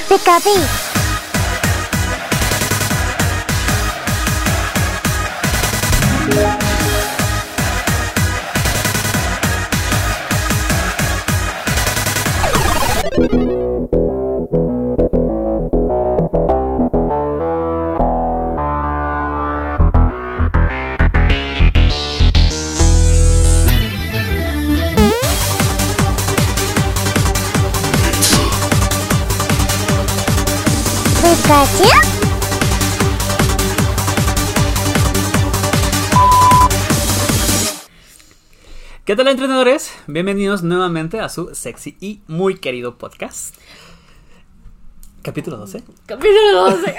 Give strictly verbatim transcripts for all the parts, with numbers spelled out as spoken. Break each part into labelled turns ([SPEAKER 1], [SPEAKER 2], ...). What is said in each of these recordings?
[SPEAKER 1] Pikachu. Pikachu.
[SPEAKER 2] ¿Qué tal, entrenadores? Bienvenidos nuevamente a su sexy y muy querido podcast. Capítulo doce.
[SPEAKER 3] Capítulo doce.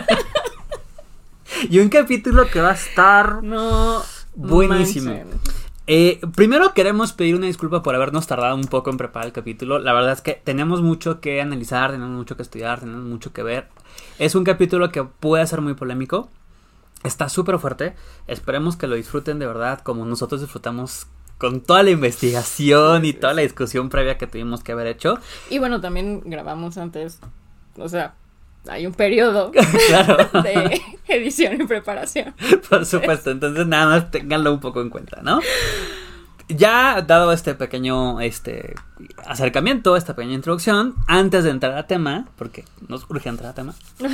[SPEAKER 2] Y un capítulo que va a estar
[SPEAKER 3] No.
[SPEAKER 2] buenísimo.
[SPEAKER 3] No
[SPEAKER 2] Eh, primero queremos pedir una disculpa por habernos tardado un poco en preparar el capítulo. La verdad es que tenemos mucho que analizar, tenemos mucho que estudiar, tenemos mucho que ver. Es un capítulo que puede ser muy polémico. Está súper fuerte. Esperemos que lo disfruten de verdad como nosotros disfrutamos con toda la investigación y toda la discusión previa que tuvimos que haber hecho.
[SPEAKER 3] Y bueno, también grabamos antes. O sea, hay un periodo
[SPEAKER 2] Claro.
[SPEAKER 3] de edición y preparación.
[SPEAKER 2] Por supuesto, entonces nada más ténganlo un poco en cuenta, ¿no? Ya dado este pequeño este acercamiento, esta pequeña introducción, antes de entrar a tema, porque nos urge entrar a tema.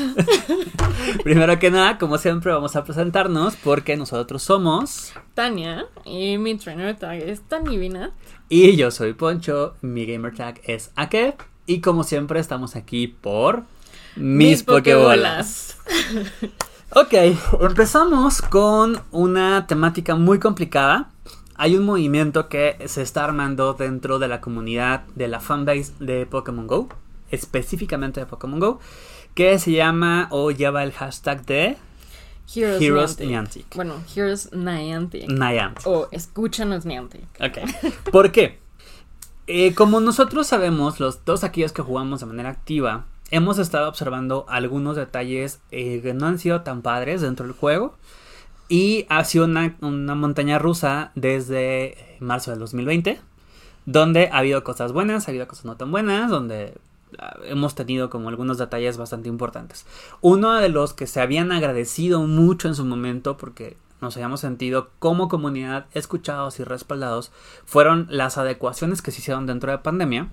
[SPEAKER 2] Primero que nada, como siempre, vamos a presentarnos porque nosotros somos
[SPEAKER 3] Tania y mi trainer tag es Tanivina.
[SPEAKER 2] y yo soy Poncho, mi gamer tag es Ake y como siempre estamos aquí por mis,
[SPEAKER 3] Mis
[SPEAKER 2] pokebolas. Ok, empezamos con una temática muy complicada. Hay un movimiento que se está armando dentro de la comunidad de la fanbase de Pokémon Go, específicamente de Pokémon Go, que se llama o lleva el hashtag de
[SPEAKER 3] Heroes,
[SPEAKER 2] Heroes
[SPEAKER 3] Niantic.
[SPEAKER 2] Niantic.
[SPEAKER 3] Bueno, Heroes Niantic.
[SPEAKER 2] Niantic.
[SPEAKER 3] O escúchanos Niantic.
[SPEAKER 2] Ok. ¿Por qué? Eh, como nosotros sabemos, los dos aquellos que jugamos de manera activa, hemos estado observando algunos detalles eh, que no han sido tan padres dentro del juego. Y ha sido una, una montaña rusa desde marzo del dos mil veinte, donde ha habido cosas buenas, ha habido cosas no tan buenas, donde uh, hemos tenido como algunos detalles bastante importantes. Uno de los que se habían agradecido mucho en su momento, porque nos habíamos sentido como comunidad escuchados y respaldados, fueron las adecuaciones que se hicieron dentro de pandemia.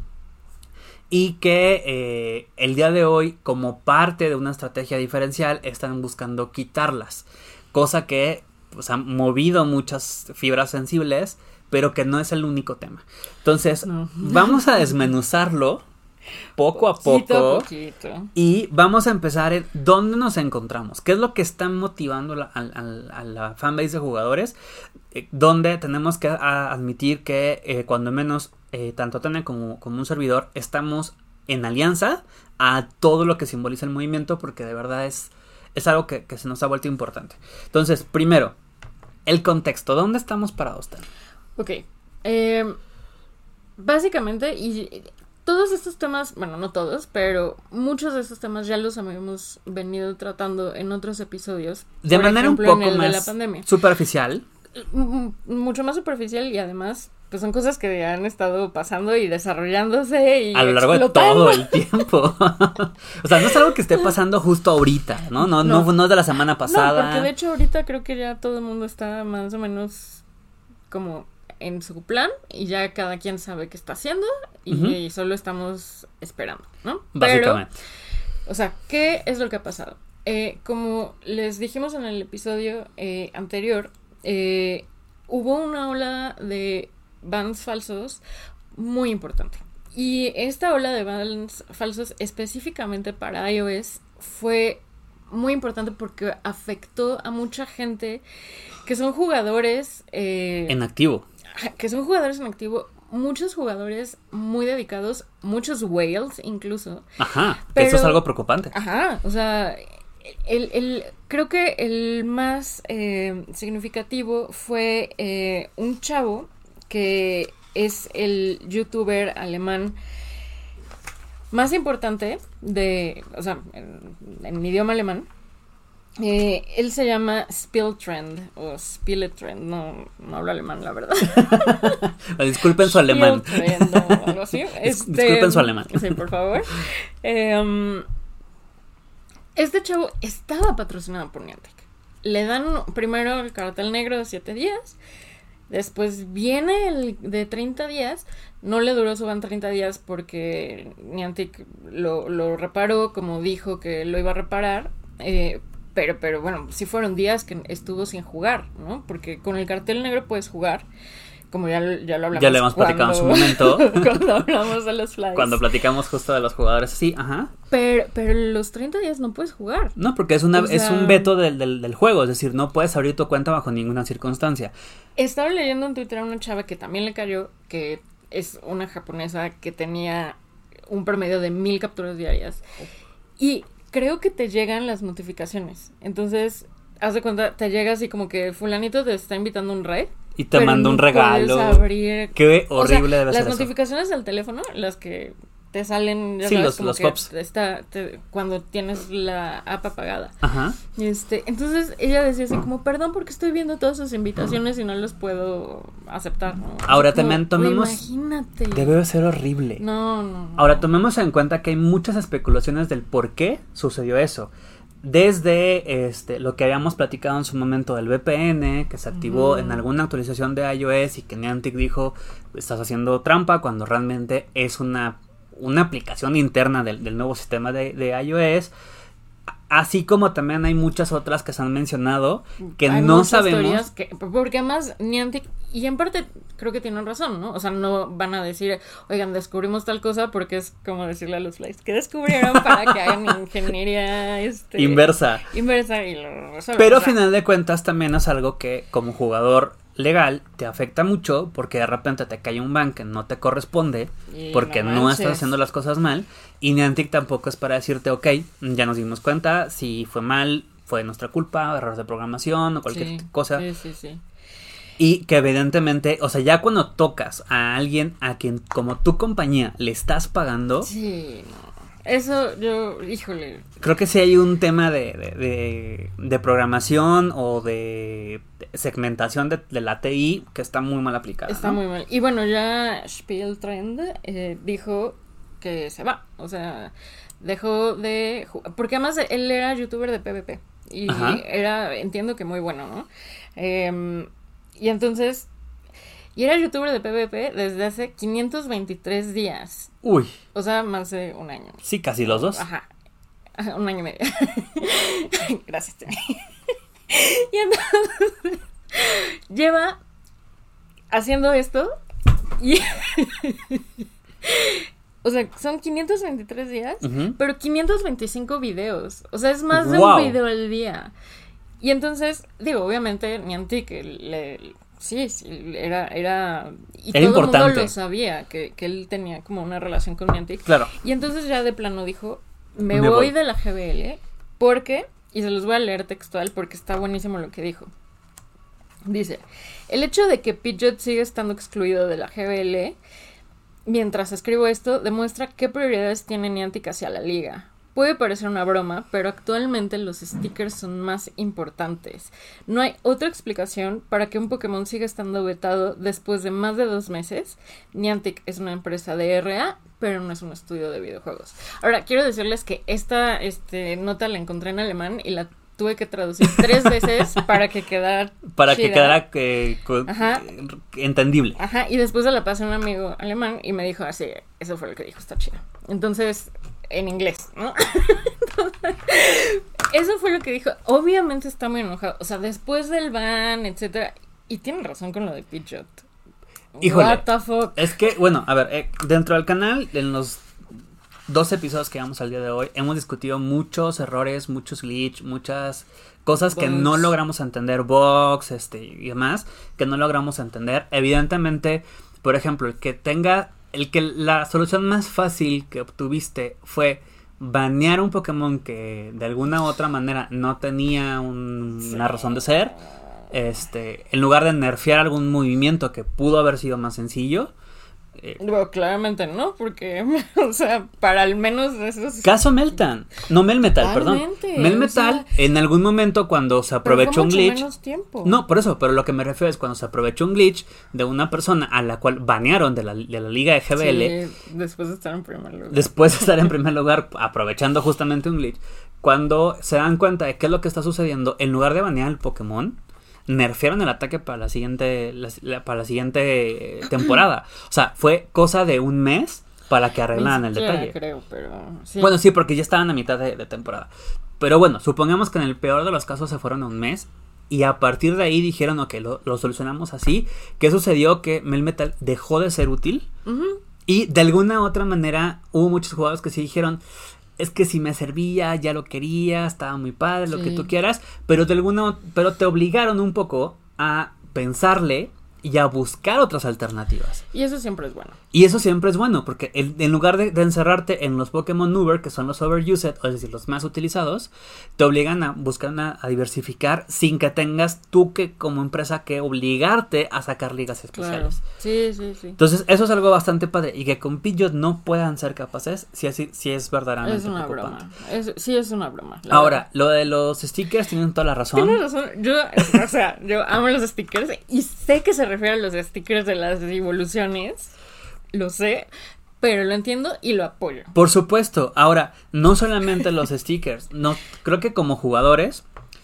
[SPEAKER 2] Y que eh, el día de hoy, como parte de una estrategia diferencial, están buscando quitarlas. Cosa que pues, ha movido muchas fibras sensibles, pero que no es el único tema. Entonces,
[SPEAKER 3] No.
[SPEAKER 2] vamos a desmenuzarlo poco a
[SPEAKER 3] Poquito
[SPEAKER 2] poco.
[SPEAKER 3] a poquito.
[SPEAKER 2] Y vamos a empezar en dónde nos encontramos. ¿Qué es lo que está motivando la, a, a, a la fanbase de jugadores? Eh, donde tenemos que a, admitir que eh, cuando menos, eh, tanto Tania como, como un servidor, estamos en alianza a todo lo que simboliza el movimiento, porque de verdad es... Es algo que, que se nos ha vuelto importante. Entonces, primero, el contexto. ¿Dónde estamos parados, Tan?
[SPEAKER 3] Ok. Eh, básicamente, y todos estos temas, bueno, no todos, pero muchos de estos temas ya los habíamos venido tratando en otros episodios.
[SPEAKER 2] De
[SPEAKER 3] Por
[SPEAKER 2] manera
[SPEAKER 3] ejemplo,
[SPEAKER 2] un
[SPEAKER 3] en
[SPEAKER 2] poco
[SPEAKER 3] el de la
[SPEAKER 2] más
[SPEAKER 3] pandemia.
[SPEAKER 2] superficial.
[SPEAKER 3] M- mucho más superficial y además, pues son cosas que han estado pasando y desarrollándose y
[SPEAKER 2] A lo largo
[SPEAKER 3] explotando.
[SPEAKER 2] de todo el tiempo. O sea, no es algo que esté pasando justo ahorita, ¿no? No, no, no, no es de la semana pasada.
[SPEAKER 3] No, porque de hecho ahorita creo que ya todo el mundo está más o menos como en su plan y ya cada quien sabe qué está haciendo y,
[SPEAKER 2] Uh-huh.
[SPEAKER 3] y solo estamos esperando, ¿no?
[SPEAKER 2] Básicamente.
[SPEAKER 3] Pero, o sea, ¿qué es lo que ha pasado? Eh, como les dijimos en el episodio eh, anterior, eh, hubo una ola de bans falsos muy importante. Y esta ola de bans falsos específicamente para iOS fue muy importante porque afectó a mucha gente que son jugadores eh,
[SPEAKER 2] En activo.
[SPEAKER 3] que son jugadores en activo, muchos jugadores muy dedicados, muchos whales incluso.
[SPEAKER 2] Ajá,
[SPEAKER 3] Pero-
[SPEAKER 2] eso es algo preocupante.
[SPEAKER 3] Ajá, o sea, el, el, creo que el más eh, significativo fue eh, un chavo que es el youtuber alemán más importante de, o sea, en, en idioma alemán. Eh, él se llama Spieltrend o Spieletrend, no, no hablo alemán, la verdad.
[SPEAKER 2] Disculpen su alemán.
[SPEAKER 3] Spieltrend o algo así.
[SPEAKER 2] Dis- disculpen su alemán.
[SPEAKER 3] Sí, por favor. Eh, um, Este chavo estaba patrocinado por Niantic. Le dan primero el cartel negro de siete días. Después viene el de treinta días. No le duró su ban treinta días porque Niantic lo, lo reparó como dijo que lo iba a reparar. Eh, pero, pero bueno, sí fueron días que estuvo sin jugar, ¿no? Porque con el cartel negro puedes jugar. Como ya, ya lo hablamos.
[SPEAKER 2] Ya le hemos platicado en su momento.
[SPEAKER 3] Cuando hablamos de los flies.
[SPEAKER 2] Cuando platicamos justo de los jugadores. Sí, ajá.
[SPEAKER 3] Pero, pero los treinta días no puedes jugar.
[SPEAKER 2] No, porque es una
[SPEAKER 3] O sea,
[SPEAKER 2] es un veto del, del, del juego. Es decir, no puedes abrir tu cuenta bajo ninguna circunstancia.
[SPEAKER 3] Estaba leyendo en Twitter a una chava que también le cayó, que es una japonesa que tenía un promedio de mil capturas diarias. Y creo que te llegan las notificaciones. Entonces, haz de cuenta, te llega así como que fulanito te está invitando a un raid.
[SPEAKER 2] Y te manda
[SPEAKER 3] no
[SPEAKER 2] un regalo.
[SPEAKER 3] Abrir...
[SPEAKER 2] Qué horrible
[SPEAKER 3] o sea,
[SPEAKER 2] debe
[SPEAKER 3] las
[SPEAKER 2] ser eso.
[SPEAKER 3] Las notificaciones del teléfono, las que te salen, ya
[SPEAKER 2] sí,
[SPEAKER 3] sabes,
[SPEAKER 2] los,
[SPEAKER 3] como
[SPEAKER 2] los
[SPEAKER 3] que
[SPEAKER 2] pops.
[SPEAKER 3] Está, te, cuando tienes la app apagada.
[SPEAKER 2] Ajá.
[SPEAKER 3] Este, entonces ella decía así como, perdón porque estoy viendo todas sus invitaciones y no los puedo aceptar, ¿no?
[SPEAKER 2] Ahora
[SPEAKER 3] Así como,
[SPEAKER 2] también tomemos.
[SPEAKER 3] Imagínate.
[SPEAKER 2] Debe ser horrible.
[SPEAKER 3] No, no, no.
[SPEAKER 2] Ahora tomemos en cuenta que hay muchas especulaciones del por qué sucedió eso. Desde este lo que habíamos platicado en su momento del V P N, que se activó uh-huh. en alguna actualización de iOS y que Niantic dijo, estás haciendo trampa, cuando realmente es una, una aplicación interna del, del nuevo sistema de, de iOS. Así como también hay muchas otras que se han mencionado que
[SPEAKER 3] hay
[SPEAKER 2] no
[SPEAKER 3] muchas
[SPEAKER 2] sabemos.
[SPEAKER 3] Teorías que, porque además Niantic, y en parte creo que tienen razón, ¿no? O sea, no van a decir, oigan, descubrimos tal cosa, porque es como decirle a los flies, que descubrieron para que hagan ingeniería este,
[SPEAKER 2] inversa.
[SPEAKER 3] Inversa y lo resuelvan.
[SPEAKER 2] Pero a final de cuentas también es algo que como jugador legal te afecta mucho porque de repente te cae un ban que no te corresponde y porque no, no estás haciendo las cosas mal y Niantic tampoco es para decirte ok, ya nos dimos cuenta, si fue mal, fue nuestra culpa, error de programación o cualquier
[SPEAKER 3] sí,
[SPEAKER 2] cosa.
[SPEAKER 3] Sí, sí, sí.
[SPEAKER 2] Y que evidentemente, o sea, ya cuando tocas a alguien a quien como tu compañía le estás pagando.
[SPEAKER 3] Sí, no. Eso yo, híjole.
[SPEAKER 2] Creo que sí hay un tema de, de, de, de programación o de segmentación de, de la T I que está muy mal aplicada.
[SPEAKER 3] Está
[SPEAKER 2] ¿no?
[SPEAKER 3] muy mal. Y bueno, ya Spieltrend eh, dijo que se va. O sea, dejó de jugar. Porque además él era youtuber de PvP. Y Ajá. era, entiendo que muy bueno, ¿no? Eh, y entonces... Y era youtuber de PvP desde hace quinientos veintitrés días.
[SPEAKER 2] Uy.
[SPEAKER 3] O sea, más de un año.
[SPEAKER 2] Sí, casi los dos.
[SPEAKER 3] Ajá. Ajá, un año y medio. Gracias, Tony. Y entonces lleva haciendo esto y... O sea, son quinientos veintitrés días, uh-huh. pero quinientos veinticinco videos. O sea, es más de wow. un video al día. Y entonces, digo, obviamente, Niantic le... Sí, sí, era, era, y
[SPEAKER 2] era
[SPEAKER 3] todo
[SPEAKER 2] importante.
[SPEAKER 3] el mundo lo sabía, que, que él tenía como una relación con Niantic.
[SPEAKER 2] Claro.
[SPEAKER 3] Y entonces ya de plano dijo, me,
[SPEAKER 2] me
[SPEAKER 3] voy,
[SPEAKER 2] voy
[SPEAKER 3] de la G B L, porque, y se los voy a leer textual porque está buenísimo lo que dijo. Dice, el hecho de que Pidgeot siga estando excluido de la G B L, mientras escribo esto, demuestra qué prioridades tiene Niantic hacia la liga. Puede parecer una broma, pero actualmente los stickers son más importantes. No hay otra explicación para que un Pokémon siga estando vetado después de más de dos meses. Niantic es una empresa de R A, pero no es un estudio de videojuegos. Ahora, quiero decirles que esta este, nota la encontré en alemán y la tuve que traducir tres veces para que quedara
[SPEAKER 2] Para
[SPEAKER 3] chida.
[SPEAKER 2] que quedara eh, con,
[SPEAKER 3] Ajá.
[SPEAKER 2] entendible.
[SPEAKER 3] Ajá, y después se la pasé a un amigo alemán y me dijo así, eso fue lo que dijo, está chido. Entonces... en inglés, ¿no? Entonces, eso fue lo que dijo. Obviamente está muy enojado. O sea, después del ban, etcétera. Y tiene razón con lo de Pidgeot.
[SPEAKER 2] Híjole.
[SPEAKER 3] What the fuck.
[SPEAKER 2] Es que, bueno, a ver, eh, dentro del canal, en los dos episodios que llevamos al día de hoy, hemos discutido muchos errores, muchos glitch, muchas cosas Box. que no logramos entender, box, este, y demás, que no logramos entender. Evidentemente, por ejemplo, el que tenga... El que la solución más fácil que obtuviste fue banear un Pokémon que de alguna u otra manera no tenía un, sí. una razón de ser, este, en lugar de nerfear algún movimiento que pudo haber sido más sencillo. Eh,
[SPEAKER 3] bueno, claramente no, porque, o sea, para al menos esos...
[SPEAKER 2] Caso Meltan, no Melmetal, perdón. Melmetal, o sea, en algún momento cuando se aprovechó un glitch...
[SPEAKER 3] menos tiempo.
[SPEAKER 2] No, por eso, pero lo que me refiero es cuando se aprovechó un glitch de una persona a la cual banearon de la, de la liga de G B L.
[SPEAKER 3] Sí, después de estar en primer lugar.
[SPEAKER 2] Después de estar en primer lugar, aprovechando justamente un glitch. cuando se dan cuenta de qué es lo que está sucediendo, en lugar de banear el Pokémon, nerfearon el ataque para la siguiente la, la, para la siguiente temporada. O sea, fue cosa de un mes para que arreglaran el detalle.
[SPEAKER 3] Creo, pero sí.
[SPEAKER 2] Bueno, sí, porque ya estaban a mitad de, de temporada. Pero bueno, supongamos que en el peor de los casos se fueron a un mes. Y a partir de ahí dijeron, ok, lo, lo solucionamos así. ¿Qué sucedió? Que Melmetal dejó de ser útil. Uh-huh. Y de alguna u otra manera hubo muchos jugadores que sí dijeron, es que si me servía, ya lo quería, estaba muy padre, sí. Lo que tú quieras. Pero de alguna, pero te obligaron un poco a pensarle y a buscar otras alternativas.
[SPEAKER 3] Y eso siempre es bueno.
[SPEAKER 2] Y eso siempre es bueno, porque el, en lugar de, de encerrarte en los Pokémon Uber, que son los overused, es decir, los más utilizados, te obligan a buscar una, a diversificar sin que tengas tú que como empresa que obligarte a sacar ligas especiales.
[SPEAKER 3] Claro. Sí, sí, sí.
[SPEAKER 2] Entonces, eso es algo bastante padre. Y que con Pidgeot no puedan ser capaces, sí, sí, sí es verdaderamente
[SPEAKER 3] es una
[SPEAKER 2] preocupante.
[SPEAKER 3] Broma. Es, sí, es una broma.
[SPEAKER 2] Ahora,
[SPEAKER 3] verdad.
[SPEAKER 2] Lo de los stickers tienen toda la razón.
[SPEAKER 3] Tienes razón. Yo, o sea, yo amo los stickers y sé que se refiere a los stickers de las evoluciones. Lo sé, pero lo entiendo y lo apoyo.
[SPEAKER 2] Por supuesto. Ahora, no solamente los stickers. No, creo que como jugadores,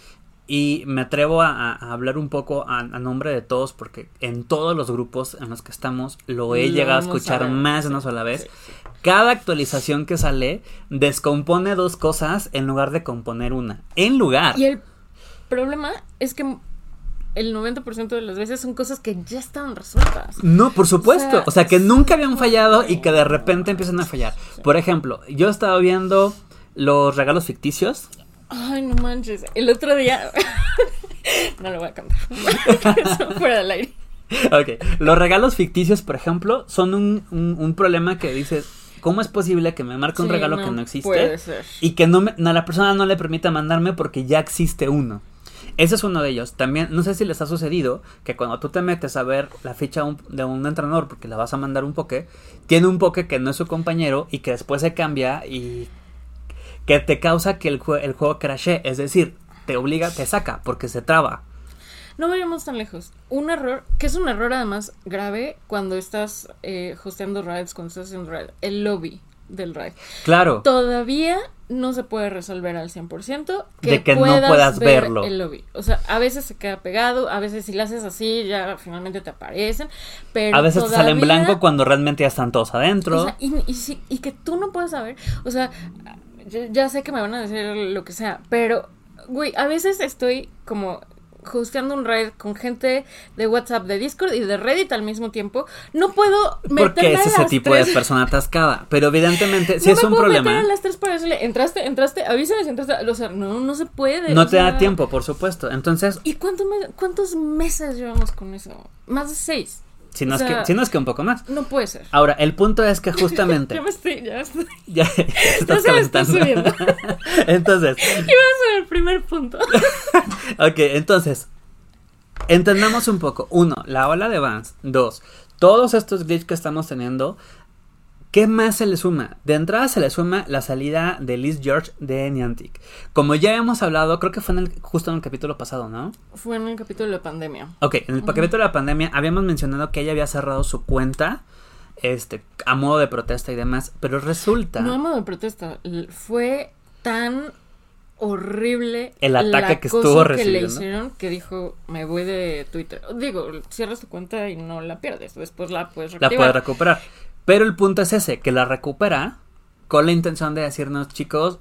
[SPEAKER 2] y me atrevo a, a hablar un poco a, a nombre de todos, porque en todos los grupos en los que estamos lo he
[SPEAKER 3] Lo
[SPEAKER 2] llegado a
[SPEAKER 3] hemos
[SPEAKER 2] escuchar
[SPEAKER 3] sabido,
[SPEAKER 2] más de
[SPEAKER 3] sí,
[SPEAKER 2] una sola vez.
[SPEAKER 3] sí, sí.
[SPEAKER 2] Cada actualización que sale descompone dos cosas en lugar de componer una. En lugar.
[SPEAKER 3] Y el problema es que el noventa por ciento de las veces son cosas que ya estaban resueltas.
[SPEAKER 2] No, por supuesto. O sea, o sea que nunca habían fallado
[SPEAKER 3] sí.
[SPEAKER 2] y que de repente empiezan a fallar.
[SPEAKER 3] Sí.
[SPEAKER 2] Por ejemplo, yo estaba viendo los regalos ficticios.
[SPEAKER 3] Ay, no manches. El otro día... no lo voy a contar. Eso fuera del aire.
[SPEAKER 2] Ok. Los regalos ficticios, por ejemplo, son un, un, un problema que dices... ¿Cómo es posible que me marque un
[SPEAKER 3] sí,
[SPEAKER 2] regalo
[SPEAKER 3] no
[SPEAKER 2] que no existe?
[SPEAKER 3] Puede ser.
[SPEAKER 2] Y que no, me, no la persona no le permita mandarme porque ya existe uno. Ese es uno de ellos. También, no sé si les ha sucedido que cuando tú te metes a ver la ficha un, de un entrenador porque la vas a mandar un poké, tiene un poké que no es su compañero y que después se cambia y que te causa que el, jue- el juego crashee. Es decir, te obliga, te saca porque se traba.
[SPEAKER 3] No vayamos tan lejos. Un error, que es un error además grave cuando estás eh, hosteando raids, cuando estás haciendo raid, el lobby del raid.
[SPEAKER 2] Claro.
[SPEAKER 3] Todavía no se puede resolver al cien por ciento que,
[SPEAKER 2] De que no
[SPEAKER 3] puedas
[SPEAKER 2] puedas
[SPEAKER 3] ver
[SPEAKER 2] verlo.
[SPEAKER 3] el lobby. O sea, a veces se queda pegado, a veces si lo haces así ya finalmente te aparecen, pero
[SPEAKER 2] A veces
[SPEAKER 3] todavía,
[SPEAKER 2] te sale en blanco cuando realmente ya están todos adentro.
[SPEAKER 3] O sea, y, y, si- y que tú no puedes saber, o sea, ya, ya sé que me van a decir lo que sea, pero, güey, a veces estoy como hosteando un raid con gente de WhatsApp, de Discord y de Reddit al mismo tiempo, no puedo meterme
[SPEAKER 2] Porque es
[SPEAKER 3] a
[SPEAKER 2] ese
[SPEAKER 3] las
[SPEAKER 2] tipo
[SPEAKER 3] tres.
[SPEAKER 2] de persona atascada. Pero evidentemente, si
[SPEAKER 3] no
[SPEAKER 2] es
[SPEAKER 3] me
[SPEAKER 2] un
[SPEAKER 3] puedo
[SPEAKER 2] problema.
[SPEAKER 3] meter a las tres para decirle, entraste, entraste, avísame si entraste, o sea, no, no se puede.
[SPEAKER 2] No
[SPEAKER 3] o
[SPEAKER 2] te da
[SPEAKER 3] sea,
[SPEAKER 2] tiempo, por supuesto. Entonces,
[SPEAKER 3] ¿Y cuánto me- cuántos meses llevamos con eso? Más de seis.
[SPEAKER 2] si no,
[SPEAKER 3] o
[SPEAKER 2] es
[SPEAKER 3] sea,
[SPEAKER 2] que, si no es que un poco más.
[SPEAKER 3] No puede ser.
[SPEAKER 2] Ahora, el punto es que justamente.
[SPEAKER 3] Ya me estoy, ya estoy.
[SPEAKER 2] ya, ya te estás
[SPEAKER 3] se me está
[SPEAKER 2] calentando. Entonces,
[SPEAKER 3] Y vamos a ver el primer punto.
[SPEAKER 2] ok, entonces. Entendamos un poco. Uno, la ola de bans. Dos, todos estos glitches que estamos teniendo. ¿Qué más se le suma? De entrada se le suma la salida de Liz George de Niantic. Como ya hemos hablado, creo que fue en el, justo en el capítulo pasado, ¿no?
[SPEAKER 3] Fue en el capítulo de pandemia.
[SPEAKER 2] Ok, en el
[SPEAKER 3] Ujú.
[SPEAKER 2] capítulo de la pandemia habíamos mencionado que ella había cerrado su cuenta, este, a modo de protesta y demás, pero resulta...
[SPEAKER 3] No a modo de protesta, l- fue tan horrible
[SPEAKER 2] El ataque
[SPEAKER 3] la
[SPEAKER 2] que
[SPEAKER 3] cosa
[SPEAKER 2] estuvo
[SPEAKER 3] que le
[SPEAKER 2] recibiendo.
[SPEAKER 3] hicieron que dijo, me voy de Twitter. Digo, cierras tu cuenta y no la pierdes, después la puedes
[SPEAKER 2] La
[SPEAKER 3] reactivar.
[SPEAKER 2] puede recuperar. Pero el punto es ese, que la recupera con la intención de decirnos, chicos,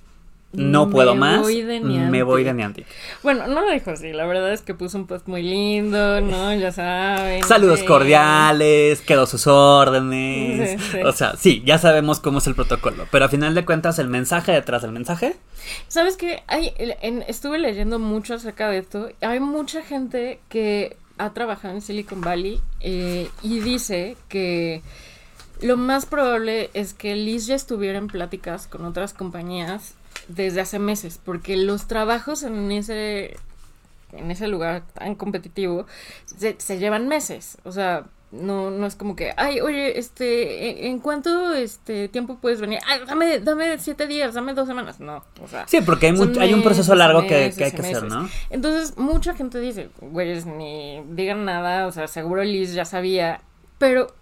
[SPEAKER 2] no
[SPEAKER 3] Me
[SPEAKER 2] puedo más,
[SPEAKER 3] voy de
[SPEAKER 2] me
[SPEAKER 3] Niantic.
[SPEAKER 2] voy de Niantic.
[SPEAKER 3] Bueno, no lo dijo así, la verdad es que puso un post muy lindo, ¿no? Ya saben.
[SPEAKER 2] Saludos
[SPEAKER 3] sí.
[SPEAKER 2] cordiales, quedó a sus órdenes.
[SPEAKER 3] Sí, sí.
[SPEAKER 2] O sea, sí, ya sabemos cómo es el protocolo. Pero a final de cuentas, el mensaje detrás del mensaje.
[SPEAKER 3] ¿Sabes qué? Hay, en, estuve leyendo mucho acerca de esto. Hay mucha gente que ha trabajado en Silicon Valley eh, y dice que lo más probable es que Liz ya estuviera en pláticas con otras compañías desde hace meses, porque los trabajos en ese en ese lugar tan competitivo se, se llevan meses, o sea, no no es como que, ay, oye, este, ¿en, en cuánto este tiempo puedes venir? Ay, dame dame siete días, dame dos semanas, no, o sea,
[SPEAKER 2] Sí, porque hay,
[SPEAKER 3] son
[SPEAKER 2] mucho, hay un proceso
[SPEAKER 3] meses,
[SPEAKER 2] largo que,
[SPEAKER 3] meses
[SPEAKER 2] que hay
[SPEAKER 3] y
[SPEAKER 2] que hacer,
[SPEAKER 3] meses.
[SPEAKER 2] ¿no?
[SPEAKER 3] Entonces, mucha gente dice, güeyes, ni digan nada, o sea, seguro Liz ya sabía, pero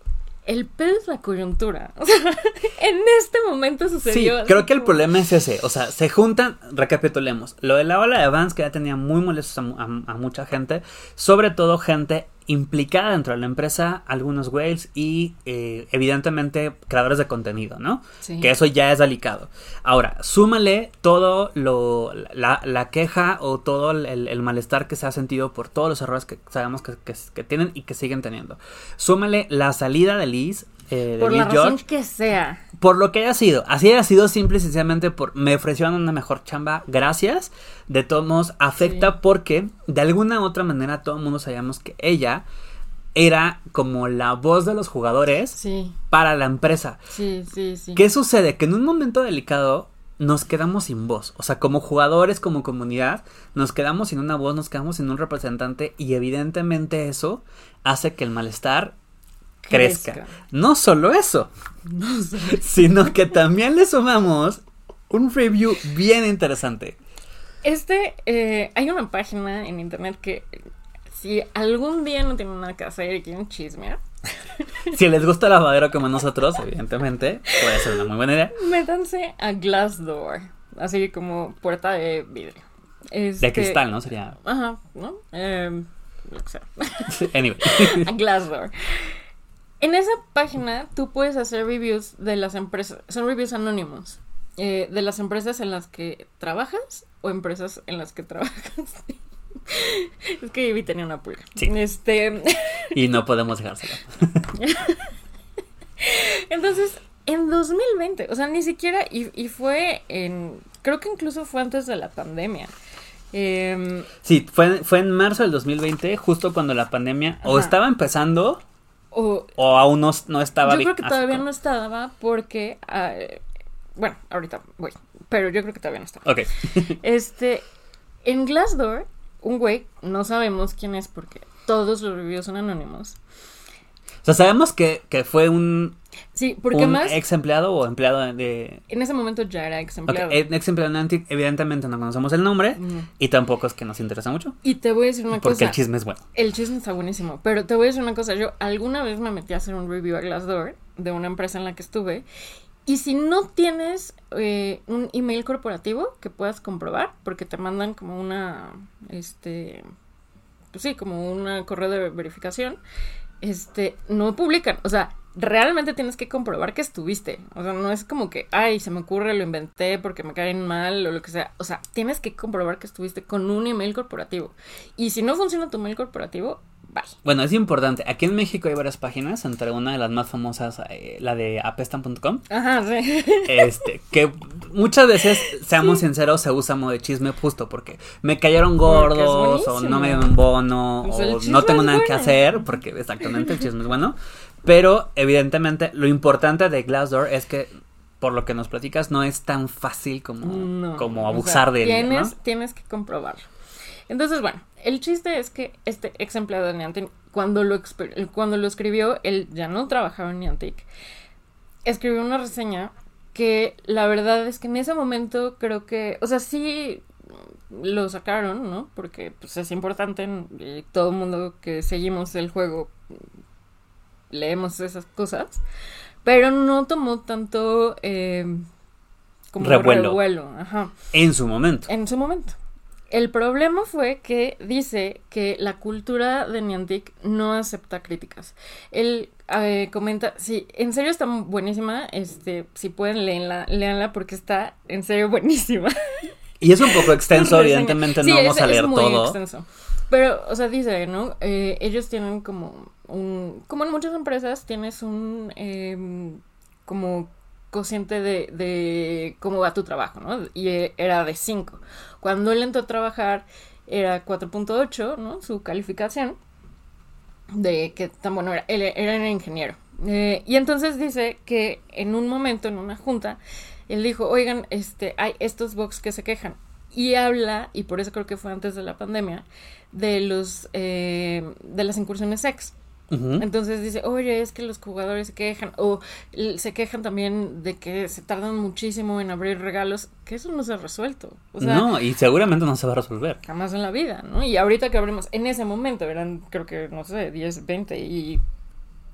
[SPEAKER 3] el pedo es la coyuntura. O sea, en este momento sucedió.
[SPEAKER 2] Sí, creo que el problema es ese. O sea, se juntan, recapitulemos. Lo de la ola de Vans que ya tenía muy molestos a, a, a mucha gente. Sobre todo gente implicada dentro de la empresa, algunos whales y eh, evidentemente creadores de contenido, ¿no?
[SPEAKER 3] Sí.
[SPEAKER 2] Que eso ya es delicado. Ahora, súmale todo lo, la, la queja o todo el, el malestar que se ha sentido por todos los errores que sabemos que, que, que tienen y que siguen teniendo. Súmale la salida de Liz. Eh, de
[SPEAKER 3] por
[SPEAKER 2] Liz
[SPEAKER 3] la razón
[SPEAKER 2] George,
[SPEAKER 3] que sea.
[SPEAKER 2] por lo que haya sido. Así haya sido simple y sencillamente por me ofrecieron una mejor chamba. Gracias. De todos modos, afecta sí. porque de alguna u otra manera todo el mundo sabíamos que ella era como la voz de los jugadores
[SPEAKER 3] sí.
[SPEAKER 2] para la empresa.
[SPEAKER 3] Sí, sí, sí.
[SPEAKER 2] ¿Qué sucede? Que en un momento delicado nos quedamos sin voz. O sea, como jugadores, como comunidad, nos quedamos sin una voz, nos quedamos sin un representante y evidentemente eso hace que el malestar crezca. crezca. No solo eso,
[SPEAKER 3] no sé.
[SPEAKER 2] sino que también le sumamos un review bien interesante.
[SPEAKER 3] Este, eh, hay una página en internet que si algún día no tienen nada que hacer y quieren chismear.
[SPEAKER 2] Si les gusta el lavadero como nosotros, evidentemente, puede ser una muy buena idea.
[SPEAKER 3] Métanse a Glassdoor, así como puerta de vidrio. Este,
[SPEAKER 2] de cristal, ¿no? Sería.
[SPEAKER 3] Ajá, ¿no? Eh, lo que sea.
[SPEAKER 2] Anyway.
[SPEAKER 3] A Glassdoor. En esa página tú puedes hacer reviews de las empresas, son reviews anónimos, eh, de las empresas en las que trabajas o empresas en las que trabajas. Es que Ivy tenía una pulga.
[SPEAKER 2] Sí.
[SPEAKER 3] Este...
[SPEAKER 2] Y no podemos dejárselo.
[SPEAKER 3] Entonces, en dos mil veinte, o sea, ni siquiera, y, y fue en, creo que incluso fue antes de la pandemia. Eh,
[SPEAKER 2] sí, fue, fue en marzo del dos mil veinte, justo cuando la pandemia ajá. o estaba empezando o, o aún no, no estaba.
[SPEAKER 3] Yo creo que todavía no estaba porque, uh, bueno, ahorita voy, pero yo creo que todavía no estaba.
[SPEAKER 2] Ok.
[SPEAKER 3] Este, en Glassdoor, un güey, no sabemos quién es porque todos los reviews son anónimos.
[SPEAKER 2] O sea, sabemos que, que fue un,
[SPEAKER 3] sí, porque
[SPEAKER 2] un
[SPEAKER 3] más,
[SPEAKER 2] ex empleado o empleado de...
[SPEAKER 3] En ese momento ya era ex empleado.
[SPEAKER 2] Okay, ex empleado de Niantic, evidentemente no conocemos el nombre mm. y tampoco es que nos interesa mucho.
[SPEAKER 3] Y te voy a decir una
[SPEAKER 2] porque
[SPEAKER 3] cosa.
[SPEAKER 2] Porque el chisme es bueno.
[SPEAKER 3] El chisme está buenísimo, pero te voy a decir una cosa. Yo alguna vez me metí a hacer un review a Glassdoor de una empresa en la que estuve. Y si no tienes eh, un email corporativo que puedas comprobar, porque te mandan como una, este, pues sí, como un correo de verificación, este, no publican. O sea, realmente tienes que comprobar que estuviste. O sea, no es como que, ay, se me ocurre, lo inventé porque me caen mal o lo que sea. O sea, tienes que comprobar que estuviste con un email corporativo. Y si no funciona tu email corporativo, bye.
[SPEAKER 2] Bueno, es importante. Aquí en México hay varias páginas, entre una de las más famosas, eh, la de apestan punto com.
[SPEAKER 3] Ajá, sí.
[SPEAKER 2] Este, que muchas veces, seamos sí. sinceros, se usa modo de chisme justo porque me cayeron gordos, o no me dieron un bono, pues o no tengo nada bueno. que hacer, porque exactamente el chisme es bueno. Pero, evidentemente, lo importante de Glassdoor es que, por lo que nos platicas, no es tan fácil como, no, como abusar
[SPEAKER 3] o sea,
[SPEAKER 2] de él,
[SPEAKER 3] tienes,
[SPEAKER 2] ¿no?
[SPEAKER 3] Tienes que comprobarlo. Entonces, bueno, el chiste es que este ex empleado de Niantic, cuando lo, cuando lo escribió, él ya no trabajaba en Niantic, escribió una reseña que la verdad es que en ese momento creo que, o sea, sí lo sacaron, ¿no? Porque pues es importante, y todo el mundo que seguimos el juego leemos esas cosas, pero no tomó tanto eh, como
[SPEAKER 2] revuelo,
[SPEAKER 3] revuelo. Ajá.
[SPEAKER 2] En su momento.
[SPEAKER 3] En su momento. El problema fue que dice que la cultura de Niantic no acepta críticas. Él eh, comenta, sí, en serio está buenísima, este, si pueden léanla, léanla porque está en serio buenísima.
[SPEAKER 2] Y es un poco extenso, evidentemente sí, no vamos
[SPEAKER 3] es,
[SPEAKER 2] a leer
[SPEAKER 3] es muy
[SPEAKER 2] todo.
[SPEAKER 3] Extenso. Pero, o sea, dice, ¿no? Eh, ellos tienen como un, como en muchas empresas tienes un, eh, como cociente de, de cómo va tu trabajo, ¿no? Y era de cinco. Cuando él entró a trabajar era cuatro punto ocho, ¿no? Su calificación de que tan bueno era. Él era ingeniero. Eh, y entonces dice que en un momento, en una junta, él dijo, oigan, este, hay estos bugs que se quejan. Y habla, y por eso creo que fue antes de la pandemia, de los eh, de las incursiones sex. Uh-huh. Entonces dice, oye, es que los jugadores se quejan, o se quejan también de que se tardan muchísimo en abrir regalos, que eso no se ha resuelto. O sea,
[SPEAKER 2] no, y seguramente no se va a resolver.
[SPEAKER 3] Jamás en la vida, ¿no? Y ahorita que abrimos, en ese momento eran, creo que, no sé, diez, veinte, y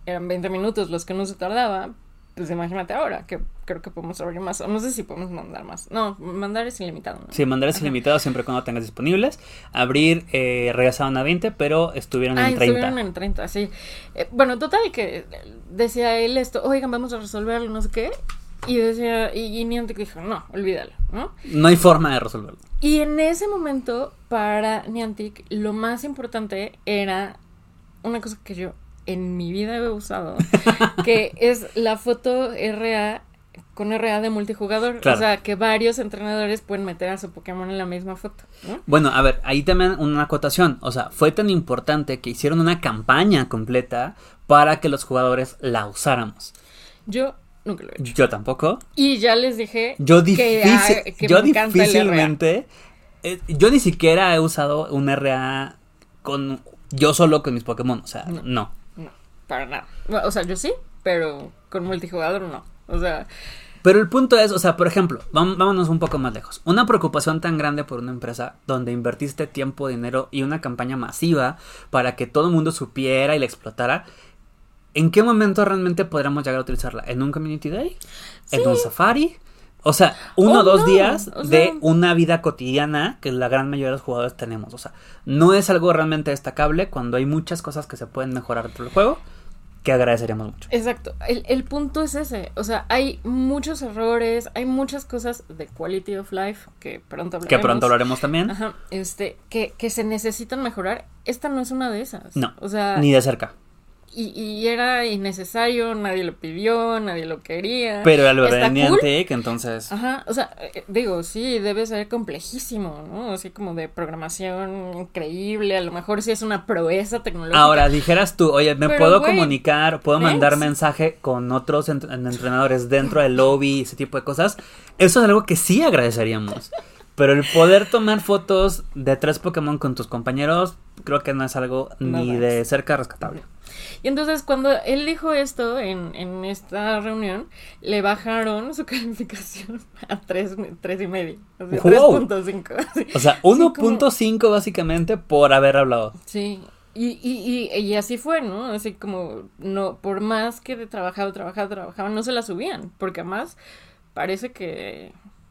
[SPEAKER 3] eran veinte minutos los que no se tardaba, pues imagínate ahora, que creo que podemos abrir más, o no sé si podemos mandar más. No, mandar es ilimitado, ¿no?
[SPEAKER 2] Sí, mandar es Ajá. ilimitado siempre y cuando tengas disponibles. Abrir, eh, regresaron a veinte, pero estuvieron
[SPEAKER 3] ah,
[SPEAKER 2] en treinta.
[SPEAKER 3] estuvieron en treinta, sí. Eh, bueno, total, que decía él esto, oigan, vamos a resolverlo, no sé qué. Y decía, y, y Niantic dijo, no, olvídalo, ¿no?
[SPEAKER 2] No hay forma de resolverlo.
[SPEAKER 3] Y en ese momento, para Niantic, lo más importante era una cosa que yo en mi vida he usado, que es la foto R A con R A de multijugador. Claro. O sea, que varios entrenadores pueden meter a su Pokémon en la misma foto, ¿no?
[SPEAKER 2] Bueno, a ver, ahí también una acotación. O sea, fue tan importante que hicieron una campaña completa para que los jugadores la usáramos.
[SPEAKER 3] Yo nunca lo he hecho.
[SPEAKER 2] Yo tampoco.
[SPEAKER 3] Y ya les dije
[SPEAKER 2] yo difícil,
[SPEAKER 3] que, ah, que
[SPEAKER 2] yo
[SPEAKER 3] me encanta
[SPEAKER 2] difícilmente, eh, yo ni siquiera he usado un R A con yo solo con mis Pokémon. O sea, no. no.
[SPEAKER 3] No, para nada. O sea, yo sí, pero con multijugador no. O sea...
[SPEAKER 2] Pero el punto es, o sea, por ejemplo, vámonos un poco más lejos. Una preocupación tan grande por una empresa donde invertiste tiempo, dinero y una campaña masiva para que todo el mundo supiera y la explotara. ¿En qué momento realmente podríamos llegar a utilizarla? ¿En un Community Day? Sí. ¿En un Safari? O sea, uno o dos no, días o sea... de una vida cotidiana que la gran mayoría de los jugadores tenemos. O sea, no es algo realmente destacable cuando hay muchas cosas que se pueden mejorar dentro del juego que agradeceríamos mucho.
[SPEAKER 3] Exacto. El, el punto es ese. O sea, hay muchos errores, hay muchas cosas de quality of life que pronto hablaremos.
[SPEAKER 2] Que pronto hablaremos también.
[SPEAKER 3] Ajá. Este, que, que se necesitan mejorar. Esta no es una de esas.
[SPEAKER 2] No,
[SPEAKER 3] o sea,
[SPEAKER 2] ni de cerca.
[SPEAKER 3] Y, y era innecesario, nadie lo pidió, nadie lo quería.
[SPEAKER 2] Pero era lo de Niantic, entonces...
[SPEAKER 3] Ajá, o sea, digo, sí, debe ser complejísimo, ¿no? Así como de programación increíble, a lo mejor sí es una proeza tecnológica.
[SPEAKER 2] Ahora, dijeras tú, oye, ¿me
[SPEAKER 3] Pero,
[SPEAKER 2] puedo
[SPEAKER 3] güey,
[SPEAKER 2] comunicar, puedo
[SPEAKER 3] ¿ves?
[SPEAKER 2] mandar mensaje con otros ent- entrenadores dentro del lobby, ese tipo de cosas? Eso es algo que sí agradeceríamos. Pero el poder tomar fotos de tres Pokémon con tus compañeros, creo que no es algo no ni más. de cerca rescatable.
[SPEAKER 3] Y entonces cuando él dijo esto en, en esta reunión, le bajaron su calificación a tres, tres y medio, o sea, wow. tres punto cinco.
[SPEAKER 2] O sea, uno punto cinco básicamente por haber hablado.
[SPEAKER 3] Sí, y, y, y, y así fue, ¿no? Así como, no, por más que de trabajado, trabajado, trabajaban, no se la subían, porque además parece que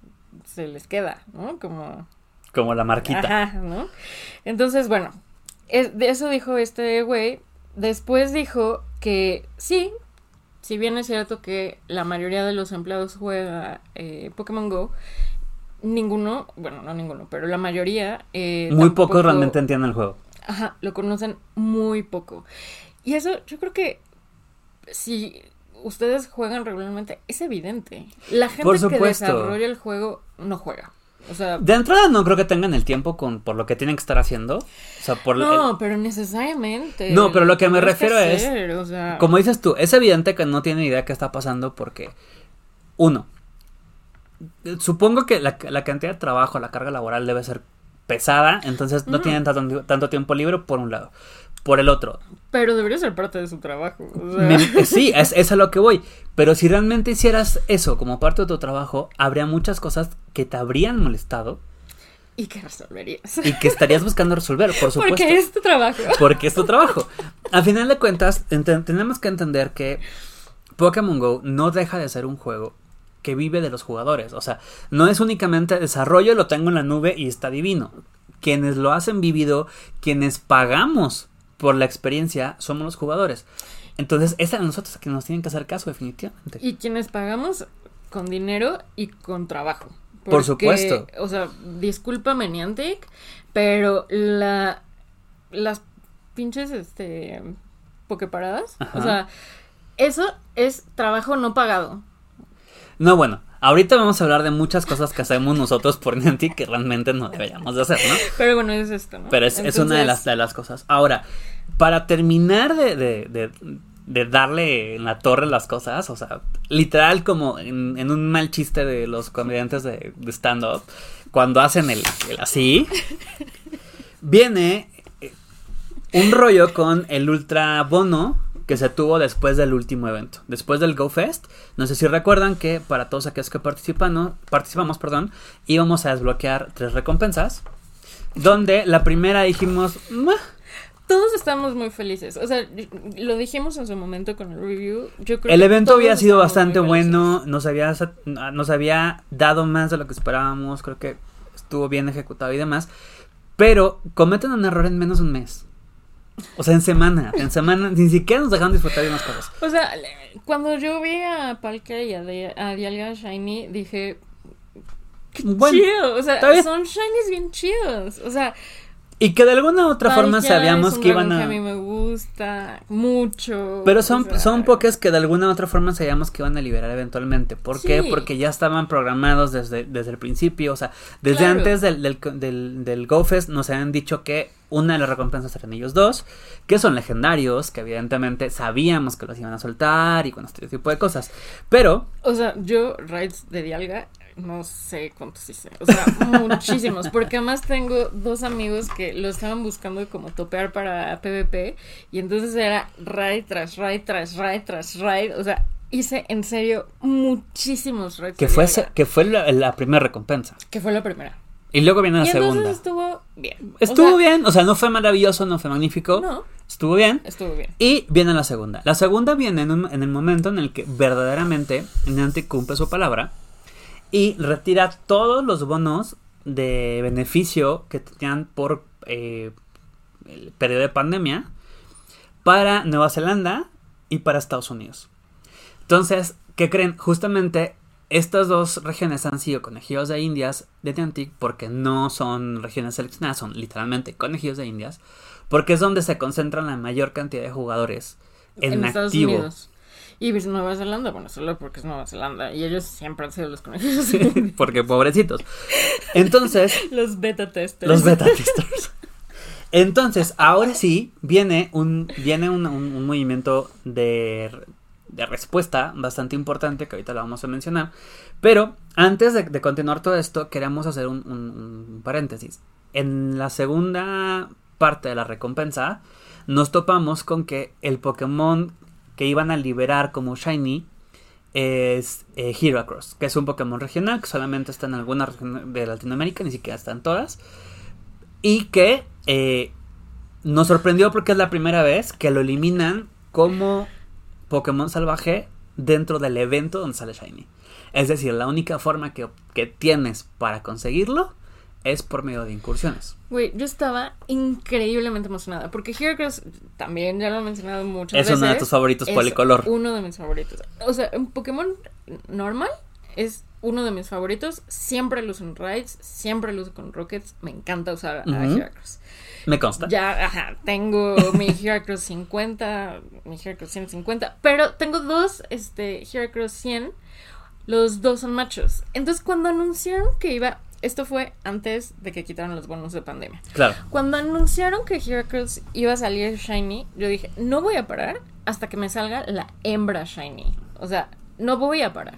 [SPEAKER 3] se les queda, ¿no? Como...
[SPEAKER 2] Como la marquita.
[SPEAKER 3] Ajá, ¿no? Entonces, bueno, es, de eso dijo este güey. Después dijo que sí, si bien es cierto que la mayoría de los empleados juega eh, Pokémon Go, ninguno, bueno, no ninguno, pero la mayoría... Eh,
[SPEAKER 2] muy tampoco, pocos realmente entienden el juego.
[SPEAKER 3] Ajá, lo conocen muy poco. Y eso yo creo que si ustedes juegan regularmente, es evidente. La gente
[SPEAKER 2] Por
[SPEAKER 3] que
[SPEAKER 2] supuesto.
[SPEAKER 3] desarrolla el juego no juega. O sea,
[SPEAKER 2] de entrada no creo que tengan el tiempo con por lo que tienen que estar haciendo. O sea, por
[SPEAKER 3] no,
[SPEAKER 2] el...
[SPEAKER 3] pero necesariamente.
[SPEAKER 2] No, pero lo que me refiero
[SPEAKER 3] que
[SPEAKER 2] es,
[SPEAKER 3] hacer, o sea...
[SPEAKER 2] como dices tú, es evidente que no tienen idea qué está pasando porque, uno, supongo que la, la cantidad de trabajo, la carga laboral debe ser pesada, entonces no mm. tienen tanto, tanto tiempo libre por un lado. Por el otro.
[SPEAKER 3] Pero debería ser parte de su trabajo. O sea...
[SPEAKER 2] Me, sí, es, es a lo que voy. Pero si realmente hicieras eso como parte de tu trabajo, habría muchas cosas que te habrían molestado.
[SPEAKER 3] Y que resolverías.
[SPEAKER 2] Y que estarías buscando resolver, por supuesto.
[SPEAKER 3] Porque es tu trabajo.
[SPEAKER 2] Porque es tu trabajo. Al final de cuentas, ent- tenemos que entender que Pokémon Go no deja de ser un juego que vive de los jugadores. O sea, no es únicamente desarrollo, lo tengo en la nube y está divino. Quienes lo hacen vivido, quienes pagamos por la experiencia, somos los jugadores. Entonces, es a nosotros a quienes nos tienen que hacer caso, definitivamente.
[SPEAKER 3] Y quienes pagamos con dinero y con trabajo. Porque,
[SPEAKER 2] por supuesto.
[SPEAKER 3] O sea, discúlpame, Niantic, pero la las pinches este pokeparadas, Ajá. o sea, eso es trabajo no pagado.
[SPEAKER 2] No, bueno, ahorita vamos a hablar de muchas cosas que hacemos nosotros por Niantic que realmente no deberíamos de hacer, ¿no?
[SPEAKER 3] Pero bueno, es esto, ¿no?
[SPEAKER 2] Pero es, Entonces... es una de las, de las cosas. Ahora, para terminar de, de, de, de darle en la torre las cosas, o sea, literal como en, en un mal chiste de los comediantes de, de stand-up, cuando hacen el, el así, viene un rollo con el Ultra Bono que se tuvo después del último evento, después del Go Fest. No sé si recuerdan que para todos aquellos que participan, participamos, perdón, íbamos a desbloquear tres recompensas, donde la primera dijimos,
[SPEAKER 3] todos estamos muy felices. O sea, lo dijimos en su momento con el review. Yo creo
[SPEAKER 2] el
[SPEAKER 3] que
[SPEAKER 2] evento había sido
[SPEAKER 3] estamos
[SPEAKER 2] bastante bueno,
[SPEAKER 3] felices.
[SPEAKER 2] nos había, nos había dado más de lo que esperábamos, creo que estuvo bien ejecutado y demás, pero cometen un error en menos de un mes. O sea, en semana, en semana, ni siquiera nos dejaron disfrutar de unas cosas.
[SPEAKER 3] O sea, cuando yo vi a Palkia y a, a Dialga Shiny, dije, qué
[SPEAKER 2] bueno,
[SPEAKER 3] chido. O sea, son Shinies bien chidos. O sea,
[SPEAKER 2] y que de alguna u otra
[SPEAKER 3] Palkia
[SPEAKER 2] forma sabíamos
[SPEAKER 3] es un
[SPEAKER 2] que iban a...
[SPEAKER 3] que a mí me gusta mucho.
[SPEAKER 2] Pero son,
[SPEAKER 3] o sea...
[SPEAKER 2] son pokés que de alguna u otra forma sabíamos que iban a liberar eventualmente. ¿Por sí. qué? Porque ya estaban programados desde, desde el principio. O sea, desde claro. antes del, del, del, del GoFest nos habían dicho que una de las recompensas eran ellos dos, que son legendarios, que evidentemente sabíamos que los iban a soltar y con este tipo de cosas. Pero...
[SPEAKER 3] O sea, yo, raids de Dialga... No sé cuántos hice, o sea, muchísimos, porque además tengo dos amigos que lo estaban buscando como topear para PvP, y entonces era raid tras raid tras raid tras raid, o sea, hice en serio muchísimos raids.
[SPEAKER 2] Que fue, esa, que fue la, la primera recompensa.
[SPEAKER 3] Que fue la primera.
[SPEAKER 2] Y luego viene la
[SPEAKER 3] y
[SPEAKER 2] segunda.
[SPEAKER 3] Entonces estuvo bien.
[SPEAKER 2] Estuvo
[SPEAKER 3] o sea,
[SPEAKER 2] bien, o sea, no fue maravilloso, no fue magnífico.
[SPEAKER 3] No.
[SPEAKER 2] Estuvo bien.
[SPEAKER 3] Estuvo bien.
[SPEAKER 2] Y viene la segunda. La segunda viene en, un, en el momento en el que verdaderamente Niantic cumple su palabra y retira todos los bonos de beneficio que tenían por eh, el periodo de pandemia para Nueva Zelanda y para Estados Unidos. Entonces, ¿qué creen? Justamente estas dos regiones han sido conejillos de indias de Niantic porque no son regiones seleccionadas, son literalmente conejillos de indias, porque es donde se concentran la mayor cantidad de jugadores en, en Estados activo. Unidos.
[SPEAKER 3] Y Nueva Zelanda, bueno, solo porque es Nueva Zelanda. Y ellos siempre han sido los conejillos.
[SPEAKER 2] Porque pobrecitos. Entonces.
[SPEAKER 3] los beta testers.
[SPEAKER 2] Los beta testers. Entonces, ahora sí, viene un, viene un, un, un movimiento de, de respuesta bastante importante que ahorita lo vamos a mencionar. Pero antes de, de continuar todo esto, queremos hacer un, un, un paréntesis. En la segunda parte de la recompensa, nos topamos con que el Pokémon que iban a liberar como Shiny es eh, Heracross, que es un Pokémon regional que solamente está en alguna región de Latinoamérica, ni siquiera está en todas, y que eh, nos sorprendió porque es la primera vez que lo eliminan como Pokémon salvaje dentro del evento donde sale Shiny. Es decir, la única forma que, que tienes para conseguirlo es por medio de incursiones.
[SPEAKER 3] Güey, yo estaba increíblemente emocionada porque Heracross, también ya lo he mencionado muchas
[SPEAKER 2] es
[SPEAKER 3] veces.
[SPEAKER 2] Es uno de tus favoritos
[SPEAKER 3] es
[SPEAKER 2] policolor.
[SPEAKER 3] Uno de mis favoritos. O sea, un Pokémon normal es uno de mis favoritos. Siempre lo uso en raids, siempre lo uso con Rockets. Me encanta usar uh-huh. a Heracross.
[SPEAKER 2] Me consta.
[SPEAKER 3] Ya, ajá, tengo mi Heracross cincuenta, mi Heracross ciento cincuenta, pero tengo dos, este, Heracross cien. Los dos son machos. Entonces, cuando anunciaron que iba... Esto fue antes de que quitaran los bonos de pandemia.
[SPEAKER 2] Claro.
[SPEAKER 3] Cuando anunciaron que Heracross iba a salir Shiny, yo dije, no voy a parar hasta que me salga la hembra Shiny. O sea, no voy a parar.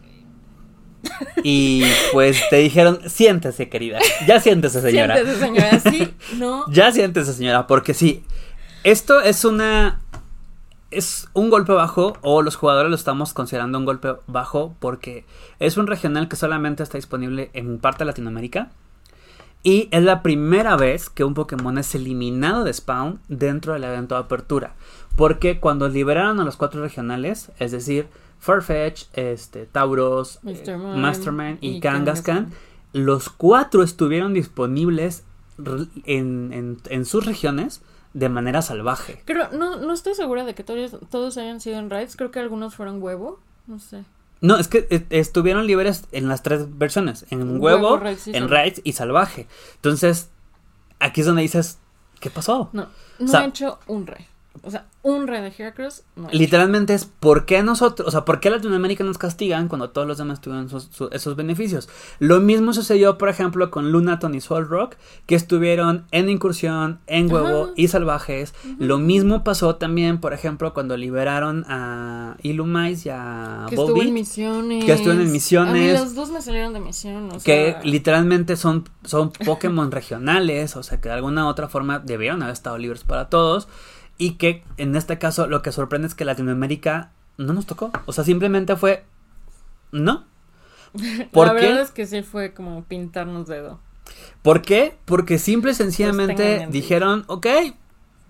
[SPEAKER 2] Y pues te dijeron, siéntese, querida. Ya siéntese, señora.
[SPEAKER 3] Siéntese, señora. Sí, no.
[SPEAKER 2] Ya siéntese, señora, porque sí. Esto es una... Es un golpe bajo, o los jugadores lo estamos considerando un golpe bajo, porque es un regional que solamente está disponible en parte de Latinoamérica. Y es la primera vez que un Pokémon es eliminado de spawn dentro del evento de apertura. Porque cuando liberaron a los cuatro regionales, es decir, Farfetch, este, Tauros, Mastermind, Mastermind y, y Kangaskhan, los cuatro estuvieron disponibles en, en, en sus regiones de manera salvaje.
[SPEAKER 3] Pero no, no estoy segura de que todos, todos hayan sido en raids. Creo que algunos fueron huevo. No sé.
[SPEAKER 2] No, es que eh, estuvieron libres en las tres versiones. En huevo, huevo raids, sí, en raids y salvaje. Entonces, aquí es donde dices, ¿qué pasó?
[SPEAKER 3] No, no o
[SPEAKER 2] sea,
[SPEAKER 3] he hecho un raid. O sea, un raid de Heracross no he
[SPEAKER 2] literalmente hecho. Es ¿por qué nosotros, o sea, por qué Latinoamérica nos castigan cuando todos los demás tuvieron sus, sus, esos beneficios? Lo mismo sucedió, por ejemplo, con Lunaton y Solrock, que estuvieron en incursión, en huevo uh-huh. y salvajes. Uh-huh. Lo mismo pasó también, por ejemplo, cuando liberaron a Illumais y a
[SPEAKER 3] que
[SPEAKER 2] Volbeat,
[SPEAKER 3] estuvo en misiones.
[SPEAKER 2] Que estuvieron en misiones.
[SPEAKER 3] A mí los dos me salieron de misión. O
[SPEAKER 2] que
[SPEAKER 3] sea...
[SPEAKER 2] literalmente son, son Pokémon regionales, o sea, que de alguna u otra forma debieron haber estado libres para todos. Y que en este caso lo que sorprende es que Latinoamérica no nos tocó. O sea, simplemente fue... ¿No?
[SPEAKER 3] ¿Por La qué? verdad es que sí fue como pintarnos dedo.
[SPEAKER 2] ¿Por qué? Porque simple y sencillamente pues dijeron, ok,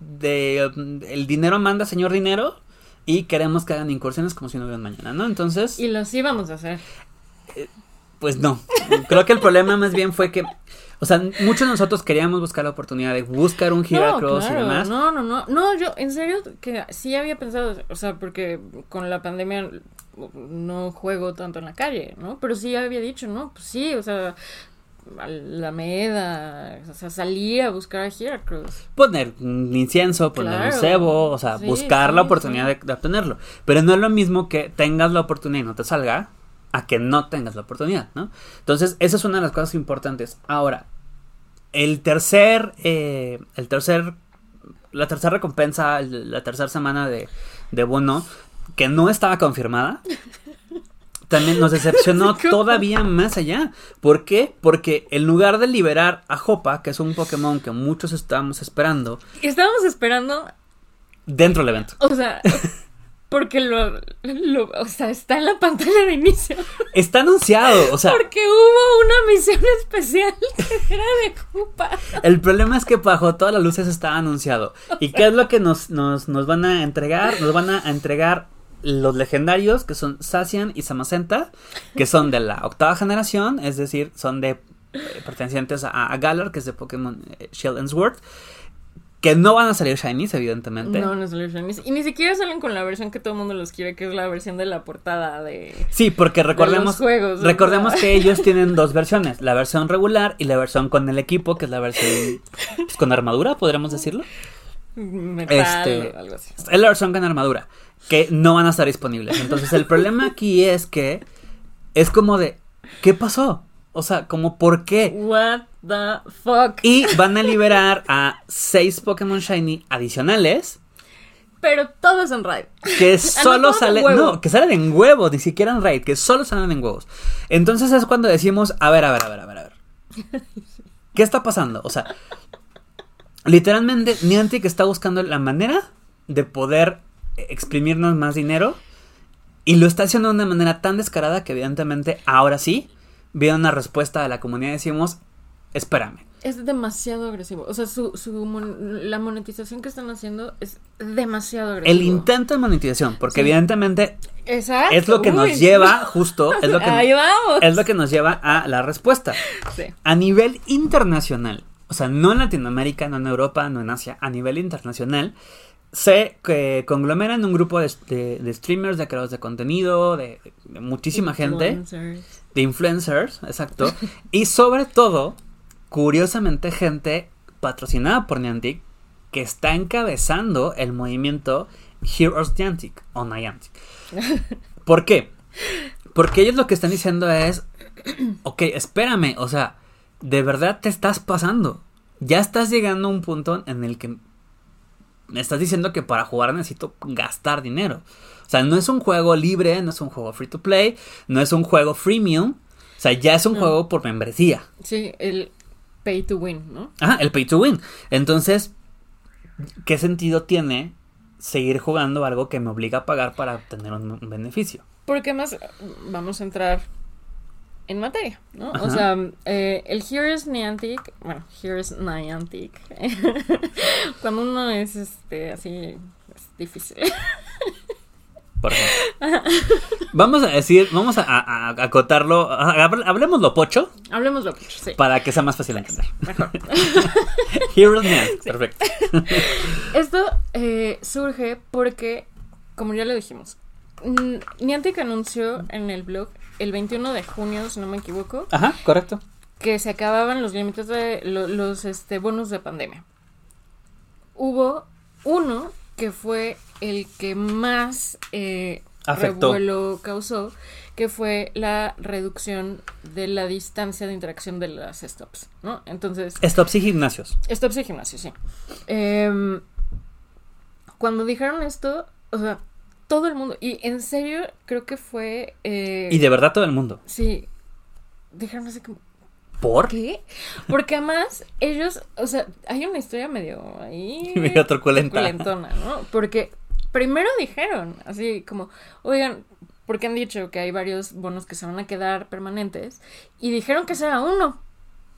[SPEAKER 2] de el dinero manda, señor dinero, y queremos que hagan incursiones como si no hubieran mañana, ¿no? Entonces...
[SPEAKER 3] Y los íbamos a hacer.
[SPEAKER 2] Eh, pues no. Creo que el problema más bien fue que... O sea, muchos de nosotros queríamos buscar la oportunidad de buscar un Heracross
[SPEAKER 3] no, claro,
[SPEAKER 2] y demás.
[SPEAKER 3] No, no, no. No, yo en serio que sí había pensado, o sea, porque con la pandemia no juego tanto en la calle, ¿no? Pero sí había dicho, no, pues sí, o sea, Alameda, o sea, salir a buscar a Heracross.
[SPEAKER 2] Poner un incienso, poner
[SPEAKER 3] Claro.
[SPEAKER 2] un cebo, o sea,
[SPEAKER 3] Sí,
[SPEAKER 2] buscar
[SPEAKER 3] sí,
[SPEAKER 2] la oportunidad
[SPEAKER 3] sí.
[SPEAKER 2] de, de obtenerlo. Pero no es lo mismo que tengas la oportunidad y no te salga, a que no tengas la oportunidad, ¿no? Entonces, esa es una de las cosas importantes. Ahora, el tercer, eh, el tercer, la tercera recompensa, el- la tercera semana de, de bono, que no estaba confirmada, también nos decepcionó
[SPEAKER 3] ¿Cómo?
[SPEAKER 2] todavía más allá. ¿Por qué? Porque en lugar de liberar a Hoppa, que es un Pokémon que muchos estábamos esperando,
[SPEAKER 3] Estábamos esperando,
[SPEAKER 2] dentro del evento.
[SPEAKER 3] o sea, porque lo, lo, o sea, está en la pantalla de inicio.
[SPEAKER 2] Está anunciado, o sea,
[SPEAKER 3] Porque hubo una misión especial que era de Koopa.
[SPEAKER 2] el problema es que bajo todas las luces estaba anunciado. ¿Y qué es lo que nos, nos, nos van a entregar? Nos van a entregar los legendarios, que son Zacian y Zamazenta, que son de la octava generación, es decir, son de eh, pertenecientes a, a Galar, que es de Pokémon eh, Shield and Sword, que no van a salir shinies, evidentemente.
[SPEAKER 3] No, no salen shinies. Y ni siquiera salen con la versión que todo el mundo los quiere, que es la versión de la portada de...
[SPEAKER 2] Sí, porque recordemos,
[SPEAKER 3] los juegos, o
[SPEAKER 2] recordemos
[SPEAKER 3] sea.
[SPEAKER 2] que ellos tienen dos versiones, la versión regular y la versión con el equipo, que es la versión pues, con armadura, podríamos decirlo.
[SPEAKER 3] Metal
[SPEAKER 2] Este,
[SPEAKER 3] o algo así.
[SPEAKER 2] Es la versión con armadura, que no van a estar disponibles. Entonces el problema aquí es que es como de, ¿qué pasó? O sea, como ¿por qué?
[SPEAKER 3] What the fuck.
[SPEAKER 2] Y van a liberar a seis Pokémon Shiny adicionales
[SPEAKER 3] Pero todo es en raid.
[SPEAKER 2] que
[SPEAKER 3] no,
[SPEAKER 2] solo
[SPEAKER 3] todo en
[SPEAKER 2] salen,
[SPEAKER 3] huevo.
[SPEAKER 2] no, que salen en huevos, ni siquiera en raid, que solo salen en huevos. Entonces es cuando decimos, a ver, a ver, a ver, a ver, a ver. ¿Qué está pasando? O sea, literalmente Niantic está buscando la manera de poder exprimirnos más dinero y lo está haciendo de una manera tan descarada que evidentemente ahora sí viene una respuesta de la comunidad y decimos, espérame.
[SPEAKER 3] Es demasiado agresivo. O sea, su, su mon- la monetización que están haciendo es demasiado agresivo.
[SPEAKER 2] El intento de monetización, porque
[SPEAKER 3] Sí.
[SPEAKER 2] evidentemente
[SPEAKER 3] Exacto.
[SPEAKER 2] es lo que
[SPEAKER 3] Uy.
[SPEAKER 2] nos lleva, justo, es lo que,
[SPEAKER 3] Ahí vamos.
[SPEAKER 2] es lo que nos lleva a la respuesta.
[SPEAKER 3] Sí.
[SPEAKER 2] A nivel internacional, o sea, no en Latinoamérica, no en Europa, no en Asia, a nivel internacional, se eh, conglomeran un grupo de, de, de streamers, de creadores de contenido, de, de muchísima gente,
[SPEAKER 3] Influencers.
[SPEAKER 2] de influencers, exacto, y sobre todo, curiosamente, gente patrocinada por Niantic que está encabezando el movimiento Heroes Niantic o Niantic. ¿Por qué? Porque ellos lo que están diciendo es, ok, espérame, o sea, de verdad te estás pasando. Ya estás llegando a un punto en el que me estás diciendo que para jugar necesito gastar dinero. O sea, no es un juego libre, no es un juego free to play, no es un juego freemium. O sea, ya es un
[SPEAKER 3] No.
[SPEAKER 2] juego por membresía.
[SPEAKER 3] Sí, el pay to win, ¿no?
[SPEAKER 2] Ajá, el pay to win. Entonces, ¿qué sentido tiene seguir jugando algo que me obliga a pagar para obtener un, un beneficio?
[SPEAKER 3] Porque más vamos a entrar en materia, ¿no?
[SPEAKER 2] Ajá.
[SPEAKER 3] O sea, eh, el Heroes Niantic, bueno, Heroes Niantic, cuando uno es este así, es difícil.
[SPEAKER 2] Por ejemplo. Vamos a decir, vamos a, a- a acotarlo, a- hable- hablemoslo pocho,
[SPEAKER 3] Hablemos lo que sí.
[SPEAKER 2] para que sea más fácil de entender.
[SPEAKER 3] Mejor.
[SPEAKER 2] Heroes Niantic, perfecto.
[SPEAKER 3] Esto eh, surge porque, como ya lo dijimos, mm, Niantic anunció en el blog el veintiuno de junio, si no me equivoco,
[SPEAKER 2] Ajá, correcto.
[SPEAKER 3] que se acababan los límites de lo- los este, bonos de pandemia. Hubo uno que fue el que más eh,
[SPEAKER 2] Afectó.
[SPEAKER 3] revuelo causó, que fue la reducción de la distancia de interacción de las stops, ¿no? Entonces,
[SPEAKER 2] Stops y gimnasios.
[SPEAKER 3] stops y gimnasio, sí. Em, cuando dijeron esto, o sea, todo el mundo, y en serio creo que fue... eh,
[SPEAKER 2] Y de verdad todo el mundo.
[SPEAKER 3] Sí, dijeron así como...
[SPEAKER 2] ¿Por?
[SPEAKER 3] ¿Qué? Porque además ellos, o sea, hay una historia medio ahí...
[SPEAKER 2] Medio truculenta.
[SPEAKER 3] truculentona, ¿no? Porque primero dijeron, así como, oigan, porque han dicho que hay varios bonos que se van a quedar permanentes, y dijeron que ese era uno.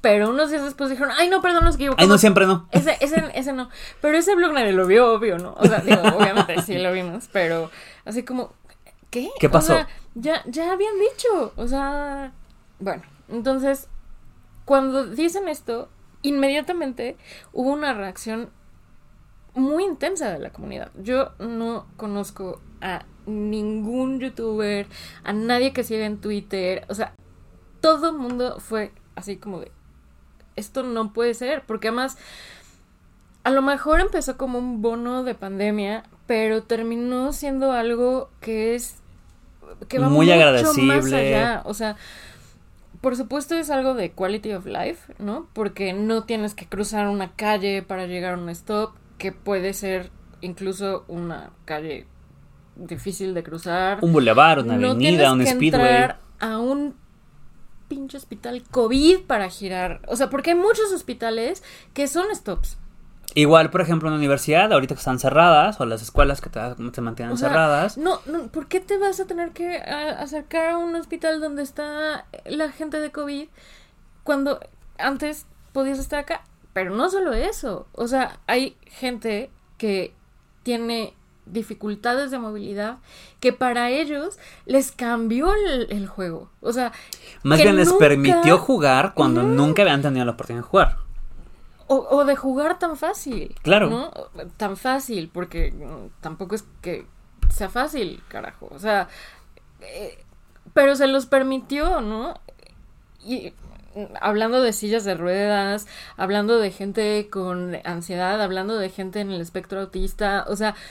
[SPEAKER 3] Pero unos días después dijeron, ay, no, perdón, nos equivocamos.
[SPEAKER 2] Ay, no, siempre no.
[SPEAKER 3] Ese, ese, ese no. Pero ese blog nadie lo vio, obvio, ¿no? O sea, digo, obviamente sí lo vimos, pero así como, ¿qué?
[SPEAKER 2] ¿Qué pasó?
[SPEAKER 3] O sea, ya, ya habían dicho, o sea, bueno, entonces, cuando dicen esto, inmediatamente hubo una reacción muy intensa de la comunidad. Yo no conozco a ningún youtuber, a nadie que siga en Twitter, o sea, todo el mundo fue así como de, esto no puede ser, porque además a lo mejor empezó como un bono de pandemia, pero terminó siendo algo que es que va
[SPEAKER 2] muy
[SPEAKER 3] mucho
[SPEAKER 2] agradecible.
[SPEAKER 3] más allá, o sea, por supuesto es algo de quality of life, ¿no? Porque no tienes que cruzar una calle para llegar a un stop, que puede ser incluso una calle difícil de cruzar.
[SPEAKER 2] Un bulevar, una
[SPEAKER 3] no
[SPEAKER 2] avenida, un
[SPEAKER 3] tienes que
[SPEAKER 2] speedway.
[SPEAKER 3] Entrar a un pinche hospital COVID para girar. O sea, porque hay muchos hospitales que son stops.
[SPEAKER 2] Igual, por ejemplo, en la universidad, ahorita que están cerradas, o las escuelas que te, se mantienen
[SPEAKER 3] O sea,
[SPEAKER 2] cerradas.
[SPEAKER 3] No, no, ¿por qué te vas a tener que a, acercar a un hospital donde está la gente de COVID cuando antes podías estar acá? Pero no solo eso. O sea, hay gente que tiene dificultades de movilidad que para ellos les cambió el, el juego. O sea,
[SPEAKER 2] más
[SPEAKER 3] que
[SPEAKER 2] bien les
[SPEAKER 3] nunca...
[SPEAKER 2] permitió jugar cuando
[SPEAKER 3] uh-huh.
[SPEAKER 2] nunca habían tenido la oportunidad de jugar.
[SPEAKER 3] O, o de jugar tan fácil.
[SPEAKER 2] Claro.
[SPEAKER 3] ¿No? Tan fácil, porque mm, tampoco es que sea fácil, carajo. O sea, eh, pero se los permitió, ¿no? Y hablando de sillas de ruedas, hablando de gente con ansiedad, hablando de gente en el espectro autista, o sea,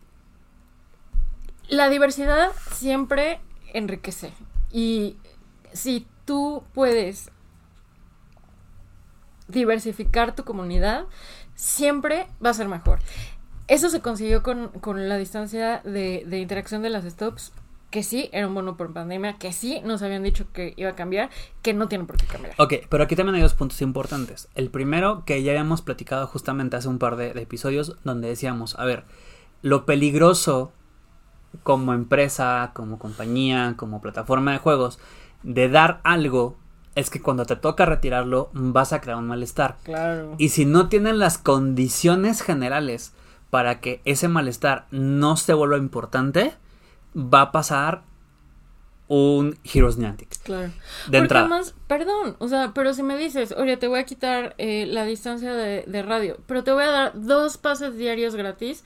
[SPEAKER 3] la diversidad siempre enriquece. Y si tú puedes diversificar tu comunidad, siempre va a ser mejor. Eso se consiguió con, con la distancia de, de interacción de las stops, que sí era un bono por pandemia, que sí nos habían dicho que iba a cambiar, que no tiene por qué cambiar.
[SPEAKER 2] Ok, pero aquí también hay dos puntos importantes. El primero, que ya habíamos platicado justamente hace un par de, de episodios, donde decíamos, a ver, lo peligroso como empresa, como compañía, como plataforma de juegos, de dar algo, es que cuando te toca retirarlo vas a crear un malestar.
[SPEAKER 3] Claro.
[SPEAKER 2] Y si no tienen las condiciones generales para que ese malestar no se vuelva importante, va a pasar un Heroes Niantic.
[SPEAKER 3] Claro.
[SPEAKER 2] De
[SPEAKER 3] Porque
[SPEAKER 2] entrada.
[SPEAKER 3] además, perdón, o sea, pero si me dices, oye, te voy a quitar eh, la distancia de, de radio, pero te voy a dar dos pases diarios gratis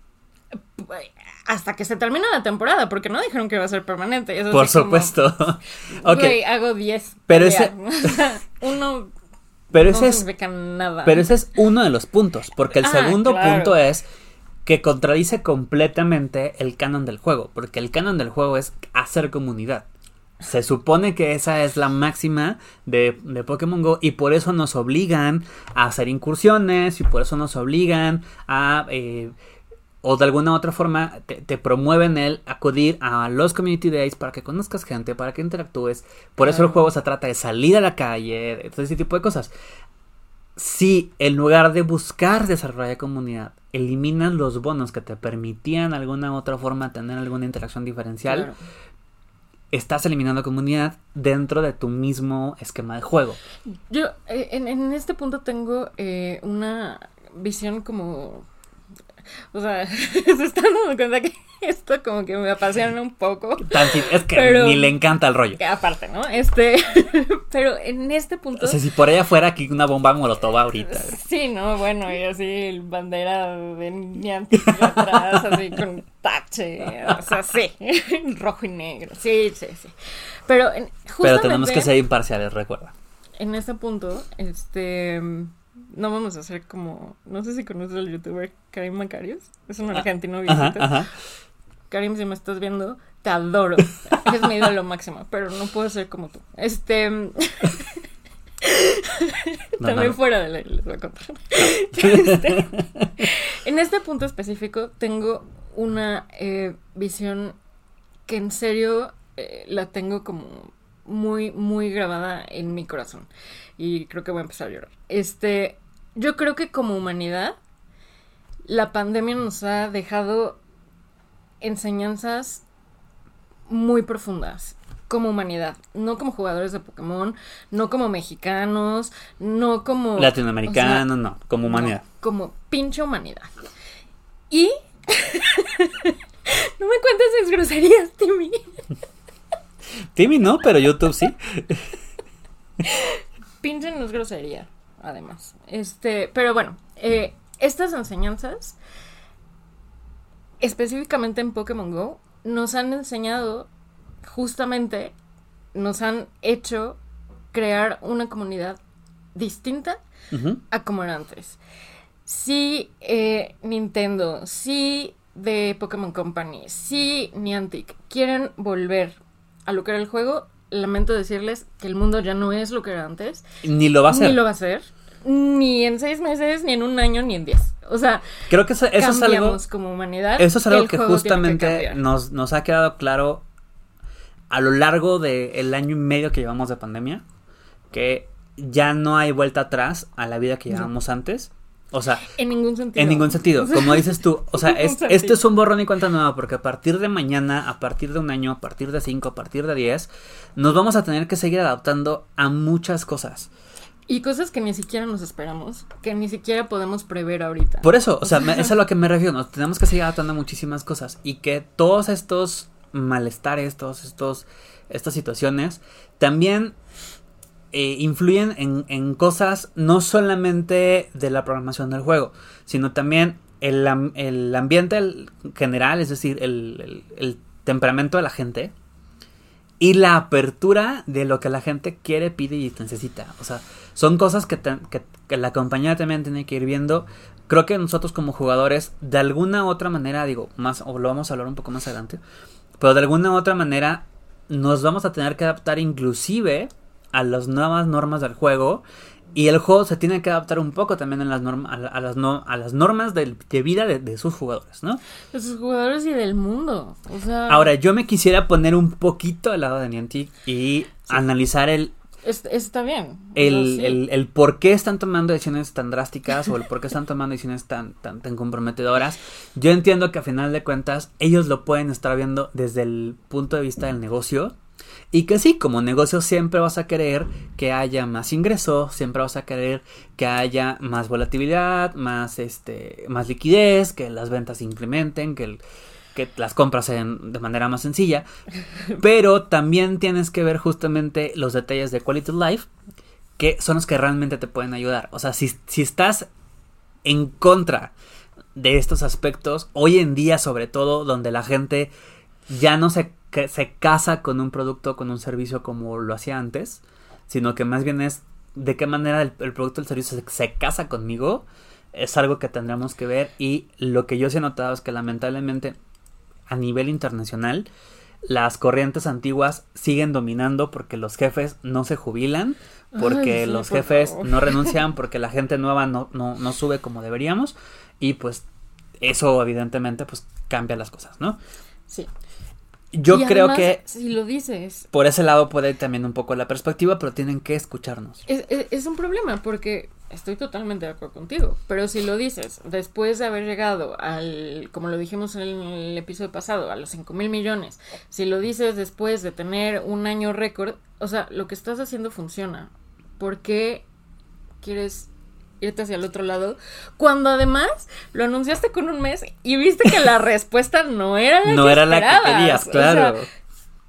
[SPEAKER 3] hasta que se termine la temporada, porque no dijeron que iba a ser permanente. Eso
[SPEAKER 2] Por
[SPEAKER 3] sí
[SPEAKER 2] supuesto.
[SPEAKER 3] Como,
[SPEAKER 2] Okay.
[SPEAKER 3] güey, hago diez.
[SPEAKER 2] Pero ese...
[SPEAKER 3] Uno
[SPEAKER 2] pero
[SPEAKER 3] no
[SPEAKER 2] ese es...
[SPEAKER 3] significa nada.
[SPEAKER 2] Pero ese es uno de los puntos, porque el
[SPEAKER 3] Ah,
[SPEAKER 2] segundo
[SPEAKER 3] claro.
[SPEAKER 2] punto es que contradice completamente el canon del juego, porque el canon del juego es hacer comunidad. Se supone que esa es la máxima de, de Pokémon Go y por eso nos obligan a hacer incursiones y por eso nos obligan a... Eh, o de alguna otra forma te, te promueven el acudir a los community days para que conozcas gente, para que interactúes. Por eso
[SPEAKER 3] Claro.
[SPEAKER 2] el juego se trata de salir a la calle, de todo ese tipo de cosas. Si en lugar de buscar desarrollar comunidad, eliminas los bonos que te permitían de alguna otra forma tener alguna interacción diferencial,
[SPEAKER 3] Claro.
[SPEAKER 2] estás eliminando comunidad dentro de tu mismo esquema de juego.
[SPEAKER 3] Yo eh, en, en este punto tengo eh, una visión como... O sea, se están dando cuenta que esto como que me apasiona un poco.
[SPEAKER 2] Tanti- es que
[SPEAKER 3] Pero-
[SPEAKER 2] ni le encanta el rollo.
[SPEAKER 3] Que aparte, ¿no? Este, pero en este punto...
[SPEAKER 2] O sea, si por allá fuera aquí una bomba molotov ahorita.
[SPEAKER 3] Sí, ¿no? Bueno, y así el bandera de Niantic atrás, así con tache, o sea, sí, rojo y negro, sí, sí, sí. Pero en, justamente
[SPEAKER 2] Pero tenemos que ser imparciales, recuerda.
[SPEAKER 3] en este punto, este, no vamos a hacer como, no sé si conoces al youtuber Karim Macarios, es un argentino
[SPEAKER 2] Ajá,
[SPEAKER 3] viejito.
[SPEAKER 2] ajá.
[SPEAKER 3] Karim, si me estás viendo, te adoro, eres mi ídolo máximo, pero no puedo ser como tú. Este...
[SPEAKER 2] No,
[SPEAKER 3] También
[SPEAKER 2] no.
[SPEAKER 3] fuera de la les voy a contar. Este, en este punto específico tengo una eh, visión que en serio eh, la tengo como muy, muy grabada en mi corazón. Y creo que voy a empezar a llorar. Este, yo creo que como humanidad, la pandemia nos ha dejado enseñanzas muy profundas. como humanidad, no como jugadores de Pokémon, no como mexicanos, no como...
[SPEAKER 2] Latinoamericanos, o sea, no, como humanidad.
[SPEAKER 3] No, como pinche humanidad. Y... no me cuentes esas groserías, Timmy.
[SPEAKER 2] Timmy no, pero YouTube sí.
[SPEAKER 3] Pinche no es grosería, además. Este, pero bueno, eh, estas enseñanzas, específicamente en Pokémon Go, nos han enseñado, justamente, nos han hecho crear una comunidad distinta uh-huh. a como era antes. Sí, eh, Nintendo, sí, de Pokémon Company, sí, Niantic, quieren volver a lo que era el juego, lamento decirles que el mundo ya no es lo que era antes.
[SPEAKER 2] Ni lo va a ser.
[SPEAKER 3] Ni lo va a ser. Ni en seis meses, ni en un año, ni en diez. O sea,
[SPEAKER 2] creo que eso, eso es algo
[SPEAKER 3] como humanidad.
[SPEAKER 2] Eso es algo que justamente que nos, nos ha quedado claro a lo largo del año y medio que llevamos de pandemia, que ya no hay vuelta atrás a la vida que llevábamos no. antes. O sea,
[SPEAKER 3] en ningún sentido.
[SPEAKER 2] En ningún sentido, como dices tú. O sea, es, este es un borrón y cuenta nueva, porque a partir de mañana, a partir de un año, a partir de cinco, a partir de diez, nos vamos a tener que seguir adaptando a muchas cosas.
[SPEAKER 3] Y cosas que ni siquiera nos esperamos, que ni siquiera podemos prever ahorita.
[SPEAKER 2] Por eso, o sea, me, es a lo que me refiero. Nos tenemos que seguir adaptando a muchísimas cosas. Y que todos estos malestares, todos estos, estas situaciones, también... Eh, influyen en, en cosas no solamente de la programación del juego, sino también el, el ambiente general, es decir, el, el, el temperamento de la gente y la apertura de lo que la gente quiere, pide y necesita. O sea, son cosas que, te, que, que la compañía también tiene que ir viendo. Creo que nosotros como jugadores, de alguna u otra manera, digo, más, o lo vamos a hablar un poco más adelante, pero de alguna u otra manera nos vamos a tener que adaptar inclusive a las nuevas normas del juego, y el juego se tiene que adaptar un poco también en las normas, a, a, las no, a las normas de, de vida de, de sus jugadores, ¿no?
[SPEAKER 3] De sus jugadores y del mundo. O sea...
[SPEAKER 2] Ahora, yo me quisiera poner un poquito al lado de Niantic y sí. analizar el
[SPEAKER 3] es, está bien.
[SPEAKER 2] El, sí. el, el por qué están tomando decisiones tan drásticas o el por qué están tomando decisiones tan, tan, tan comprometedoras. Yo entiendo que a final de cuentas ellos lo pueden estar viendo desde el punto de vista del negocio. Y que sí, como negocio siempre vas a querer que haya más ingresos, siempre vas a querer que haya más volatilidad, más este, más liquidez, que las ventas se incrementen, que, el, que las compras sean de manera más sencilla. Pero también tienes que ver justamente los detalles de quality of life, que son los que realmente te pueden ayudar. O sea, si, si estás en contra de estos aspectos, hoy en día sobre todo, donde la gente ya no se que se casa con un producto, con un servicio como lo hacía antes, sino que más bien es de qué manera el, el producto o el servicio se, se casa conmigo, es algo que tendremos que ver. Y lo que yo sí he notado es que lamentablemente a nivel internacional las corrientes antiguas siguen dominando porque los jefes no se jubilan, porque Ay, sí, los por jefes favor. no renuncian, porque la gente nueva no, no, no sube como deberíamos, y pues eso evidentemente pues cambia las cosas, ¿no?
[SPEAKER 3] Sí.
[SPEAKER 2] Yo
[SPEAKER 3] y
[SPEAKER 2] creo
[SPEAKER 3] además,
[SPEAKER 2] que
[SPEAKER 3] si lo dices,
[SPEAKER 2] por ese lado puede ir también un poco la perspectiva, pero tienen que escucharnos.
[SPEAKER 3] Es, es, es un problema porque estoy totalmente de acuerdo contigo, pero si lo dices después de haber llegado al, como lo dijimos en el episodio pasado, a los cinco mil millones, si lo dices después de tener un año récord, o sea, lo que estás haciendo funciona. ¿Por qué quieres irte hacia el otro lado cuando además lo anunciaste con un mes y viste que la respuesta no era la
[SPEAKER 2] no
[SPEAKER 3] que
[SPEAKER 2] era
[SPEAKER 3] esperabas?
[SPEAKER 2] la que querías, claro.
[SPEAKER 3] O sea,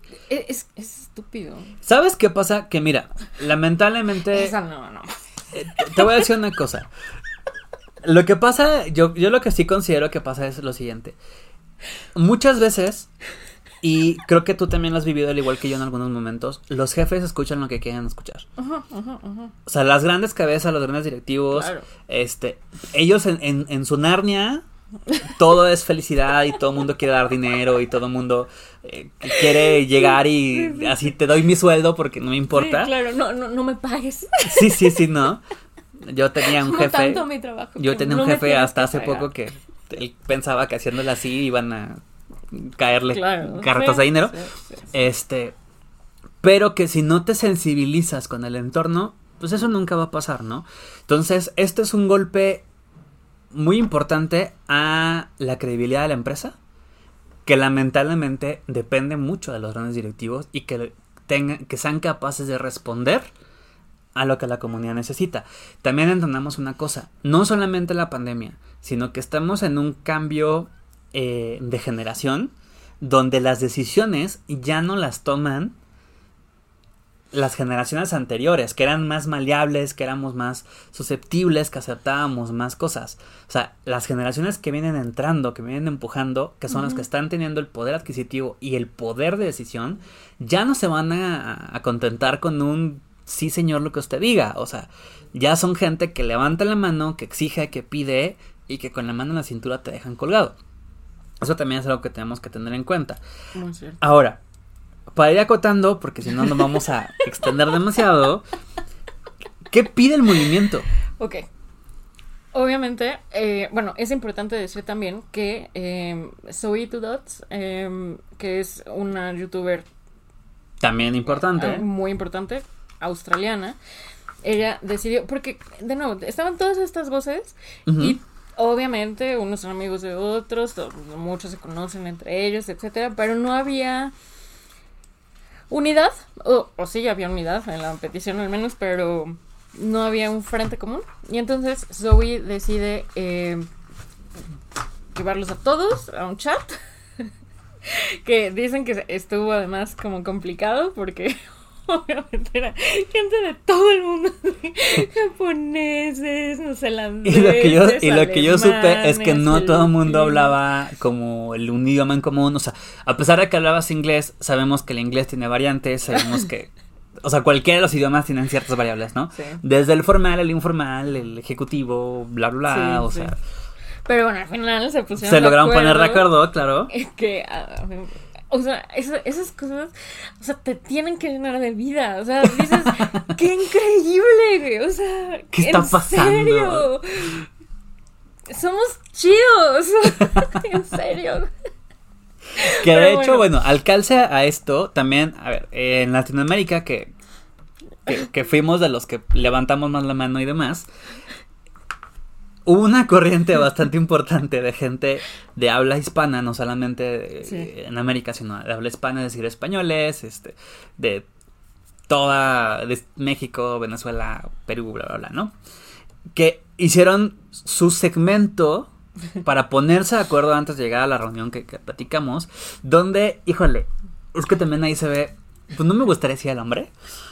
[SPEAKER 3] es, es estúpido.
[SPEAKER 2] ¿Sabes qué pasa? Que mira, lamentablemente
[SPEAKER 3] Esa no, no.
[SPEAKER 2] Eh, te voy a decir una cosa. Lo que pasa, yo, yo lo que sí considero que pasa es lo siguiente. Muchas veces, y creo que tú también lo has vivido al igual que yo en algunos momentos, los jefes escuchan lo que quieren escuchar. Uh-huh, uh-huh, uh-huh. O sea, las grandes cabezas, los grandes directivos, claro. este, ellos en, en, en su Narnia, todo es felicidad y todo el mundo quiere dar dinero y todo el mundo eh, quiere llegar y sí, sí, así te doy mi sueldo porque no me importa.
[SPEAKER 3] Sí, claro, no, no, no me pagues.
[SPEAKER 2] Sí, sí, sí, no. Yo tenía un
[SPEAKER 3] no
[SPEAKER 2] jefe.
[SPEAKER 3] Tanto mi trabajo,
[SPEAKER 2] yo tenía
[SPEAKER 3] no
[SPEAKER 2] un jefe hasta hace
[SPEAKER 3] pagar.
[SPEAKER 2] poco que él pensaba que haciéndole así iban a caerle
[SPEAKER 3] claro,
[SPEAKER 2] carretas
[SPEAKER 3] sí,
[SPEAKER 2] de dinero.
[SPEAKER 3] Sí, sí, sí.
[SPEAKER 2] Este, pero que si no te sensibilizas con el entorno, pues eso nunca va a pasar, ¿no? Entonces, este es un golpe muy importante a la credibilidad de la empresa, que lamentablemente depende mucho de los grandes directivos y que tengan, que sean capaces de responder a lo que la comunidad necesita. También entendamos una cosa, no solamente la pandemia, sino que estamos en un cambio eh, de generación donde las decisiones ya no las toman las generaciones anteriores, que eran más maleables, que éramos más susceptibles, que aceptábamos más cosas. O sea, las generaciones que vienen entrando, que vienen empujando, que son uh-huh. las que están teniendo el poder adquisitivo y el poder de decisión, ya no se van a, a contentar con un sí señor lo que usted diga. O sea, ya son gente que levanta la mano, que exige, que pide y que con la mano en la cintura te dejan colgado. Eso también es algo que tenemos que tener en cuenta.
[SPEAKER 3] Muy cierto.
[SPEAKER 2] Ahora, para ir acotando, porque si no nos vamos a extender demasiado, ¿qué pide el movimiento?
[SPEAKER 3] Ok. Obviamente, eh, bueno, es importante decir también que eh, Zoe Two Dots, eh, que es una youtuber
[SPEAKER 2] también importante,
[SPEAKER 3] eh, muy importante, australiana, ella decidió, porque de nuevo, estaban todas estas voces uh-huh. y obviamente unos son amigos de otros, todos, muchos se conocen entre ellos, etcétera, pero no había unidad, o, o sí había unidad en la petición al menos, pero no había un frente común. Y entonces Zoe decide eh, llevarlos a todos a un chat, que dicen que estuvo además como complicado porque obviamente era gente de todo el mundo, japoneses, neozelandeses,
[SPEAKER 2] y lo que yo y lo que yo supe es que no todo el mundo hablaba como el un idioma en común. O sea, a pesar de que hablabas inglés, sabemos que el inglés tiene variantes, sabemos que, o sea, cualquiera de los idiomas tienen ciertas variables, ¿no?
[SPEAKER 3] Sí.
[SPEAKER 2] Desde el formal, el informal, el ejecutivo, bla bla bla, sí, o
[SPEAKER 3] sí.
[SPEAKER 2] sea.
[SPEAKER 3] Pero bueno, al final se pusieron
[SPEAKER 2] se lograron
[SPEAKER 3] de acuerdo,
[SPEAKER 2] poner de acuerdo, claro.
[SPEAKER 3] Es que uh, o sea, esas, esas cosas, o sea, te tienen que llenar de vida. O sea, dices, ¡qué increíble, güey! O sea,
[SPEAKER 2] ¿qué está
[SPEAKER 3] ¿en
[SPEAKER 2] pasando?
[SPEAKER 3] serio? Somos chidos. En serio.
[SPEAKER 2] Que de Pero hecho, bueno, bueno al calce a esto, también, a ver, en Latinoamérica, que, que, que fuimos de los que levantamos más la mano y demás, hubo una corriente bastante importante de gente de habla hispana, no solamente sí. en América, sino de habla hispana, es decir, españoles, este, de toda, de México, Venezuela, Perú, bla, bla, bla, ¿no? Que hicieron su segmento para ponerse de acuerdo antes de llegar a la reunión que, que platicamos, donde, híjole, es que también ahí se ve, pues no me gustaría decir el hombre,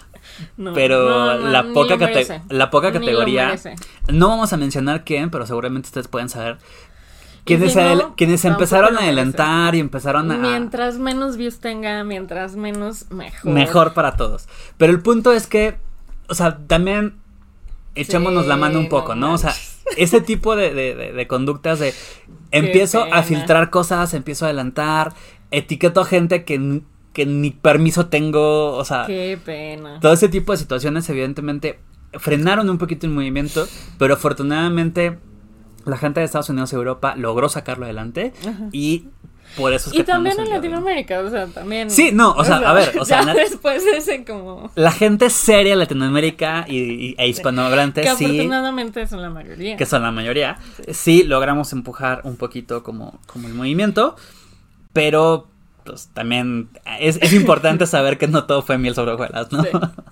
[SPEAKER 2] No, pero no, no, la, poca cate- la poca categoría, no vamos a mencionar quién, pero seguramente ustedes pueden saber quienes, si no, quienes empezaron a adelantar y empezaron a...
[SPEAKER 3] Mientras menos views tenga, mientras menos, mejor.
[SPEAKER 2] Mejor para todos. Pero el punto es que, o sea, también echémonos sí, la mano un poco, ¿no? ¿no? O sea, ese tipo de, de, de, de conductas de empiezo a filtrar cosas, empiezo a adelantar, etiqueto a gente que... que ni permiso tengo, o sea...
[SPEAKER 3] Qué pena.
[SPEAKER 2] Todo ese tipo de situaciones evidentemente frenaron un poquito el movimiento, pero afortunadamente la gente de Estados Unidos y Europa logró sacarlo adelante. Ajá. Y por eso es que...
[SPEAKER 3] Y también en Latinoamérica, o sea, también...
[SPEAKER 2] Sí, no, o sea, o sea a ver, o sea...
[SPEAKER 3] Ya después ese como...
[SPEAKER 2] La gente seria de Latinoamérica y, y, e hispanohablantes
[SPEAKER 3] que
[SPEAKER 2] sí...
[SPEAKER 3] Que afortunadamente son la mayoría.
[SPEAKER 2] Que son la mayoría. Sí, sí logramos empujar un poquito como, como el movimiento, pero... pues también es, es importante saber que no todo fue miel sobre hojuelas, ¿no?
[SPEAKER 3] Sí.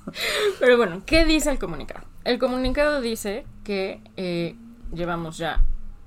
[SPEAKER 3] Pero bueno, ¿qué dice el comunicado? El comunicado dice que eh, llevamos ya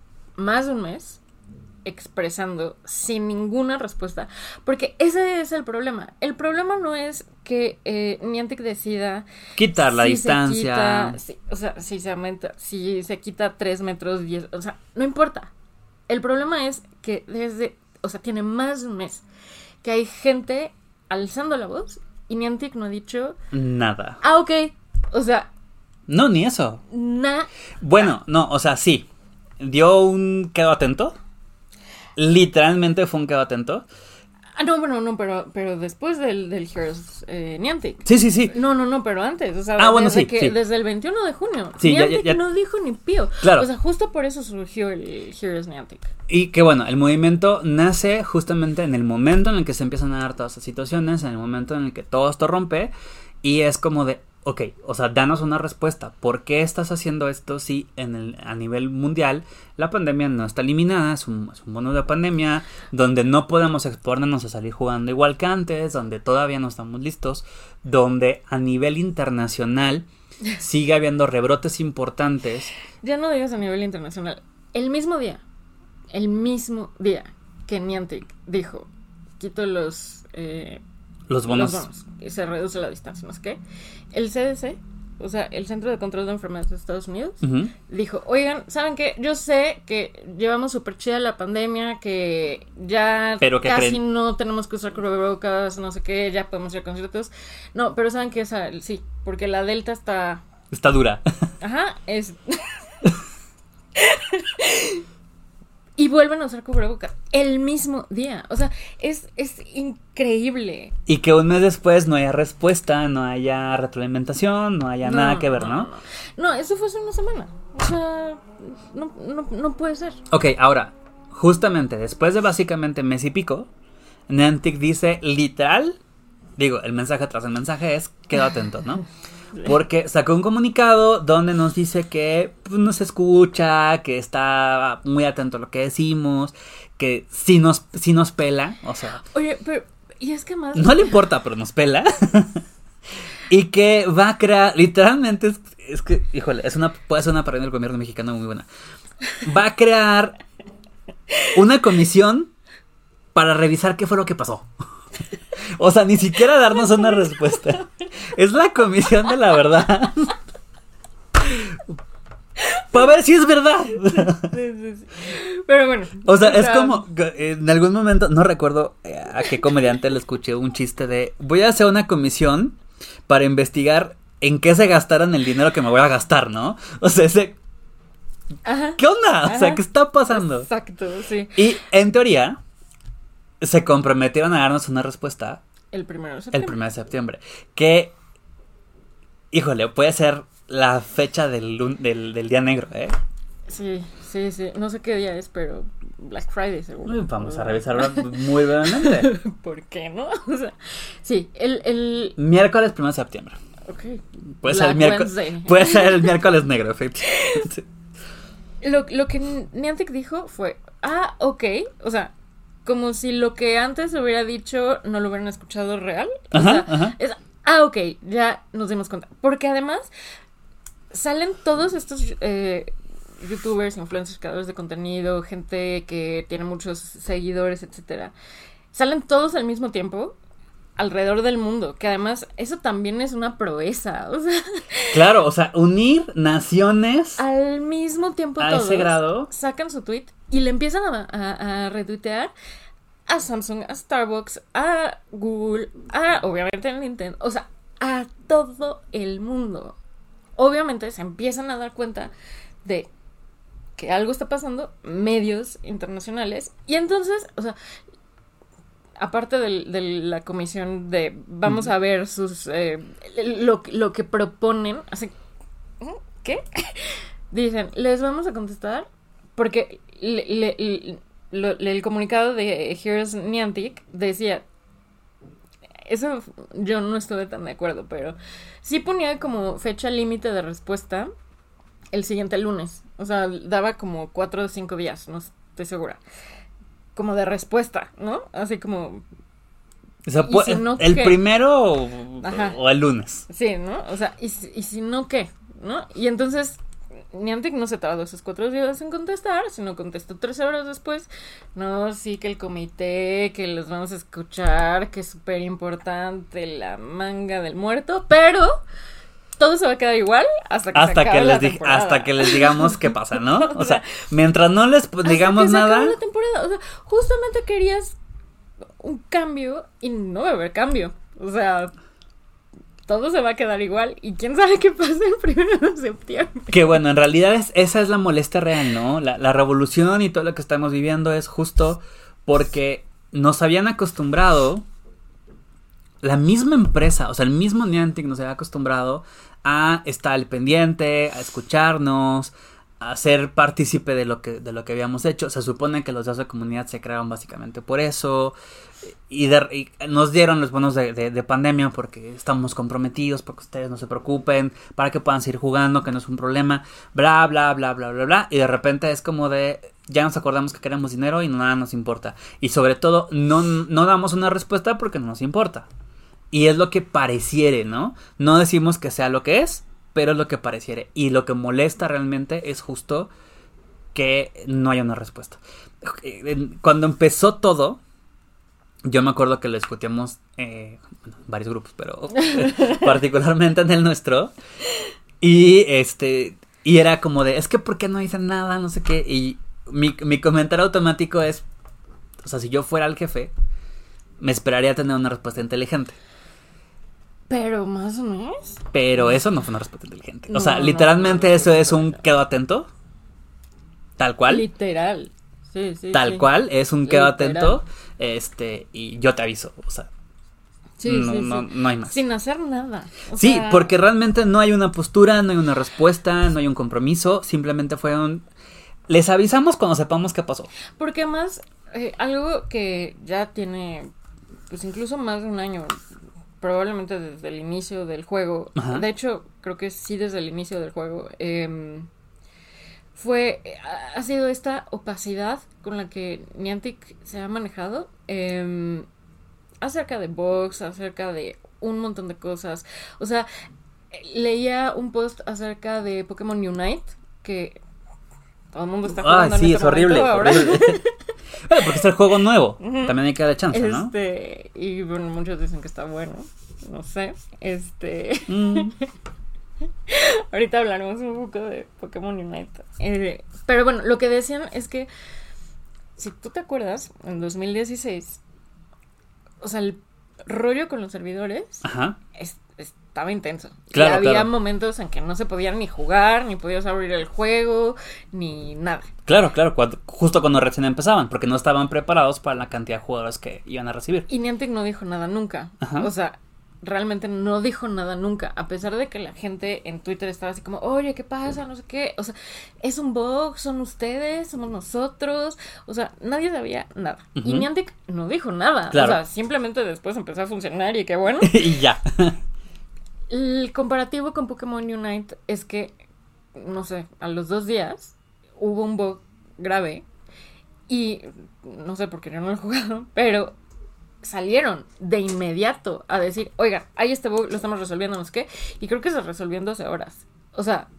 [SPEAKER 3] más de un mes expresando sin ninguna respuesta, porque ese es el problema. El problema no es que eh, Niantic decida
[SPEAKER 2] quitar la
[SPEAKER 3] si
[SPEAKER 2] distancia,
[SPEAKER 3] quita, si, o sea, si se aumenta, si se quita tres metros, diez, o sea, no importa. El problema es que desde, o sea, tiene más de un mes que hay gente alzando la voz y Niantic no ha dicho
[SPEAKER 2] nada.
[SPEAKER 3] Ah, ok, o sea,
[SPEAKER 2] no, ni eso.
[SPEAKER 3] Nada.
[SPEAKER 2] Bueno, no, o sea, sí, dio un quedo atento. Literalmente fue un quedo atento.
[SPEAKER 3] Ah, no, bueno, no, pero, pero después del, del Heroes eh, Niantic.
[SPEAKER 2] Sí, sí, sí.
[SPEAKER 3] No, no, no, pero antes. O sea,
[SPEAKER 2] ah,
[SPEAKER 3] desde,
[SPEAKER 2] bueno, sí,
[SPEAKER 3] que,
[SPEAKER 2] sí.
[SPEAKER 3] desde el veintiuno de junio.
[SPEAKER 2] Sí,
[SPEAKER 3] Niantic
[SPEAKER 2] ya, ya, ya.
[SPEAKER 3] no dijo ni pío.
[SPEAKER 2] Claro.
[SPEAKER 3] O sea, justo por eso surgió el Heroes Niantic.
[SPEAKER 2] Y que bueno, el movimiento nace justamente en el momento en el que se empiezan a dar todas estas situaciones, en el momento en el que todo esto rompe. Y es como de, ok, o sea, danos una respuesta. ¿Por qué estás haciendo esto si en el, a nivel mundial la pandemia no está eliminada? Es un, es un bono de pandemia donde no podemos exponernos a salir jugando igual que antes, donde todavía no estamos listos, donde a nivel internacional sigue habiendo rebrotes importantes.
[SPEAKER 3] Ya no digas a nivel internacional. El mismo día, el mismo día que Niantic dijo, quito los... Eh,
[SPEAKER 2] Los bonos.
[SPEAKER 3] Los bonos. Y se reduce la distancia, no sé qué. El C D C, o sea, el Centro de Control de Enfermedades de Estados Unidos, uh-huh. dijo, oigan, ¿saben qué? Yo sé que llevamos súper chida la pandemia, que ya
[SPEAKER 2] ¿Pero qué
[SPEAKER 3] casi
[SPEAKER 2] creen?
[SPEAKER 3] No tenemos que usar cubrebocas, no sé qué, ya podemos ir a conciertos. No, pero ¿saben qué? Esa, sí, porque la Delta está...
[SPEAKER 2] Está dura.
[SPEAKER 3] Ajá, es... Y vuelven a usar cubrebocas el mismo día. O sea, es, es increíble.
[SPEAKER 2] Y que un mes después no haya respuesta, no haya retroalimentación, no haya no, nada que ver, ¿no?
[SPEAKER 3] ¿no? No, eso fue hace una semana. O sea, no, no, no puede ser.
[SPEAKER 2] Ok, ahora, justamente después de básicamente mes y pico, Niantic dice literal, digo, el mensaje tras el mensaje es, queda atento, ¿no? Porque sacó un comunicado donde nos dice que pues, nos escucha, que está muy atento a lo que decimos, que sí nos, sí nos pela, o sea...
[SPEAKER 3] Oye, pero... Y es que más...
[SPEAKER 2] No le importa, pero nos pela. Y que va a crear... Literalmente es, es que... Híjole, es una, puede ser una parodia del gobierno mexicano muy buena. Va a crear una comisión para revisar qué fue lo que pasó. O sea, ni siquiera darnos una respuesta. Es la comisión de la verdad. Para ver si es verdad.
[SPEAKER 3] Sí, sí, sí. Pero bueno.
[SPEAKER 2] O sea, es como en algún momento, no recuerdo a qué comediante le escuché un chiste de voy a hacer una comisión para investigar en qué se gastaron el dinero que me voy a gastar, ¿no? O sea, ese...
[SPEAKER 3] Ajá.
[SPEAKER 2] ¿Qué onda?
[SPEAKER 3] Ajá.
[SPEAKER 2] O sea, ¿qué está pasando?
[SPEAKER 3] Exacto, sí.
[SPEAKER 2] Y en teoría se comprometieron a darnos una respuesta
[SPEAKER 3] el primero de septiembre.
[SPEAKER 2] El primero de septiembre. Que, híjole, puede ser la fecha del, del, del día negro, ¿eh?
[SPEAKER 3] Sí, sí, sí. No sé qué día es, pero Black Friday seguro.
[SPEAKER 2] Vamos a revisarlo muy brevemente.
[SPEAKER 3] ¿Por qué no? O sea, sí, el... el...
[SPEAKER 2] Miércoles primero de septiembre.
[SPEAKER 3] Ok.
[SPEAKER 2] Puede ser, el miércoles, puede ser el miércoles negro, efectivamente.
[SPEAKER 3] Lo, lo que Niantic dijo fue, ah, ok, o sea, como si lo que antes hubiera dicho no lo hubieran escuchado real. O
[SPEAKER 2] ajá,
[SPEAKER 3] sea,
[SPEAKER 2] ajá.
[SPEAKER 3] Es, ah, ok, ya nos dimos cuenta. Porque además salen todos estos eh, youtubers, influencers, creadores de contenido, gente que tiene muchos seguidores, etcétera. Salen todos al mismo tiempo alrededor del mundo, que además eso también es una proeza, o sea,
[SPEAKER 2] claro, o sea, unir naciones
[SPEAKER 3] al mismo tiempo
[SPEAKER 2] a
[SPEAKER 3] todos
[SPEAKER 2] ese grado,
[SPEAKER 3] sacan su tweet y le empiezan a, a, a retuitear a Samsung, a Starbucks, a Google, a obviamente a Nintendo, o sea, a todo el mundo. Obviamente se empiezan a dar cuenta de que algo está pasando, medios internacionales, y entonces, o sea, aparte de, de la comisión de vamos a ver sus eh, lo, lo que proponen, así, ¿qué? Dicen, les vamos a contestar porque le, le, le, lo, el comunicado de Here's Niantic decía, eso yo no estuve tan de acuerdo, pero sí ponía como fecha límite de respuesta el siguiente lunes, o sea, daba como cuatro o cinco días, no estoy segura, como de respuesta, ¿no? Así como...
[SPEAKER 2] O sea, si no, el ¿qué? Primero o, o el lunes.
[SPEAKER 3] Sí, ¿no? O sea, y, y si no, ¿qué? ¿No? Y entonces Niantic no se tardó esos cuatro días en contestar, sino contestó tres horas después. No, sí, que el comité, que los vamos a escuchar, que es súper importante, la manga del muerto, pero... todo se va a quedar igual hasta que,
[SPEAKER 2] hasta
[SPEAKER 3] se
[SPEAKER 2] que
[SPEAKER 3] les
[SPEAKER 2] di- hasta que les digamos qué pasa, ¿no? O sea, mientras no les digamos
[SPEAKER 3] hasta que
[SPEAKER 2] nada.
[SPEAKER 3] Se acaba la temporada. O sea, justamente querías un cambio y no va a haber cambio. O sea, todo se va a quedar igual y quién sabe qué pasa el primero de septiembre.
[SPEAKER 2] Que bueno, en realidad es, esa es la molestia real, ¿no? La, la revolución y todo lo que estamos viviendo es justo porque nos habían acostumbrado. La misma empresa, o sea, el mismo Niantic nos había acostumbrado a estar al pendiente, a escucharnos, a ser partícipe de lo que de lo que habíamos hecho. Se supone que los días de comunidad se crearon básicamente por eso. Y, de, y nos dieron los bonos de, de, de pandemia porque estamos comprometidos, porque ustedes no se preocupen, para que puedan seguir jugando, que no es un problema, bla, bla, bla, bla, bla, bla. Y de repente es como de, ya nos acordamos que queremos dinero y nada nos importa. Y sobre todo, no, no damos una respuesta porque no nos importa. Y es lo que pareciere, ¿no? No decimos que sea lo que es, pero es lo que pareciere. Y lo que molesta realmente es justo que no haya una respuesta. Cuando empezó todo, yo me acuerdo que lo discutíamos eh, bueno, en varios grupos, pero particularmente en el nuestro. Y este y era como de, es que ¿por qué no dicen nada? No sé qué. Y mi, mi comentario automático es, o sea, si yo fuera el jefe, me esperaría tener una respuesta inteligente.
[SPEAKER 3] Pero más o menos.
[SPEAKER 2] Pero eso no fue una respuesta inteligente.
[SPEAKER 3] No,
[SPEAKER 2] o sea,
[SPEAKER 3] no,
[SPEAKER 2] literalmente
[SPEAKER 3] no, no,
[SPEAKER 2] eso
[SPEAKER 3] no,
[SPEAKER 2] es un
[SPEAKER 3] no.
[SPEAKER 2] quedo atento. Tal cual.
[SPEAKER 3] Literal. Sí, sí,
[SPEAKER 2] Tal
[SPEAKER 3] sí.
[SPEAKER 2] cual, es un quedo
[SPEAKER 3] Literal.
[SPEAKER 2] atento. Este, y yo te aviso. O sea,
[SPEAKER 3] Sí,
[SPEAKER 2] no,
[SPEAKER 3] sí,
[SPEAKER 2] no,
[SPEAKER 3] sí.
[SPEAKER 2] no hay más.
[SPEAKER 3] Sin hacer nada. O
[SPEAKER 2] Sí,
[SPEAKER 3] sea,
[SPEAKER 2] porque realmente no hay una postura, no hay una respuesta, no hay un compromiso. Simplemente fue un. Les avisamos cuando sepamos qué pasó.
[SPEAKER 3] Porque además, eh, algo que ya tiene, pues incluso más de un año, probablemente desde el inicio del juego.
[SPEAKER 2] Ajá.
[SPEAKER 3] De hecho, creo que sí desde el inicio del juego. Eh, fue, ha sido esta opacidad con la que Niantic se ha manejado. Eh, acerca de bugs, acerca de un montón de cosas. O sea, leía un post acerca de Pokémon Unite, que todo el mundo está jugando.
[SPEAKER 2] Ah, sí,
[SPEAKER 3] en
[SPEAKER 2] es
[SPEAKER 3] este
[SPEAKER 2] horrible.
[SPEAKER 3] momento ahora.
[SPEAKER 2] horrible. Bueno, porque es el juego nuevo.
[SPEAKER 3] Ujú.
[SPEAKER 2] También hay que darle chance, ¿no?
[SPEAKER 3] Este, y bueno, muchos dicen que está bueno. No sé. Este.
[SPEAKER 2] Mm.
[SPEAKER 3] Ahorita hablaremos un poco de Pokémon Unite. Eh, pero bueno, lo que decían es que, si tú te acuerdas, en dos mil dieciséis, o sea, el rollo con los servidores
[SPEAKER 2] Ajá.
[SPEAKER 3] es, estaba intenso.
[SPEAKER 2] Claro,
[SPEAKER 3] y había
[SPEAKER 2] claro.
[SPEAKER 3] momentos en que no se podían ni jugar, ni podías abrir el juego, ni nada.
[SPEAKER 2] Claro, claro, cuando- justo cuando recién empezaban, porque no estaban preparados para la cantidad de jugadores que iban a recibir.
[SPEAKER 3] Y Niantic no dijo nada nunca.
[SPEAKER 2] Ajá.
[SPEAKER 3] O sea, realmente no dijo nada nunca. A pesar de que la gente en Twitter estaba así como, oye, ¿qué pasa? No sé qué. O sea, es un bug, son ustedes, somos nosotros. O sea, nadie sabía nada.
[SPEAKER 2] Ujú.
[SPEAKER 3] Y Niantic no dijo nada.
[SPEAKER 2] Claro.
[SPEAKER 3] O sea, simplemente después empezó a funcionar y qué bueno.
[SPEAKER 2] Y ya.
[SPEAKER 3] El comparativo con Pokémon Unite es que, no sé, a los dos días hubo un bug grave y no sé por qué yo no lo he jugado, pero salieron de inmediato a decir, oigan, hay este bug, lo estamos resolviendo, no sé qué, y creo que se resolvió en doce horas. O sea,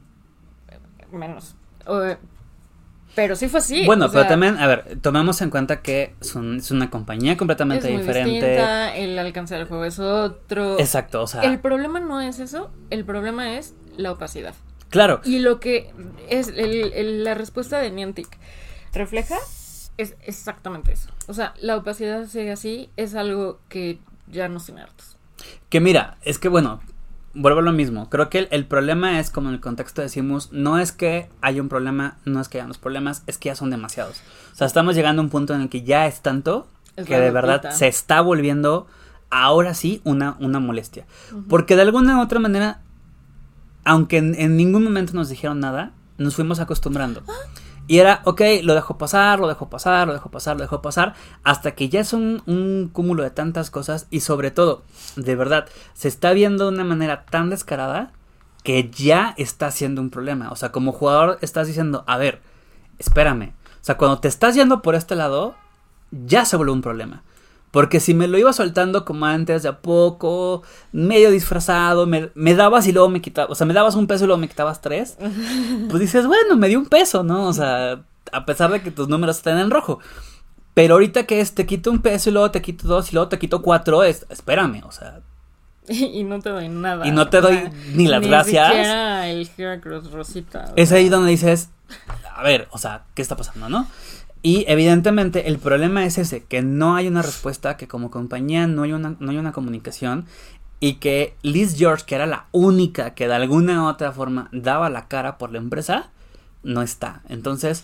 [SPEAKER 3] menos. O, pero sí fue así.
[SPEAKER 2] Bueno,
[SPEAKER 3] o
[SPEAKER 2] pero
[SPEAKER 3] sea,
[SPEAKER 2] también, a ver, tomemos en cuenta que son, es una compañía completamente
[SPEAKER 3] es muy
[SPEAKER 2] diferente.
[SPEAKER 3] distinta, el alcance del juego es otro.
[SPEAKER 2] Exacto, o sea,
[SPEAKER 3] El problema no es eso, el problema es la opacidad.
[SPEAKER 2] claro,
[SPEAKER 3] Y lo que es el, el- la respuesta de Niantic refleja es exactamente eso. O sea, la opacidad sigue así, es algo que ya nos tiene hartos.
[SPEAKER 2] que mira, es que bueno, vuelvo a lo mismo. Creo que el, el problema es, como en el contexto decimos, no es que haya un problema, no es que haya los problemas, es que ya son demasiados. O sea, estamos llegando a un punto en el que ya es tanto
[SPEAKER 3] Es
[SPEAKER 2] que
[SPEAKER 3] la
[SPEAKER 2] de verdad
[SPEAKER 3] gotita.
[SPEAKER 2] se está volviendo ahora sí una, una molestia.
[SPEAKER 3] Ujú.
[SPEAKER 2] Porque de alguna u otra manera, aunque en, en ningún momento nos dijeron nada, nos fuimos acostumbrando. Y era, ok, lo dejo pasar, lo dejo pasar, lo dejo pasar, lo dejo pasar, hasta que ya es un, un cúmulo de tantas cosas y sobre todo, de verdad, se está viendo de una manera tan descarada que ya está siendo un problema. O sea, como jugador estás diciendo, a ver, espérame. O sea, cuando te estás yendo por este lado, ya se vuelve un problema. Porque si me lo iba soltando como antes, de a poco, medio disfrazado, me, me dabas y luego me quitabas, o sea, me dabas un peso y luego me quitabas tres, pues dices, bueno, me dio un peso, ¿no? O sea, a pesar de que tus números estén en rojo. Pero ahorita que es, te quito un peso y luego te quito dos y luego te quito cuatro, es, espérame, o sea,
[SPEAKER 3] Y no te doy nada.
[SPEAKER 2] y no te doy
[SPEAKER 3] O sea,
[SPEAKER 2] ni las gracias.
[SPEAKER 3] Ni siquiera el Heracross Rosita. o
[SPEAKER 2] Es
[SPEAKER 3] sea,
[SPEAKER 2] ahí donde dices, a ver, o sea, ¿qué está pasando, no? Y evidentemente el problema es ese, que no hay una respuesta, que como compañía no hay una, no hay una comunicación y que Liz George, que era la única que de alguna u otra forma daba la cara por la empresa, no está. Entonces,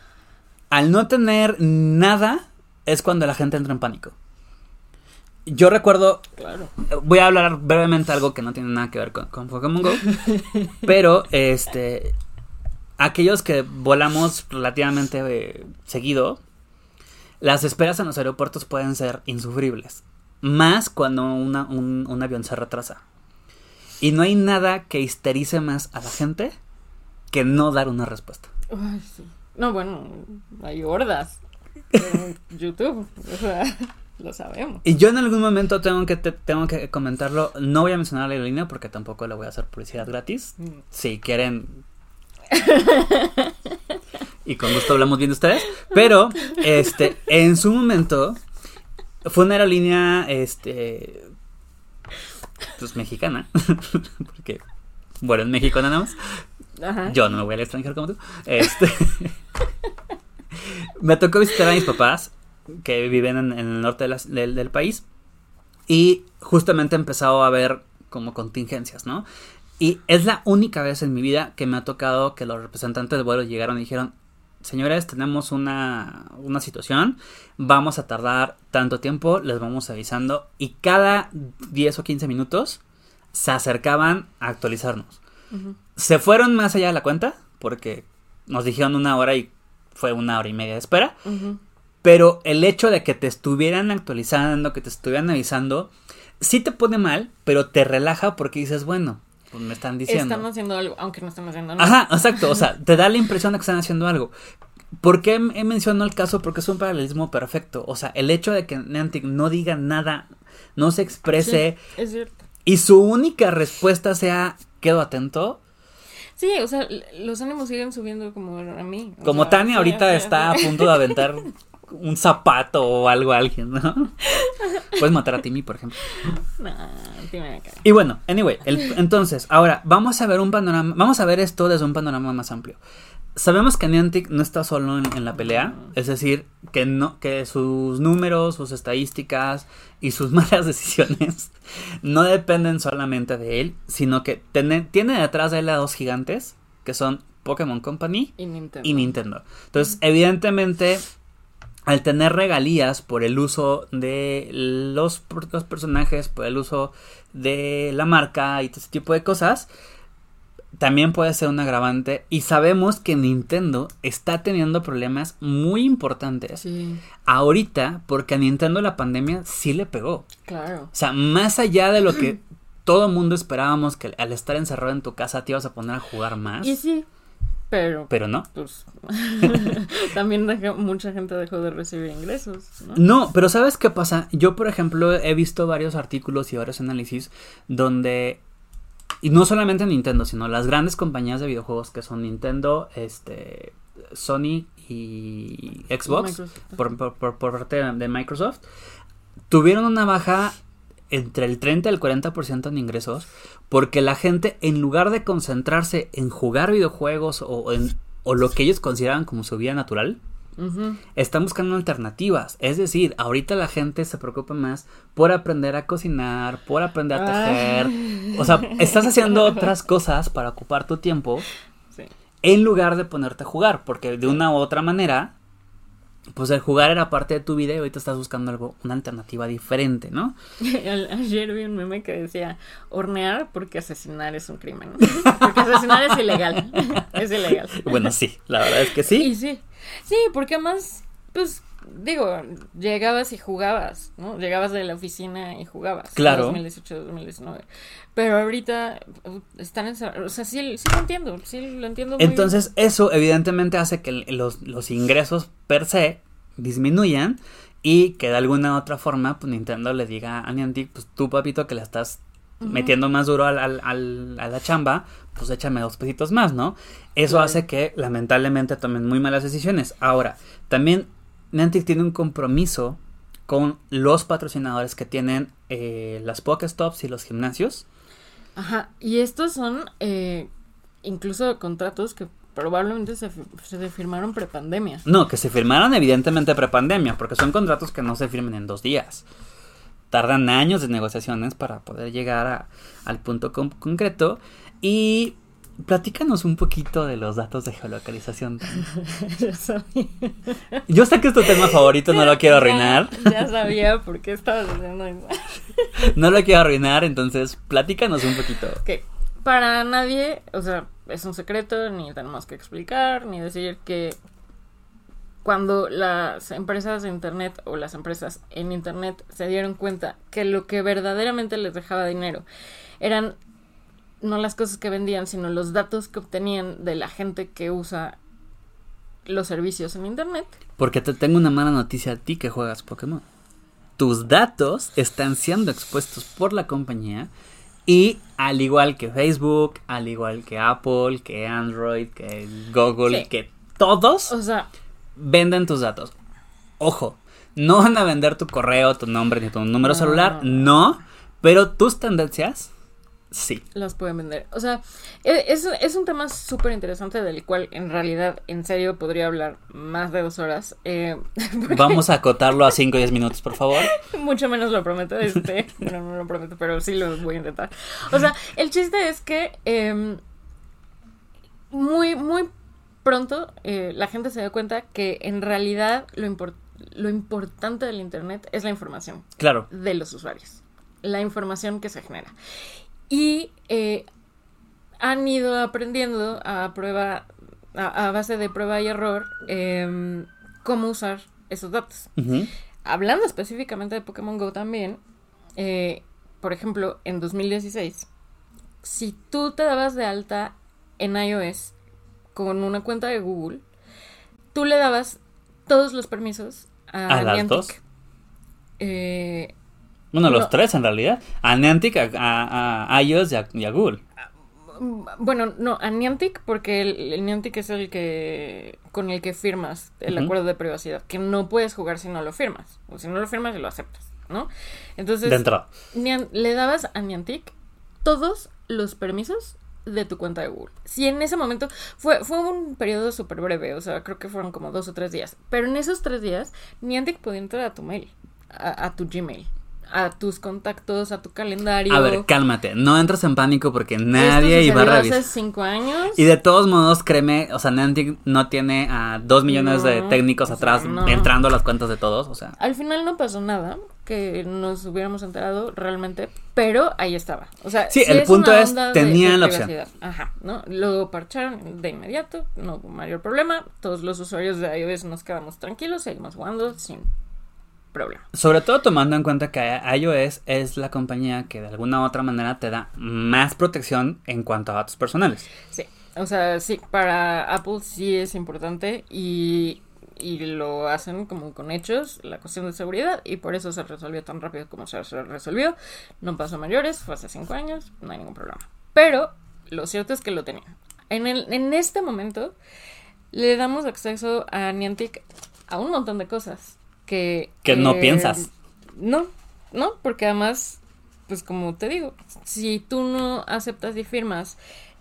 [SPEAKER 2] al no tener nada es cuando la gente entra en pánico. Yo recuerdo,
[SPEAKER 3] Claro.
[SPEAKER 2] voy a hablar brevemente algo que no tiene nada que ver con, con Pokémon Go, pero este... aquellos que volamos relativamente eh, seguido, las esperas en los aeropuertos pueden ser insufribles. Más cuando una, un, un avión se retrasa. Y no hay nada que histerice más a la gente que no dar una respuesta.
[SPEAKER 3] Ay, sí. No, bueno, hay hordas en YouTube, o sea, lo sabemos.
[SPEAKER 2] Y yo en algún momento tengo que te, tengo que comentarlo. No voy a mencionar la aerolínea porque tampoco le voy a hacer publicidad gratis. Mm. Si quieren... y con gusto hablamos bien de ustedes. Pero, este, en su momento... Fue una aerolínea, este, pues mexicana, porque, bueno, en México nada más. Ajá. Yo no me voy al extranjero como tú. Este, me tocó visitar a mis papás, que viven en, en el norte de la, del, del país, y justamente he empezado a ver como contingencias, ¿no? Y es la única vez en mi vida que me ha tocado que los representantes de vuelo llegaron y dijeron: señores, tenemos una, una situación, vamos a tardar tanto tiempo, les vamos avisando, y cada diez o quince minutos se acercaban a actualizarnos. Uh-huh. Se fueron más allá de la cuenta, porque nos dijeron una hora y fue una hora y media de espera, uh-huh. Pero el hecho de que te estuvieran actualizando, que te estuvieran avisando, sí te pone mal, pero te relaja porque dices, bueno, pues me están diciendo.
[SPEAKER 3] Están haciendo algo, aunque no están haciendo nada.
[SPEAKER 2] Ajá, exacto, o sea, te da la impresión de que están haciendo algo. ¿Por qué he mencionado el caso? Porque es un paralelismo perfecto. O sea, el hecho de que Niantic no diga nada, no se exprese,
[SPEAKER 3] sí, es cierto.
[SPEAKER 2] Y su única respuesta sea, quedo atento.
[SPEAKER 3] Sí, o sea, los ánimos siguen subiendo como a mí.
[SPEAKER 2] Como
[SPEAKER 3] sea,
[SPEAKER 2] Tania
[SPEAKER 3] sí,
[SPEAKER 2] ahorita
[SPEAKER 3] sí,
[SPEAKER 2] está
[SPEAKER 3] sí.
[SPEAKER 2] a punto de aventar un zapato o algo a alguien, ¿no? Puedes matar a Timmy, por ejemplo.
[SPEAKER 3] No, Timmy me cae.
[SPEAKER 2] Y bueno, anyway, el, entonces, ahora vamos a ver un panorama, vamos a ver esto desde un panorama más amplio. Sabemos que Niantic no está solo en, en la pelea, es decir, que no, que sus números, sus estadísticas y sus malas decisiones no dependen solamente de él, sino que tiene, tiene detrás de él a dos gigantes, que son Pokémon Company
[SPEAKER 3] y Nintendo.
[SPEAKER 2] Y Nintendo. Entonces, evidentemente, al tener regalías por el uso de los, los personajes, por el uso de la marca y todo ese tipo de cosas, también puede ser un agravante. Y sabemos que Nintendo está teniendo problemas muy importantes
[SPEAKER 3] sí.
[SPEAKER 2] ahorita, porque a Nintendo la pandemia sí le pegó.
[SPEAKER 3] Claro.
[SPEAKER 2] O sea, más allá de lo que todo mundo esperábamos, que al estar encerrado en tu casa te ibas a poner a jugar más.
[SPEAKER 3] Y sí, pero...
[SPEAKER 2] Pero no.
[SPEAKER 3] Pues, también dejó, mucha gente dejó de recibir ingresos, ¿no?
[SPEAKER 2] No, pero ¿sabes qué pasa? Yo, por ejemplo, he visto varios artículos y varios análisis donde... Y no solamente Nintendo, sino las grandes compañías de videojuegos que son Nintendo, este, Sony y Xbox, por, por, por, por parte de Microsoft, tuvieron una baja entre el treinta y el cuarenta por ciento en ingresos, porque la gente, en lugar de concentrarse en jugar videojuegos o, en, o lo que ellos consideraban como su vida natural, uh-huh. están buscando alternativas. Es decir, ahorita la gente se preocupa más por aprender a cocinar, por aprender a tejer. Ay. O sea, estás haciendo otras cosas para ocupar tu tiempo, sí. en lugar de ponerte a jugar, porque de una u otra manera, pues el jugar era parte de tu vida y ahorita estás buscando algo, una alternativa diferente, ¿no?
[SPEAKER 3] Ayer vi un meme que decía hornear porque asesinar es un crimen, ¿no? Porque asesinar es ilegal. Es ilegal.
[SPEAKER 2] Bueno, sí, la verdad es que sí.
[SPEAKER 3] Y sí. Sí, porque además, pues, digo, llegabas y jugabas, ¿no? Llegabas de la oficina y jugabas.
[SPEAKER 2] Claro.
[SPEAKER 3] dos mil dieciocho, dos mil diecinueve. Pero ahorita están encerrados. O sea, sí, sí lo entiendo. Sí lo entiendo muy
[SPEAKER 2] Entonces, bien. Eso evidentemente hace que los, los ingresos per se disminuyan y que de alguna u otra forma, pues Nintendo le diga a Niantic, pues tú, papito, que le estás uh-huh. metiendo más duro al, al, al, a la chamba, pues échame dos pesitos más, ¿no? Eso claro. hace que lamentablemente tomen muy malas decisiones. Ahora, también Niantic tiene un compromiso con los patrocinadores que tienen eh, las Pokéstops y los gimnasios.
[SPEAKER 3] Ajá, y estos son eh, incluso contratos que probablemente se, se firmaron prepandemia.
[SPEAKER 2] No, que se firmaron evidentemente prepandemia, porque son contratos que no se firman en dos días. Tardan años de negociaciones para poder llegar a, al punto con, concreto. Y platícanos un poquito de los datos de geolocalización.
[SPEAKER 3] Ya sabía.
[SPEAKER 2] Yo sé que es tu tema favorito, no lo quiero arruinar.
[SPEAKER 3] Ya, ya sabía por qué estabas haciendo eso.
[SPEAKER 2] No lo quiero arruinar, entonces platícanos un poquito.
[SPEAKER 3] Ok, para nadie, o sea, es un secreto, ni tenemos que explicar, ni decir que cuando las empresas de internet o las empresas en internet se dieron cuenta que lo que verdaderamente les dejaba dinero eran no las cosas que vendían, sino los datos que obtenían de la gente que usa los servicios en internet.
[SPEAKER 2] Porque te tengo una mala noticia a ti que juegas Pokémon. Tus datos están siendo expuestos por la compañía y al igual que Facebook, al igual que Apple, que Android, que Google, sí. que todos
[SPEAKER 3] o sea,
[SPEAKER 2] venden tus datos. Ojo, no van a vender tu correo, tu nombre ni tu número
[SPEAKER 3] no,
[SPEAKER 2] celular, no, pero tus tendencias sí.
[SPEAKER 3] Las pueden vender. O sea, es, es un tema súper interesante del cual en realidad, en serio, podría hablar más de dos horas. Eh,
[SPEAKER 2] Vamos a acotarlo a cinco o diez minutos, por favor.
[SPEAKER 3] Mucho menos lo prometo, este, no, no lo prometo, pero sí lo voy a intentar. O sea, el chiste es que eh, muy, muy pronto eh, la gente se da cuenta que en realidad lo, import- lo importante del internet es la información.
[SPEAKER 2] Claro.
[SPEAKER 3] De los usuarios. La información que se genera. Y eh, han ido aprendiendo a prueba, a, a base de prueba y error, eh, cómo usar esos datos.
[SPEAKER 2] Uh-huh.
[SPEAKER 3] Hablando específicamente de Pokémon Go también, eh, por ejemplo, en dos mil dieciséis, si tú te dabas de alta en iOS con una cuenta de Google, tú le dabas todos los permisos a,
[SPEAKER 2] ¿A las
[SPEAKER 3] Niantic.
[SPEAKER 2] dos?
[SPEAKER 3] Eh...
[SPEAKER 2] Bueno, los
[SPEAKER 3] no.
[SPEAKER 2] tres en realidad. A Niantic, a, a, a iOS y a, y a Google.
[SPEAKER 3] Bueno, no, a Niantic, porque el, el Niantic es el que con el que firmas el uh-huh. acuerdo de privacidad, que no puedes jugar si no lo firmas, o si no lo firmas y lo aceptas, ¿no? Entonces,
[SPEAKER 2] Dentro.
[SPEAKER 3] Nian, le dabas a Niantic todos los permisos de tu cuenta de Google. Si en ese momento, fue, fue un periodo súper breve, o sea, creo que fueron como dos o tres días, pero en esos tres días, Niantic podía entrar a tu mail, a, a tu Gmail, a tus contactos, a tu calendario.
[SPEAKER 2] A ver, cálmate, no entres en pánico porque nadie iba a revisar.
[SPEAKER 3] Hace cinco años.
[SPEAKER 2] Y de todos modos, créeme, o sea, Niantic no tiene a dos millones no, de técnicos atrás sea, no. entrando a las cuentas de todos, o sea.
[SPEAKER 3] Al final no pasó nada que nos hubiéramos enterado realmente, pero ahí estaba. O sea,
[SPEAKER 2] sí,
[SPEAKER 3] si
[SPEAKER 2] el
[SPEAKER 3] es
[SPEAKER 2] punto es,
[SPEAKER 3] de,
[SPEAKER 2] tenían
[SPEAKER 3] de
[SPEAKER 2] la opción.
[SPEAKER 3] Ajá, ¿no? Lo parcharon de inmediato, no hubo mayor problema. Todos los usuarios de iOS nos quedamos tranquilos, seguimos jugando sin problema.
[SPEAKER 2] Sobre todo tomando en cuenta que iOS es la compañía que de alguna u otra manera te da más protección en cuanto a datos personales.
[SPEAKER 3] Sí, o sea, sí, para Apple sí es importante y, y lo hacen como con hechos, la cuestión de seguridad, y por eso se resolvió tan rápido como se resolvió. No pasó a mayores, fue hace cinco años, no hay ningún problema. Pero lo cierto es que lo tenían. En, el, en este momento le damos acceso a Niantic a un montón de cosas. Que,
[SPEAKER 2] que
[SPEAKER 3] eh,
[SPEAKER 2] no piensas.
[SPEAKER 3] No, no, porque además, pues como te digo, si tú no aceptas y firmas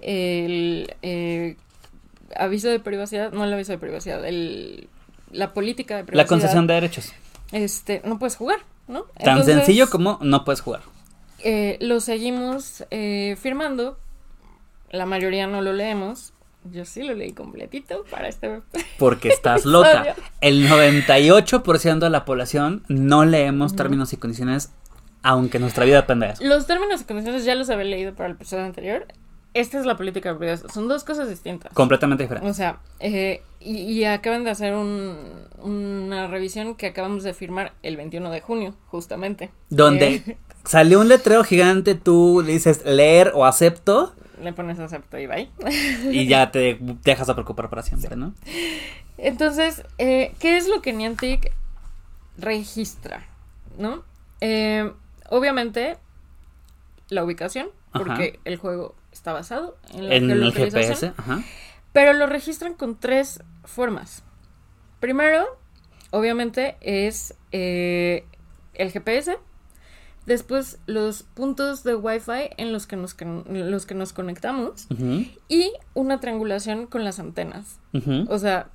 [SPEAKER 3] el eh, aviso de privacidad, no el aviso de privacidad, el, la política de privacidad.
[SPEAKER 2] La concesión de derechos.
[SPEAKER 3] Este, no puedes jugar, ¿no?
[SPEAKER 2] Tan
[SPEAKER 3] Entonces,
[SPEAKER 2] sencillo como no puedes jugar.
[SPEAKER 3] Eh, lo seguimos eh, firmando, la mayoría no lo leemos. Yo sí lo leí completito para este...
[SPEAKER 2] Porque estás loca. El noventa y ocho por ciento de la población no leemos uh-huh. términos y condiciones, aunque nuestra vida dependa de eso.
[SPEAKER 3] Los términos y condiciones ya los había leído para el episodio anterior. Esta es la política de privacidad. Son dos cosas distintas.
[SPEAKER 2] Completamente diferentes.
[SPEAKER 3] O sea, eh, y, y acaban de hacer un, una revisión que acabamos de firmar el veintiuno de junio, justamente.
[SPEAKER 2] Donde
[SPEAKER 3] eh,
[SPEAKER 2] salió un letrero gigante, tú dices leer o acepto...
[SPEAKER 3] Le pones acepto y bye.
[SPEAKER 2] Y ya te dejas de preocupar para siempre, sí. ¿no?
[SPEAKER 3] Entonces, eh, ¿qué es lo que Niantic registra? ¿No? Eh, obviamente, la ubicación, porque ajá. el juego está basado en la
[SPEAKER 2] en el G P S. Ajá.
[SPEAKER 3] Pero lo registran con tres formas. Primero, obviamente, es eh, el G P S. Después los puntos de Wi-Fi en los que nos, en los que nos conectamos. Uh-huh. Y una triangulación con las antenas. Uh-huh. O sea...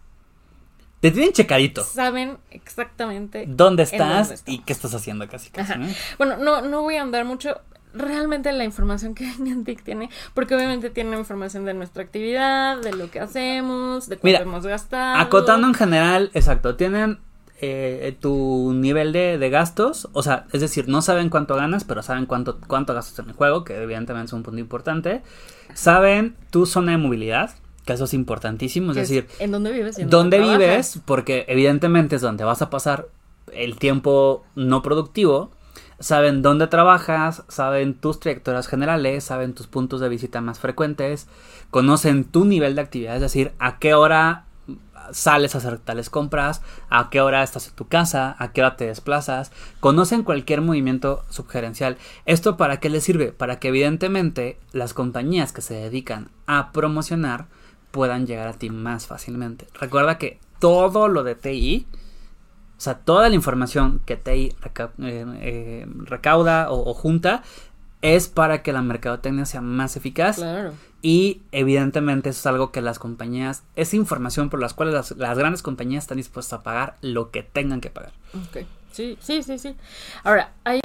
[SPEAKER 2] Te tienen checadito.
[SPEAKER 3] Saben exactamente...
[SPEAKER 2] ¿Dónde estás dónde y qué estás haciendo casi? casi ¿no?
[SPEAKER 3] Bueno, no, no voy a andar mucho... Realmente la información que Niantic tiene... Porque obviamente tiene información de nuestra actividad, de lo que hacemos, de cuánto Mira, hemos gastado...
[SPEAKER 2] Acotando en general, exacto, tienen... eh, tu nivel de, de gastos, o sea, es decir, no saben cuánto ganas, pero saben cuánto, cuánto gastas en el juego, que evidentemente es un punto importante. Saben tu zona de movilidad, que eso es importantísimo, es decir,
[SPEAKER 3] es ¿en dónde vives? Y en
[SPEAKER 2] dónde
[SPEAKER 3] dónde
[SPEAKER 2] vives, porque evidentemente es donde vas a pasar el tiempo no productivo. Saben dónde trabajas, saben tus trayectorias generales, saben tus puntos de visita más frecuentes, conocen tu nivel de actividad, es decir, a qué hora sales a hacer tales compras, a qué hora estás en tu casa, a qué hora te desplazas, conocen cualquier movimiento subgerencial. ¿Esto para qué les sirve? Para que evidentemente las compañías que se dedican a promocionar puedan llegar a ti más fácilmente. Recuerda que todo lo de T I, o sea, toda la información que T I reca- eh, eh, recauda o, o junta es para que la mercadotecnia sea más eficaz.
[SPEAKER 3] Claro.
[SPEAKER 2] Y evidentemente eso es algo que las compañías, es información por las cuales las, las grandes compañías están dispuestas a pagar lo que tengan que pagar.
[SPEAKER 3] Ok, sí, sí, sí, sí. Ahora, hay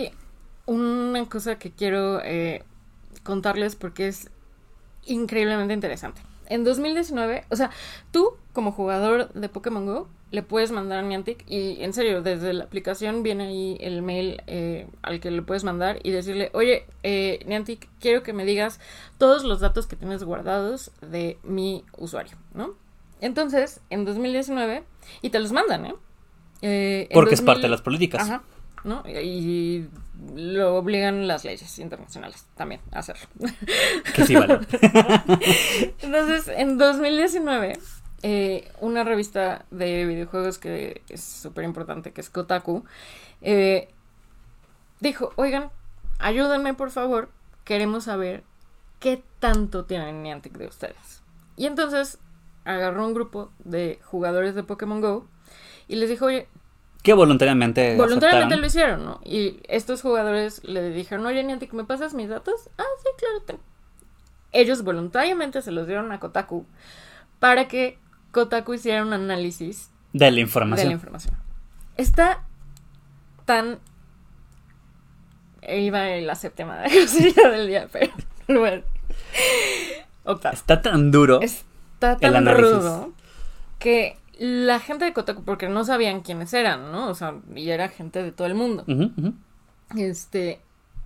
[SPEAKER 3] una cosa que quiero eh, contarles porque es increíblemente interesante. En dos mil diecinueve, o sea, tú como jugador de Pokémon Go le puedes mandar a Niantic y en serio, desde la aplicación viene ahí el mail eh, al que le puedes mandar y decirle, oye, eh, Niantic, quiero que me digas todos los datos que tienes guardados de mi usuario, ¿no? Entonces, en dos mil diecinueve, y te los mandan, ¿eh? eh
[SPEAKER 2] Porque
[SPEAKER 3] dos mil,
[SPEAKER 2] es parte de las políticas.
[SPEAKER 3] Ajá, ¿no? Y lo obligan las leyes internacionales también a hacerlo.
[SPEAKER 2] Que sí, vale.
[SPEAKER 3] Entonces, en dos mil diecinueve, eh, una revista de videojuegos que es súper importante, que es Kotaku, eh, dijo, oigan, ayúdenme por favor, queremos saber qué tanto tienen Niantic de ustedes. Y entonces agarró un grupo de jugadores de Pokémon Go y les dijo, oye,
[SPEAKER 2] que voluntariamente
[SPEAKER 3] Voluntariamente
[SPEAKER 2] aceptaron.
[SPEAKER 3] lo hicieron, ¿no? Y estos jugadores le dijeron, oye, Niantic, ¿me pasas mis datos? Ah, sí, claro. Ten. Ellos voluntariamente se los dieron a Kotaku para que Kotaku hiciera un análisis
[SPEAKER 2] de la información.
[SPEAKER 3] de la información. Está tan... Iba en la séptima grosella del día, pero bueno. Octava.
[SPEAKER 2] Está tan duro
[SPEAKER 3] Está tan
[SPEAKER 2] el análisis.
[SPEAKER 3] rudo que la gente de Kotaku, porque no sabían quiénes eran, ¿no? O sea, y era gente de todo el mundo.
[SPEAKER 2] Uh-huh, uh-huh.
[SPEAKER 3] Este,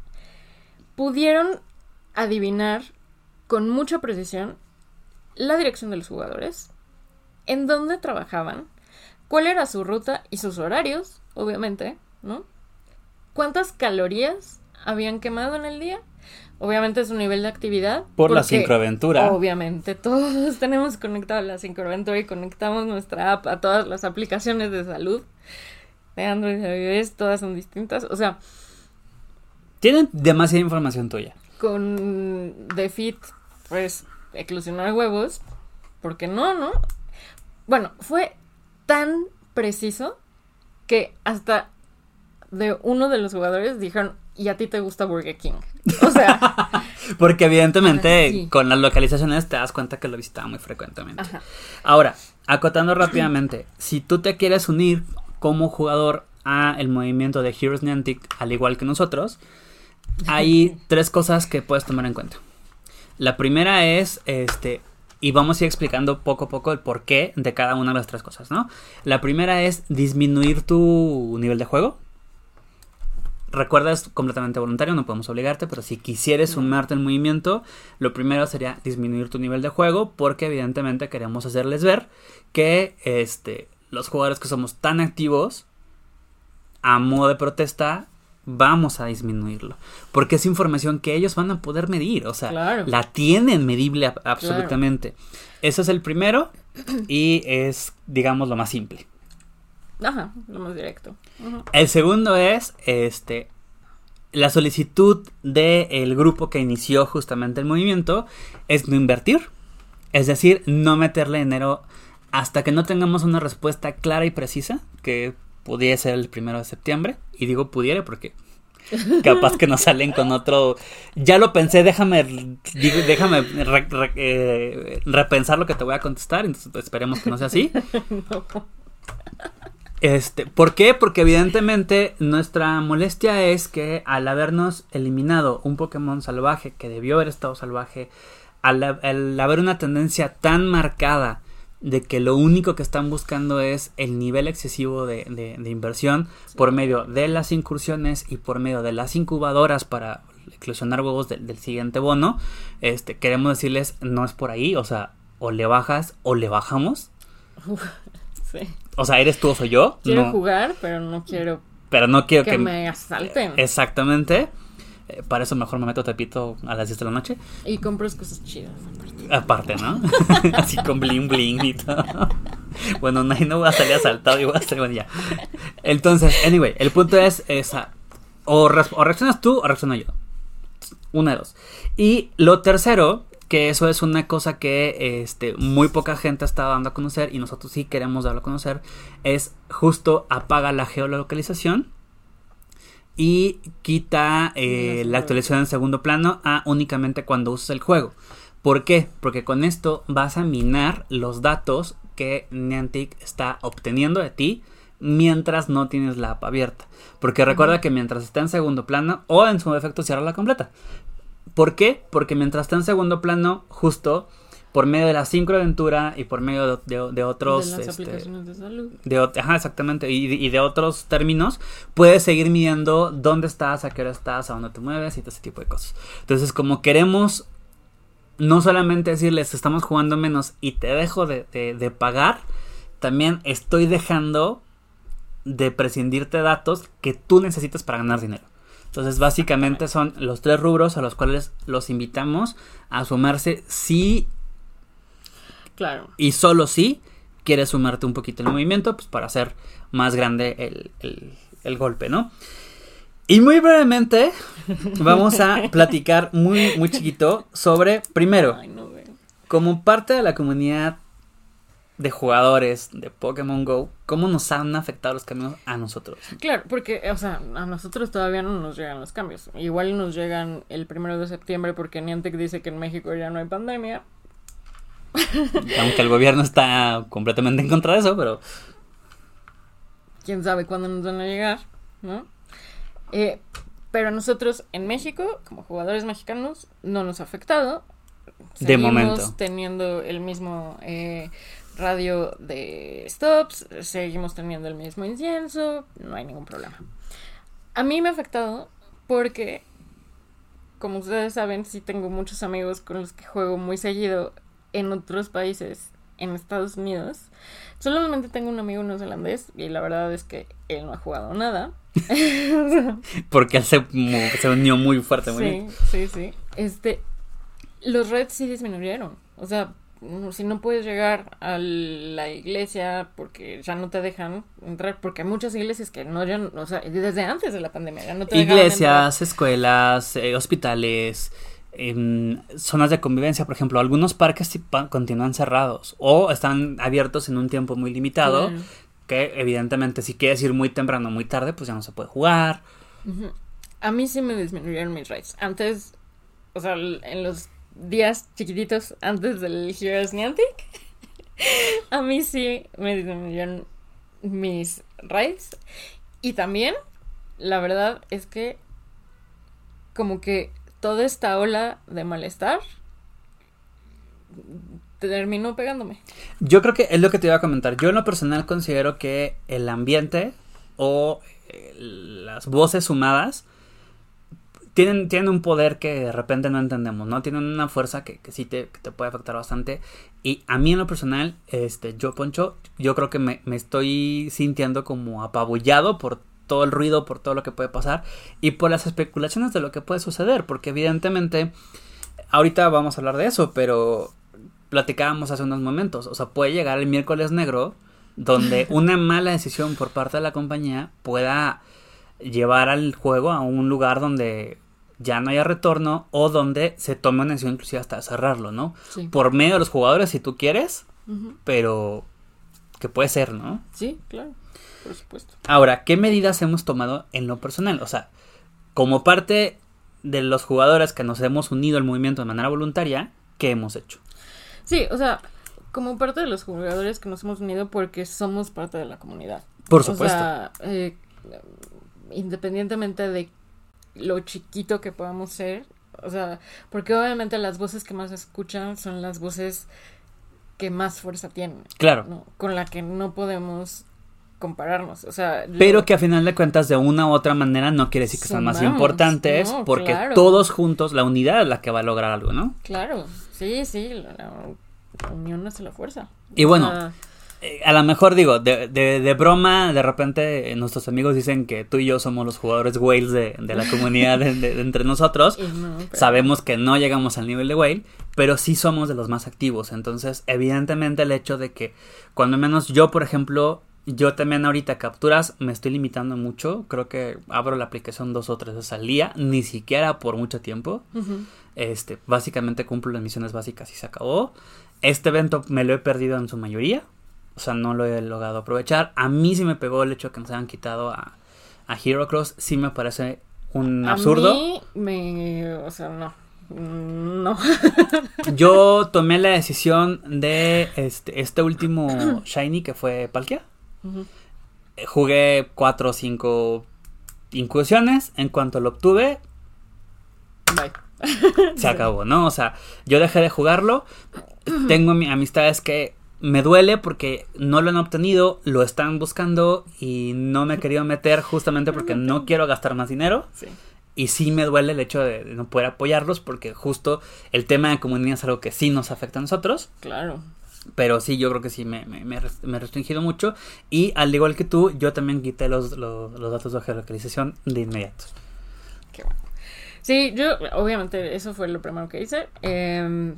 [SPEAKER 3] pudieron adivinar con mucha precisión la dirección de los jugadores, en dónde trabajaban, cuál era su ruta y sus horarios, obviamente, ¿no? Cuántas calorías habían quemado en el día, obviamente su nivel de actividad.
[SPEAKER 2] Por la sincroaventura.
[SPEAKER 3] Obviamente, todos tenemos conectada la sincroaventura y conectamos nuestra app a todas las aplicaciones de salud de Android y de iOS, todas son distintas, o sea...
[SPEAKER 2] Tienen demasiada información tuya.
[SPEAKER 3] Con The Fit, pues, eclosionar huevos, porque no, ¿no? Bueno, fue tan preciso que hasta de uno de los jugadores dijeron, ¿y a ti te gusta Burger King? O sea...
[SPEAKER 2] Porque evidentemente
[SPEAKER 3] Ajá, sí.
[SPEAKER 2] con las localizaciones te das cuenta que lo visitaba muy frecuentemente.
[SPEAKER 3] Ajá.
[SPEAKER 2] Ahora, acotando rápidamente, si tú te quieres unir como jugador a el movimiento de Heroes Niantic, al igual que nosotros, hay tres cosas que puedes tomar en cuenta. La primera es, este, y vamos a ir explicando poco a poco el porqué de cada una de las tres cosas, ¿no? La primera es disminuir tu nivel de juego. Recuerda, es completamente voluntario, no podemos obligarte, pero si quisieres sumarte al movimiento, lo primero sería disminuir tu nivel de juego, porque evidentemente queremos hacerles ver que este, los jugadores que somos tan activos, a modo de protesta, vamos a disminuirlo, porque es información que ellos van a poder medir, o sea,
[SPEAKER 3] Claro.
[SPEAKER 2] la tienen medible a- absolutamente. Claro. Eso es el primero y es, digamos, lo más simple.
[SPEAKER 3] Ajá, lo más directo. Uh-huh.
[SPEAKER 2] El segundo es este la solicitud del grupo que inició justamente el movimiento es no invertir, es decir, no meterle dinero hasta que no tengamos una respuesta clara y precisa, que pudiera ser el primero de septiembre, y digo pudiera porque capaz que nos salen con otro, ya lo pensé, déjame digo, déjame re, re, eh, repensar lo que te voy a contestar, entonces esperemos que no sea así.
[SPEAKER 3] No.
[SPEAKER 2] Este, ¿por qué? Porque evidentemente nuestra molestia es que al habernos eliminado un Pokémon salvaje que debió haber estado salvaje, al, al haber una tendencia tan marcada de que lo único que están buscando es el nivel excesivo de, de, de inversión sí. por medio de las incursiones y por medio de las incubadoras para eclosionar huevos de, del siguiente bono. Este, queremos decirles, no es por ahí, o sea, o le bajas o le bajamos.
[SPEAKER 3] Sí.
[SPEAKER 2] O sea, ¿eres tú o soy yo?
[SPEAKER 3] Quiero
[SPEAKER 2] no.
[SPEAKER 3] jugar, pero no quiero,
[SPEAKER 2] pero no quiero
[SPEAKER 3] que,
[SPEAKER 2] que
[SPEAKER 3] me asalten.
[SPEAKER 2] Exactamente. Eh, para eso mejor me meto a Tepito a las diez de la noche.
[SPEAKER 3] Y compras cosas chidas.
[SPEAKER 2] Aparte, ¿no? Así con bling bling y todo. Bueno, no, no voy a salir asaltado y voy a salir, bueno, ya. Entonces, anyway, el punto es esa. O, re- o reaccionas tú o reacciono yo. Una de dos. Y lo tercero, que eso es una cosa que este, muy poca gente está dando a conocer y nosotros sí queremos darlo a conocer, es justo apaga la geolocalización y quita eh, la actualización en segundo plano a únicamente cuando uses el juego. ¿Por qué? Porque con esto vas a minar los datos que Niantic está obteniendo de ti mientras no tienes la app abierta. Porque recuerda uh-huh. que mientras está en segundo plano o en su defecto cierra la completa. ¿Por qué? Porque mientras está en segundo plano, justo por medio de la sincroaventura y por medio de, de, de otros...
[SPEAKER 3] De las
[SPEAKER 2] este,
[SPEAKER 3] aplicaciones de salud.
[SPEAKER 2] De, ajá, exactamente. Y, y de otros términos, puedes seguir midiendo dónde estás, a qué hora estás, a dónde te mueves y todo ese tipo de cosas. Entonces, como queremos no solamente decirles estamos jugando menos y te dejo de, de, de pagar, también estoy dejando de prescindirte datos que tú necesitas para ganar dinero. Entonces básicamente son los tres rubros a los cuales los invitamos a sumarse si
[SPEAKER 3] claro.
[SPEAKER 2] y solo si quieres sumarte un poquito el movimiento, pues para hacer más grande el, el, el golpe, ¿no? Y muy brevemente vamos a platicar muy, muy chiquito sobre, primero,
[SPEAKER 3] Ay, no veo.
[SPEAKER 2] Como parte de la comunidad de jugadores de Pokémon Go, ¿cómo nos han afectado los cambios a nosotros?
[SPEAKER 3] Claro, porque, o sea, a nosotros todavía no nos llegan los cambios. Igual nos llegan el primero de septiembre porque Niantic dice que en México ya no hay pandemia.
[SPEAKER 2] Aunque el gobierno está completamente en contra de eso, pero...
[SPEAKER 3] quién sabe cuándo nos van a llegar, ¿no? Eh, pero nosotros en México, como jugadores mexicanos, no nos ha afectado.
[SPEAKER 2] De
[SPEAKER 3] Seguimos
[SPEAKER 2] momento.
[SPEAKER 3] teniendo el mismo eh, radio de stops, seguimos teniendo el mismo incienso, no hay ningún problema. A mí me ha afectado porque, como ustedes saben, sí tengo muchos amigos con los que juego muy seguido en otros países, en Estados Unidos. Solamente tengo un amigo neozelandés y la verdad es que él no ha jugado nada.
[SPEAKER 2] Porque él se, se unió muy fuerte, muy
[SPEAKER 3] sí,
[SPEAKER 2] bien.
[SPEAKER 3] Sí, sí, Este, los raids sí disminuyeron. O sea, si no puedes llegar a la iglesia porque ya no te dejan entrar, porque hay muchas iglesias que no, ya, o sea, desde antes de la pandemia ya no te dejaban
[SPEAKER 2] Iglesias, escuelas, eh, hospitales, eh, zonas de convivencia, por ejemplo, algunos parques sí pa- continúan cerrados o están abiertos en un tiempo muy limitado, claro. Que evidentemente si quieres ir muy temprano o muy tarde, pues ya no se puede jugar.
[SPEAKER 3] Uh-huh. A mí sí me disminuyeron mis raids. Antes, o sea, en los días chiquititos antes del Heroes Niantic, a mí sí me disminuyeron mis raids. Y también, la verdad es que como que toda esta ola de malestar terminó pegándome.
[SPEAKER 2] Yo creo que es lo que te iba a comentar. Yo en lo personal considero que el ambiente o eh, las voces sumadas tienen, tienen un poder que de repente no entendemos, ¿no? Tienen una fuerza que, que sí te, que te puede afectar bastante. Y a mí en lo personal, este, yo, Poncho, yo creo que me, me estoy sintiendo como apabullado por todo el ruido, por todo lo que puede pasar y por las especulaciones de lo que puede suceder, porque evidentemente ahorita vamos a hablar de eso, pero platicábamos hace unos momentos, o sea, puede llegar el miércoles negro donde una mala decisión por parte de la compañía pueda llevar al juego a un lugar donde ya no haya retorno o donde se tome una decisión inclusive hasta cerrarlo, ¿no?
[SPEAKER 3] Sí.
[SPEAKER 2] Por medio de los jugadores si tú quieres,
[SPEAKER 3] uh-huh.
[SPEAKER 2] pero que puede ser, ¿no?
[SPEAKER 3] Sí, claro, por supuesto.
[SPEAKER 2] Ahora, ¿qué medidas hemos tomado en lo personal? O sea, como parte de los jugadores que nos hemos unido al movimiento de manera voluntaria, ¿qué hemos hecho?
[SPEAKER 3] Sí, o sea, como parte de los jugadores que nos hemos unido porque somos parte de la comunidad.
[SPEAKER 2] Por supuesto.
[SPEAKER 3] O sea, eh, independientemente de lo chiquito que podamos ser, o sea, porque obviamente las voces que más se escuchan son las voces que más fuerza tiene.
[SPEAKER 2] Claro.
[SPEAKER 3] ¿no? Con la que no podemos compararnos, o sea... Yo...
[SPEAKER 2] Pero que a final de cuentas, de una u otra manera, no quiere decir que sean más importantes, no, porque claro. todos juntos, la unidad es la que va a lograr algo, ¿no?
[SPEAKER 3] Claro, sí, sí, la, la unión hace la fuerza.
[SPEAKER 2] Y o bueno... sea... Eh, a lo mejor digo, de, de, de broma, de repente eh, nuestros amigos dicen que tú y yo somos los jugadores whales de, de la comunidad de, de, de entre nosotros. No, pero... Sabemos que no llegamos al nivel de whale, pero sí somos de los más activos. Entonces, evidentemente el hecho de que, cuando menos yo, por ejemplo, yo también ahorita capturas, me estoy limitando mucho. Creo que abro la aplicación dos o tres veces al día, ni siquiera por mucho tiempo. Uh-huh. Este, básicamente cumplo las misiones básicas y se acabó. Este evento me lo he perdido en su mayoría. O sea, no lo he logrado aprovechar. A mí sí me pegó el hecho de que nos hayan quitado a, a Hero Cross. Sí me parece un absurdo.
[SPEAKER 3] A mí me... O sea, no. No.
[SPEAKER 2] Yo tomé la decisión de este, este último Shiny que fue Palkia. Uh-huh. Jugué cuatro o cinco incursiones. En cuanto lo obtuve...
[SPEAKER 3] Bye.
[SPEAKER 2] Se acabó, ¿no? O sea, yo dejé de jugarlo. Tengo amistades que... Me duele porque no lo han obtenido, lo están buscando y no me he querido meter justamente porque no quiero gastar más dinero. Sí. Y sí me duele el hecho de no poder apoyarlos porque justo el tema de comunidad es algo que sí nos afecta a nosotros.
[SPEAKER 3] Claro.
[SPEAKER 2] Pero sí, yo creo que sí me, me, me he restringido mucho. Y al igual que tú, yo también quité los, los, los datos de geolocalización de inmediato.
[SPEAKER 3] Qué bueno. Sí, yo obviamente eso fue lo primero que hice. Eh,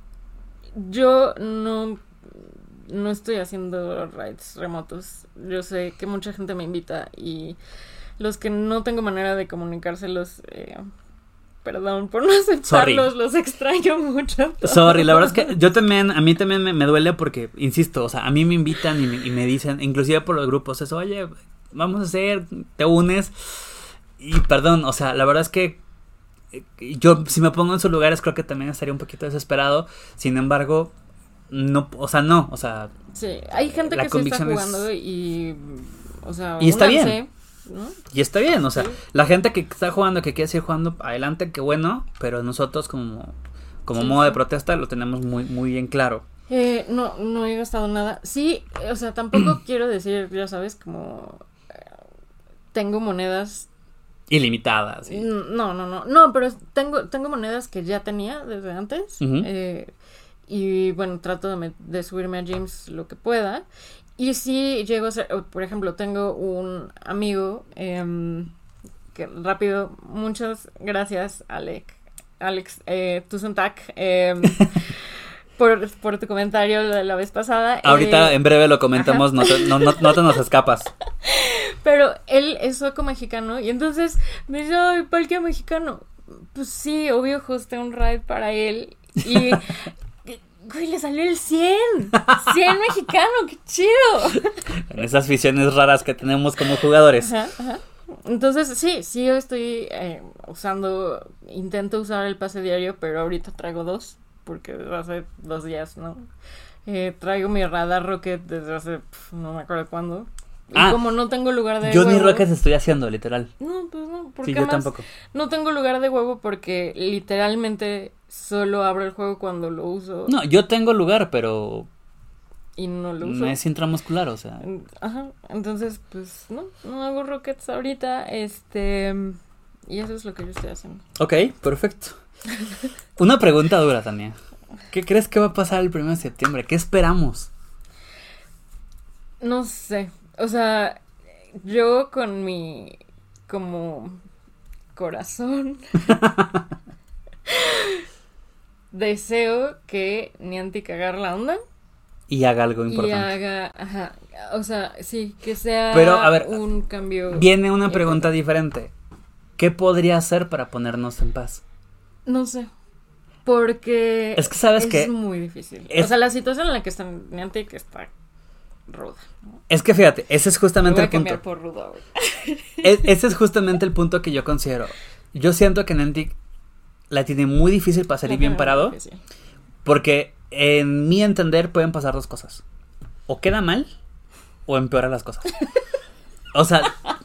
[SPEAKER 3] yo no... No estoy haciendo raids remotos. Yo sé que mucha gente me invita y los que no tengo manera de comunicárselos, eh, perdón por no aceptarlos, Sorry. Los extraño mucho.
[SPEAKER 2] Sorry, la verdad es que yo también, a mí también me, me duele porque, insisto, o sea, a mí me invitan y me, y me dicen, inclusive por los grupos, eso, oye, vamos a hacer, te unes. Y perdón, o sea, la verdad es que yo, si me pongo en sus lugares, creo que también estaría un poquito desesperado. Sin embargo... No, o sea, no, o sea...
[SPEAKER 3] Sí, hay gente que sí está jugando es... y... O sea...
[SPEAKER 2] Y está bien.
[SPEAKER 3] C, ¿no?
[SPEAKER 2] Y está bien, o sea, sí. La gente que está jugando, que quiere seguir jugando, adelante, qué bueno. Pero nosotros como, como sí, modo sí. de protesta lo tenemos muy, muy bien claro.
[SPEAKER 3] Eh, no, no he gastado nada. Sí, o sea, tampoco quiero decir, ya sabes, como... Tengo monedas...
[SPEAKER 2] Ilimitadas. ¿Sí?
[SPEAKER 3] No, no, no. No, pero tengo, tengo monedas que ya tenía desde antes. Uh-huh. Eh... Y bueno, trato de, me, de subirme a gyms lo que pueda. Y si llego a ser, por ejemplo, tengo un amigo eh, que rápido, muchas gracias, Alex, Alex, eh, Tusentak, eh, por, por tu comentario de la vez pasada.
[SPEAKER 2] Ahorita
[SPEAKER 3] eh,
[SPEAKER 2] en breve lo comentamos, no te, no, no, no te nos escapas.
[SPEAKER 3] Pero él es sueco mexicano y entonces me dice, ay, Palkia mexicano. Pues sí, obvio, hosté un raid para él y... Güey, le salió el cien. cien mexicano, qué chido.
[SPEAKER 2] En esas visiones raras que tenemos como jugadores.
[SPEAKER 3] Ajá, ajá. Entonces, sí, sí, yo estoy eh, usando, intento usar el pase diario, pero ahorita traigo dos, porque desde hace dos días, ¿no? Eh, traigo mi radar rocket desde hace, pf, no me acuerdo cuándo. Y ah, como no tengo lugar de
[SPEAKER 2] yo
[SPEAKER 3] huevo...
[SPEAKER 2] Yo ni rockets estoy haciendo, literal.
[SPEAKER 3] No, pues no, porque
[SPEAKER 2] sí, yo tampoco.
[SPEAKER 3] No tengo lugar de huevo porque literalmente solo abro el juego cuando lo uso.
[SPEAKER 2] No, yo tengo lugar, pero...
[SPEAKER 3] Y no lo uso.
[SPEAKER 2] No es intramuscular, o sea.
[SPEAKER 3] Ajá, entonces, pues, no, no hago rockets ahorita, este... Y eso es lo que yo estoy haciendo.
[SPEAKER 2] Ok, perfecto. Una pregunta dura, Tania. ¿Qué crees que va a pasar el primero de septiembre? ¿Qué esperamos?
[SPEAKER 3] No sé. O sea, yo con mi como corazón deseo que Niantic cagar la onda
[SPEAKER 2] y haga algo importante.
[SPEAKER 3] Y haga, ajá, o sea, sí, que sea
[SPEAKER 2] Pero, a ver,
[SPEAKER 3] un cambio.
[SPEAKER 2] Viene una pregunta diferente. ¿Qué podría hacer para ponernos en paz?
[SPEAKER 3] No sé. Porque
[SPEAKER 2] es que sabes que
[SPEAKER 3] es muy difícil. Es... O sea, la situación en la que está Niantic está ruda, ¿no?
[SPEAKER 2] Es que fíjate, ese es justamente
[SPEAKER 3] Me voy
[SPEAKER 2] el
[SPEAKER 3] a
[SPEAKER 2] punto.
[SPEAKER 3] Por ruda,
[SPEAKER 2] es, ese es justamente el punto que yo considero. Yo siento que Niantic la tiene muy difícil para salir bien parado.
[SPEAKER 3] Difícil.
[SPEAKER 2] Porque en mi entender pueden pasar dos cosas. O queda mal o empeora las cosas. O sea,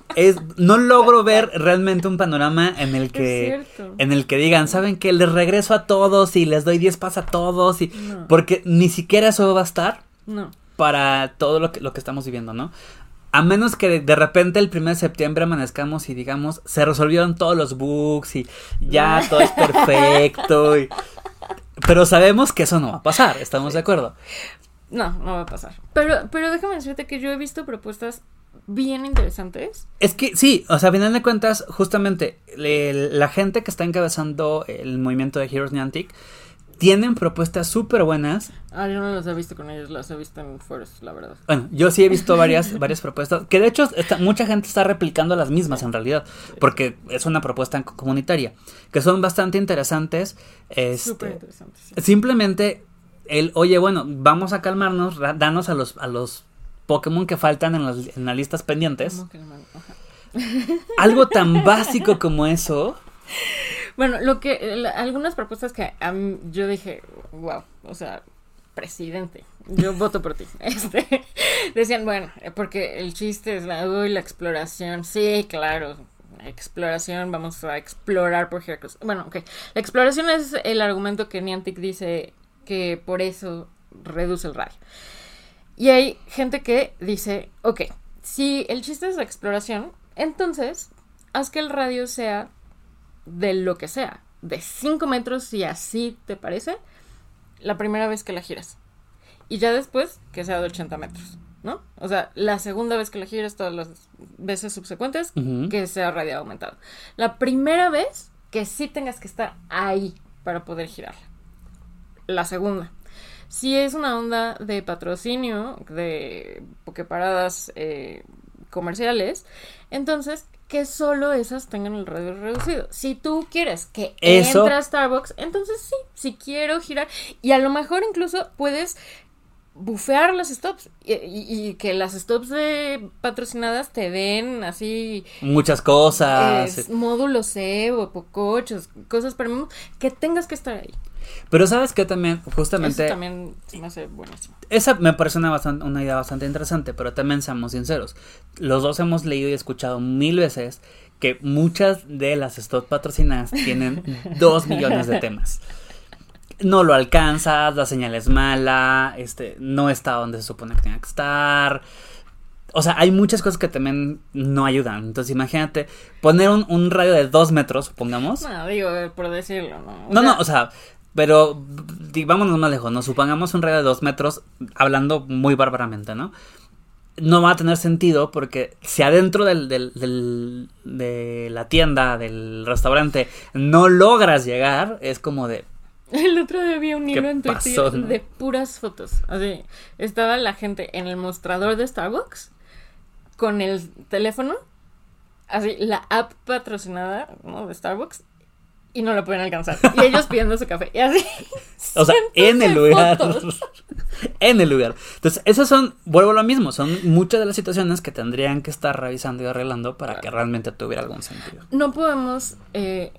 [SPEAKER 2] es, no logro ver realmente un panorama en el que, en el que digan, ¿saben qué? Les regreso a todos y les doy diez pas a todos y,
[SPEAKER 3] No.
[SPEAKER 2] porque ni siquiera eso va a estar
[SPEAKER 3] No.
[SPEAKER 2] para todo lo que, lo que estamos viviendo, ¿no? A menos que de, de repente el primero de septiembre amanezcamos y digamos, se resolvieron todos los bugs y ya todo es perfecto. Y, pero sabemos que eso no va a pasar, ¿estamos de acuerdo?
[SPEAKER 3] No, no va a pasar. Pero, pero déjame decirte que yo he visto propuestas bien interesantes.
[SPEAKER 2] Es que sí, o sea, a final de cuentas, justamente, le, la gente que está encabezando el movimiento de Heroes Niantic tienen propuestas súper buenas.
[SPEAKER 3] Ah, yo no las he visto con ellos, las he visto en foros, la verdad.
[SPEAKER 2] Bueno, yo sí he visto varias, varias propuestas, que de hecho está, mucha gente está replicando las mismas en realidad, porque es una propuesta comunitaria, que son bastante interesantes. Este,
[SPEAKER 3] Súper interesantes, sí.
[SPEAKER 2] Simplemente el, oye, bueno, vamos a calmarnos, ra- danos a los, a los Pokémon que faltan en las, en las listas pendientes.
[SPEAKER 3] ¿Cómo que no? Ajá.
[SPEAKER 2] Algo tan básico como eso.
[SPEAKER 3] Bueno, lo que la- algunas propuestas que a mí- yo dije, wow, o sea, presidente, yo voto por ti. Este, decían, bueno, porque el chiste es la, uy, la exploración, sí, claro, la exploración, vamos a explorar por Heracles. Bueno, ok, la exploración es el argumento que Niantic dice que por eso reduce el radio. Y hay gente que dice, ok, si el chiste es la exploración, entonces haz que el radio sea de lo que sea, de cinco metros si así te parece, la primera vez que la giras. Y ya después que sea de ochenta metros, ¿no? O sea, la segunda vez que la giras, todas las veces subsecuentes,
[SPEAKER 2] Uh-huh.
[SPEAKER 3] que sea radio aumentado. La primera vez que sí tengas que estar ahí para poder girarla. La segunda. Si es una onda de patrocinio, de pokeparadas eh, comerciales, entonces que solo esas tengan el radio reducido. Si tú quieres que
[SPEAKER 2] Eso...
[SPEAKER 3] entre a Starbucks, entonces sí, si quiero girar. Y a lo mejor incluso puedes bufear las stops y, y, y que las stops de patrocinadas te den así
[SPEAKER 2] muchas cosas.
[SPEAKER 3] eh, módulos Evo, pocochos, cosas para mí que tengas que estar ahí.
[SPEAKER 2] Pero sabes que también, justamente,
[SPEAKER 3] Eso también se me hace buenísimo.
[SPEAKER 2] esa me parece una, bastante, una idea bastante interesante, pero también seamos sinceros. Los dos hemos leído y escuchado mil veces que muchas de las stops patrocinadas tienen dos millones de temas. No lo alcanzas, la señal es mala, este, no está donde se supone que tenga que estar. O sea, hay muchas cosas que también no ayudan. Entonces, imagínate poner un, un radio de dos metros, supongamos.
[SPEAKER 3] No, digo, por decirlo, ¿no? O
[SPEAKER 2] No,
[SPEAKER 3] sea,
[SPEAKER 2] no, o sea, pero di- vámonos más lejos, ¿no? Supongamos un radio de dos metros, hablando muy bárbaramente, ¿no? No va a tener sentido porque si adentro del, del, del, de la tienda, del restaurante, no logras llegar, es como de...
[SPEAKER 3] el otro día vi un
[SPEAKER 2] ¿Qué
[SPEAKER 3] hilo en Twitter
[SPEAKER 2] pasó, no?
[SPEAKER 3] de puras fotos. Así, estaba la gente en el mostrador de Starbucks con el teléfono, así, la app patrocinada, ¿no? De Starbucks, y no la pueden alcanzar. Y ellos pidiendo su café. Y así.
[SPEAKER 2] O sea, en el
[SPEAKER 3] cientos de
[SPEAKER 2] lugar.
[SPEAKER 3] fotos.
[SPEAKER 2] En el lugar. Entonces, esas son, vuelvo a lo mismo, son muchas de las situaciones que tendrían que estar revisando y arreglando para
[SPEAKER 3] Claro.
[SPEAKER 2] que realmente tuviera algún sentido.
[SPEAKER 3] No podemos eh,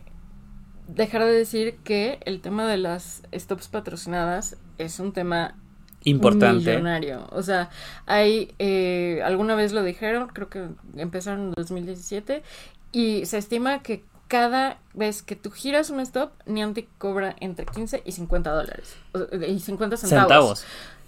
[SPEAKER 3] dejar de decir que el tema de las stops patrocinadas es un tema
[SPEAKER 2] Importante.
[SPEAKER 3] millonario. O sea, hay, eh, alguna vez lo dijeron, creo que empezaron en dos mil diecisiete, y se estima que cada vez que tú giras un stop, Niantic cobra entre quince y cincuenta dólares. O- y cincuenta centavos.
[SPEAKER 2] Centavos.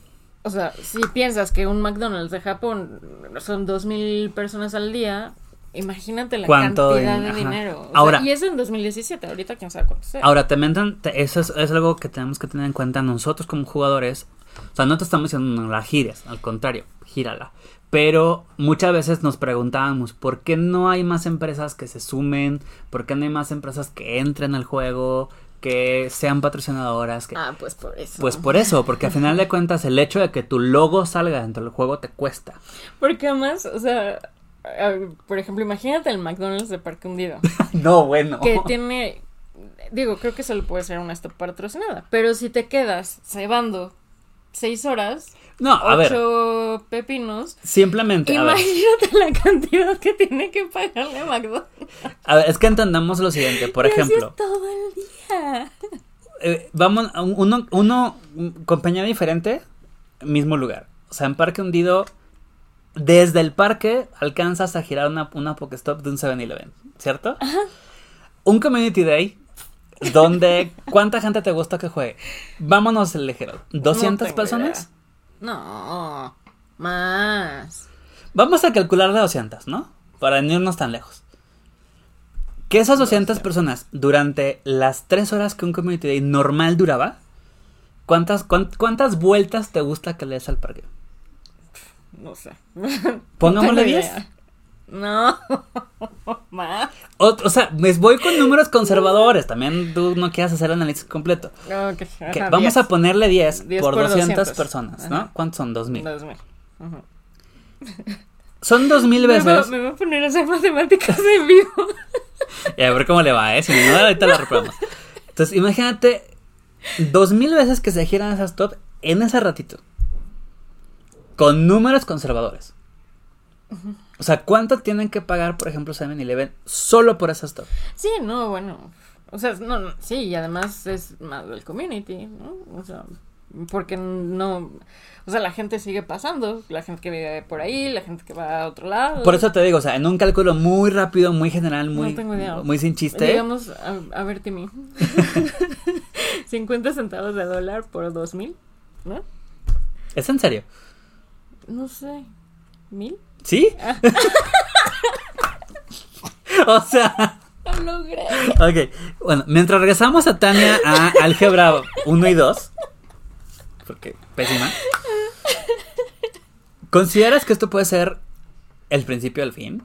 [SPEAKER 3] O sea, si piensas que un McDonald's de Japón son dos mil personas al día, imagínate la
[SPEAKER 2] ¿Cuánto
[SPEAKER 3] cantidad
[SPEAKER 2] en-
[SPEAKER 3] de
[SPEAKER 2] ajá.
[SPEAKER 3] dinero. O sea,
[SPEAKER 2] Ahora-
[SPEAKER 3] y eso en dos mil diecisiete, ahorita quién sabe cuánto sea.
[SPEAKER 2] Ahora, también tan- te- eso es, es algo que tenemos que tener en cuenta nosotros como jugadores. O sea, no te estamos diciendo no la gires, al contrario, gírala. Pero muchas veces nos preguntábamos, ¿por qué no hay más empresas que se sumen? ¿Por qué no hay más empresas que entren al juego? Que sean patrocinadoras. Que...
[SPEAKER 3] Ah, pues por eso.
[SPEAKER 2] Pues por eso, porque al final de cuentas el hecho de que tu logo salga dentro del juego te cuesta.
[SPEAKER 3] Porque además, o sea, a- por ejemplo, imagínate el McDonald's de Parque Hundido.
[SPEAKER 2] No, bueno.
[SPEAKER 3] Que tiene, digo, creo que solo puede ser una stop patrocinada. Pero si te quedas cebando seis horas,
[SPEAKER 2] No, a ver,
[SPEAKER 3] ocho pepinos,
[SPEAKER 2] simplemente, a ver,
[SPEAKER 3] imagínate la cantidad que tiene que pagarle a McDonald's.
[SPEAKER 2] a ver, es que entendamos lo siguiente, por
[SPEAKER 3] Y así
[SPEAKER 2] ejemplo,
[SPEAKER 3] es todo el día.
[SPEAKER 2] eh, vamos, a un- uno, uno, compañía diferente, mismo lugar. O sea, en Parque Hundido desde el parque alcanzas a girar una, una Pokestop de un seven eleven, ¿cierto?
[SPEAKER 3] Ajá.
[SPEAKER 2] Un Community Day donde ¿cuánta gente te gusta que juegue? Vámonos ligero. ¿doscientas
[SPEAKER 3] No tengo
[SPEAKER 2] personas?
[SPEAKER 3] idea. No, más.
[SPEAKER 2] Vamos a calcular de doscientas, ¿no? Para no irnos tan lejos. Que esas doscientas personas, durante las tres horas que un Community Day normal duraba, ¿cuántas, cuánt, ¿cuántas vueltas te gusta que le des al parque?
[SPEAKER 3] No sé.
[SPEAKER 2] Pongámosle
[SPEAKER 3] No tengo
[SPEAKER 2] diez.
[SPEAKER 3] idea. No, más.
[SPEAKER 2] O, o sea, me voy con números conservadores. También tú no quieras hacer el análisis completo.
[SPEAKER 3] Okay, ajá,
[SPEAKER 2] Que vamos
[SPEAKER 3] diez.
[SPEAKER 2] a ponerle diez,
[SPEAKER 3] diez
[SPEAKER 2] por
[SPEAKER 3] por
[SPEAKER 2] doscientas
[SPEAKER 3] doscientos.
[SPEAKER 2] personas, ¿no?
[SPEAKER 3] Ajá.
[SPEAKER 2] ¿Cuántos son? dos mil.
[SPEAKER 3] Dos mil. Ajá.
[SPEAKER 2] Son dos mil
[SPEAKER 3] Me va,
[SPEAKER 2] veces.
[SPEAKER 3] me va a poner a hacer matemáticas en vivo.
[SPEAKER 2] Y a ver cómo le va, ¿eh? Si no, ahorita la reprobamos. Entonces, imagínate dos mil veces que se giran esas top en ese ratito. Con números conservadores.
[SPEAKER 3] Ujú.
[SPEAKER 2] O sea, ¿cuánto tienen que pagar, por ejemplo, seven eleven solo por esas top?
[SPEAKER 3] Sí, no, bueno. O sea, no, no, sí, y además es más del community, ¿no? O sea, porque no. O sea, la gente sigue pasando. La gente que vive por ahí, la gente que va a otro lado.
[SPEAKER 2] Por eso te digo, o sea, en un cálculo muy rápido, muy general, muy,
[SPEAKER 3] No tengo idea.
[SPEAKER 2] muy sin chiste.
[SPEAKER 3] Digamos, a, a ver, Timmy. cincuenta centavos de dólar por dos mil, ¿no?
[SPEAKER 2] ¿Es en serio?
[SPEAKER 3] No sé. ¿Mil?
[SPEAKER 2] ¿Sí? O sea,
[SPEAKER 3] Lo logré.
[SPEAKER 2] ok. Bueno, mientras regresamos a Tania a álgebra uno y dos, porque pésima. ¿Consideras que esto puede ser el principio del fin?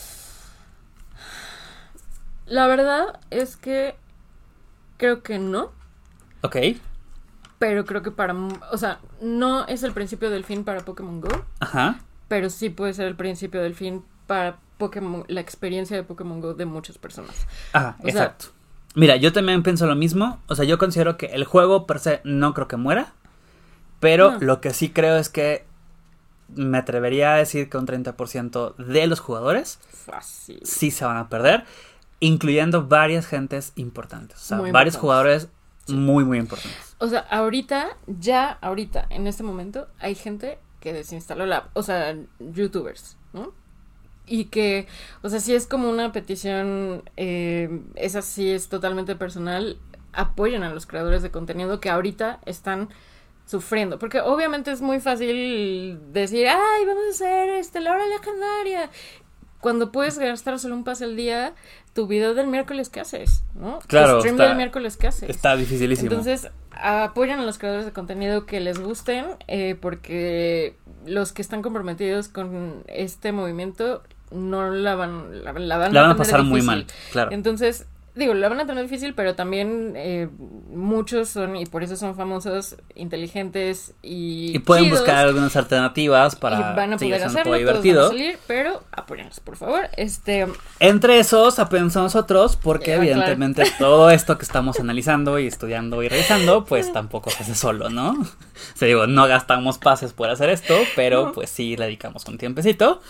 [SPEAKER 3] La verdad es que creo que no.
[SPEAKER 2] Ok.
[SPEAKER 3] Pero creo que para... O sea, no es el principio del fin para Pokémon Go.
[SPEAKER 2] Ajá.
[SPEAKER 3] Pero sí puede ser el principio del fin para Pokémon, la experiencia de Pokémon Go de muchas personas.
[SPEAKER 2] Ajá,
[SPEAKER 3] O sea-
[SPEAKER 2] exacto. Mira, yo también pienso lo mismo. O sea, yo considero que el juego per se no creo que muera. Pero
[SPEAKER 3] No.
[SPEAKER 2] lo que sí creo es que me atrevería a decir que un treinta por ciento de los jugadores
[SPEAKER 3] Fácil.
[SPEAKER 2] sí se van a perder, incluyendo varias gentes importantes. O sea,
[SPEAKER 3] Muy
[SPEAKER 2] varios
[SPEAKER 3] importantes.
[SPEAKER 2] jugadores
[SPEAKER 3] Sí.
[SPEAKER 2] muy, muy importantes.
[SPEAKER 3] O sea, ahorita, ya ahorita, en este momento, hay gente que desinstaló la app. O sea, youtubers, ¿no? Y que, o sea, sí es como una petición, eh, esa sí es totalmente personal, apoyen a los creadores de contenido que ahorita están sufriendo, porque obviamente es muy fácil decir, ay, vamos a hacer este, la hora legendaria, cuando puedes gastar solo un pase al día, tu video del miércoles, ¿qué haces? ¿No?
[SPEAKER 2] Claro,
[SPEAKER 3] Tu stream
[SPEAKER 2] está-
[SPEAKER 3] del miércoles, ¿qué haces?
[SPEAKER 2] Está dificilísimo.
[SPEAKER 3] Entonces, apoyan a los creadores de contenido que les gusten, eh, porque los que están comprometidos con este movimiento no la van, la, la van,
[SPEAKER 2] la van a
[SPEAKER 3] tener
[SPEAKER 2] pasar muy
[SPEAKER 3] difícil.
[SPEAKER 2] mal, claro.
[SPEAKER 3] Entonces, digo, la van a tener difícil, pero también eh, muchos son, y por eso son famosos, inteligentes y
[SPEAKER 2] Y pueden
[SPEAKER 3] chidos,
[SPEAKER 2] buscar algunas alternativas
[SPEAKER 3] y
[SPEAKER 2] para
[SPEAKER 3] van a
[SPEAKER 2] seguir
[SPEAKER 3] poder
[SPEAKER 2] siendo
[SPEAKER 3] hacerlo,
[SPEAKER 2] todo
[SPEAKER 3] todos van a
[SPEAKER 2] divertido.
[SPEAKER 3] salir, pero apóyenlos, por favor. Este,
[SPEAKER 2] Entre esos, apenas a nosotros, porque
[SPEAKER 3] Ah,
[SPEAKER 2] evidentemente todo esto que estamos analizando y estudiando y revisando, pues tampoco se hace solo, ¿no? O sea, digo, no gastamos pases por hacer esto, pero
[SPEAKER 3] No.
[SPEAKER 2] pues sí le dedicamos un tiempecito.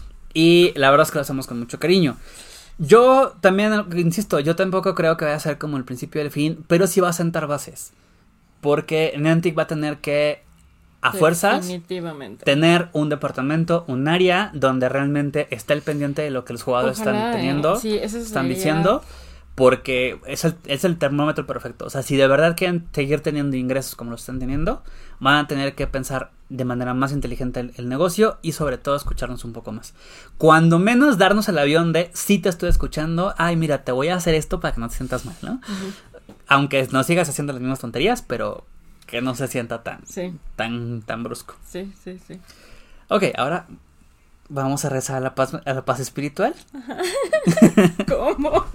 [SPEAKER 2] Y la verdad es que lo hacemos con mucho cariño. Yo también, insisto, yo tampoco creo que vaya a ser como el principio del fin, pero sí va a sentar bases. Porque Niantic va a tener que, a fuerzas,
[SPEAKER 3] definitivamente.
[SPEAKER 2] tener un departamento, un área donde realmente esté el pendiente de lo que los jugadores
[SPEAKER 3] Ojalá,
[SPEAKER 2] están
[SPEAKER 3] eh.
[SPEAKER 2] teniendo,
[SPEAKER 3] Sí, eso
[SPEAKER 2] están
[SPEAKER 3] sería-
[SPEAKER 2] diciendo, porque es el, es el termómetro perfecto. O sea, si de verdad quieren seguir teniendo ingresos como los están teniendo, van a tener que pensar de manera más inteligente el, el negocio y sobre todo escucharnos un poco más. Cuando menos darnos el avión de, sí te estoy escuchando, ay mira, te voy a hacer esto para que no te sientas mal, ¿no?
[SPEAKER 3] Ujú.
[SPEAKER 2] Aunque no sigas haciendo las mismas tonterías, pero que no se sienta tan,
[SPEAKER 3] Sí,
[SPEAKER 2] tan, tan brusco.
[SPEAKER 3] sí, sí, sí.
[SPEAKER 2] Ok, ahora vamos a rezar a la paz, a la paz espiritual.
[SPEAKER 3] ¿Cómo?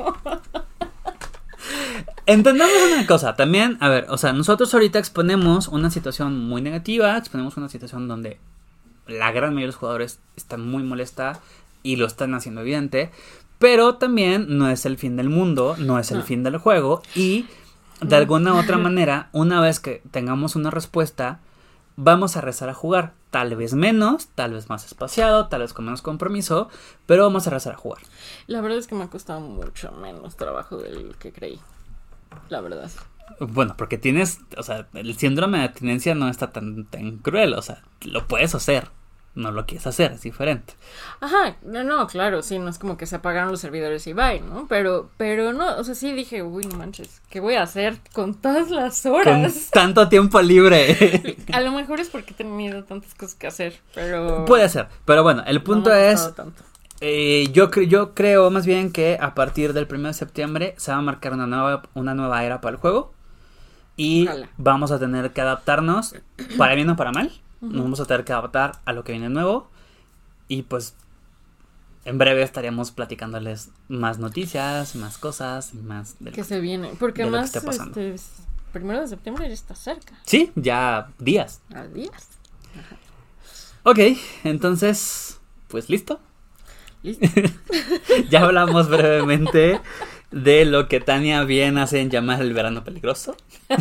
[SPEAKER 2] Entendamos una cosa, también, a ver, o sea, nosotros ahorita exponemos una situación muy negativa, exponemos una situación donde la gran mayoría de los jugadores están muy molesta y lo están haciendo evidente, pero también no es el fin del mundo, no es el
[SPEAKER 3] No.
[SPEAKER 2] fin del juego y de alguna u otra manera, una vez que tengamos una respuesta, vamos a rezar a jugar, tal vez menos, tal vez más espaciado, tal vez con menos compromiso, pero vamos a rezar a jugar.
[SPEAKER 3] La verdad es que me ha costado mucho menos trabajo del que creí. La verdad.
[SPEAKER 2] Bueno, porque tienes, o sea, el síndrome de abstinencia no está tan, tan cruel, o sea, lo puedes hacer. no lo quieres hacer, es diferente.
[SPEAKER 3] Ajá, no, no, claro, sí, no es como que se apagaron los servidores y bye, ¿no? Pero, pero no, o sea, sí dije, uy, no manches, ¿qué voy a hacer con todas las horas?
[SPEAKER 2] Con tanto tiempo libre.
[SPEAKER 3] A lo mejor es porque he tenido tantas cosas que hacer, pero...
[SPEAKER 2] Puede ser, pero bueno, el punto
[SPEAKER 3] no me ha
[SPEAKER 2] es,
[SPEAKER 3] costado tanto.
[SPEAKER 2] eh, yo, cre- yo creo más bien que a partir del primero de septiembre se va a marcar una nueva, una nueva era para el juego y
[SPEAKER 3] Ojalá.
[SPEAKER 2] vamos a tener que adaptarnos, para bien o para mal, nos vamos a tener que adaptar a lo que viene nuevo y pues en breve estaríamos platicándoles más noticias, más cosas y más de lo
[SPEAKER 3] Que se viene, porque
[SPEAKER 2] de lo que
[SPEAKER 3] además,
[SPEAKER 2] esté pasando.
[SPEAKER 3] este, primero de septiembre ya está cerca,
[SPEAKER 2] Sí, ya días.
[SPEAKER 3] a días.
[SPEAKER 2] Ok, entonces, pues listo.
[SPEAKER 3] Listo.
[SPEAKER 2] Ya hablamos brevemente de lo que Tania bien hacen llamar el verano peligroso,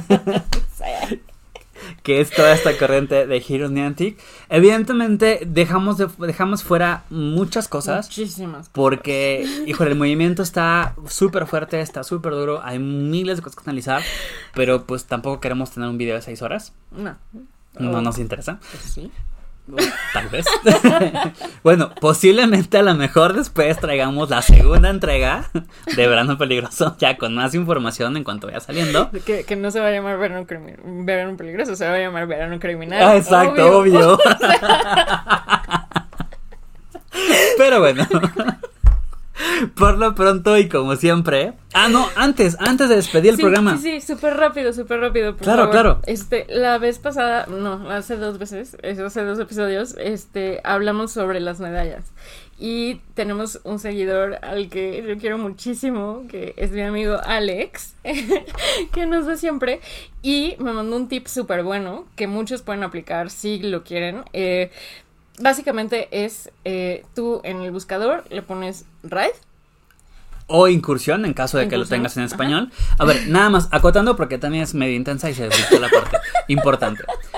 [SPEAKER 2] que es toda esta corriente de Heroes Niantic. Evidentemente dejamos de, dejamos fuera muchas cosas.
[SPEAKER 3] Muchísimas.
[SPEAKER 2] Porque, híjole, el movimiento está súper fuerte, está súper duro, hay miles de cosas que analizar, pero pues tampoco queremos tener un video de seis horas,
[SPEAKER 3] No.
[SPEAKER 2] no
[SPEAKER 3] Oh,
[SPEAKER 2] nos interesa.
[SPEAKER 3] pues sí.
[SPEAKER 2] Tal vez. Bueno, posiblemente a lo mejor después traigamos la segunda entrega de Verano Peligroso, ya con más información en cuanto vaya saliendo.
[SPEAKER 3] Que, que no se va a llamar verano, crimi- verano peligroso, se va a llamar verano criminal.
[SPEAKER 2] Ah, exacto, obvio. Pero bueno. Por lo pronto y como siempre. Ah, no, antes, antes de despedir el
[SPEAKER 3] Sí,
[SPEAKER 2] programa.
[SPEAKER 3] Sí, sí, súper rápido, súper rápido. Por
[SPEAKER 2] Claro,
[SPEAKER 3] favor.
[SPEAKER 2] claro.
[SPEAKER 3] Este, la vez pasada, no, hace dos veces, eso, hace dos episodios, este, hablamos sobre las medallas. Y tenemos un seguidor al que yo quiero muchísimo, que es mi amigo Alex, que nos ve siempre. Y me mandó un tip súper bueno, que muchos pueden aplicar si lo quieren. Eh, básicamente es, eh, tú en el buscador le pones raid.
[SPEAKER 2] O incursión, en caso de que lo
[SPEAKER 3] Incursión,
[SPEAKER 2] tengas en
[SPEAKER 3] ajá.
[SPEAKER 2] español. A ver, nada más, acotando porque también es medio intensa y se desvirtuó la parte importante.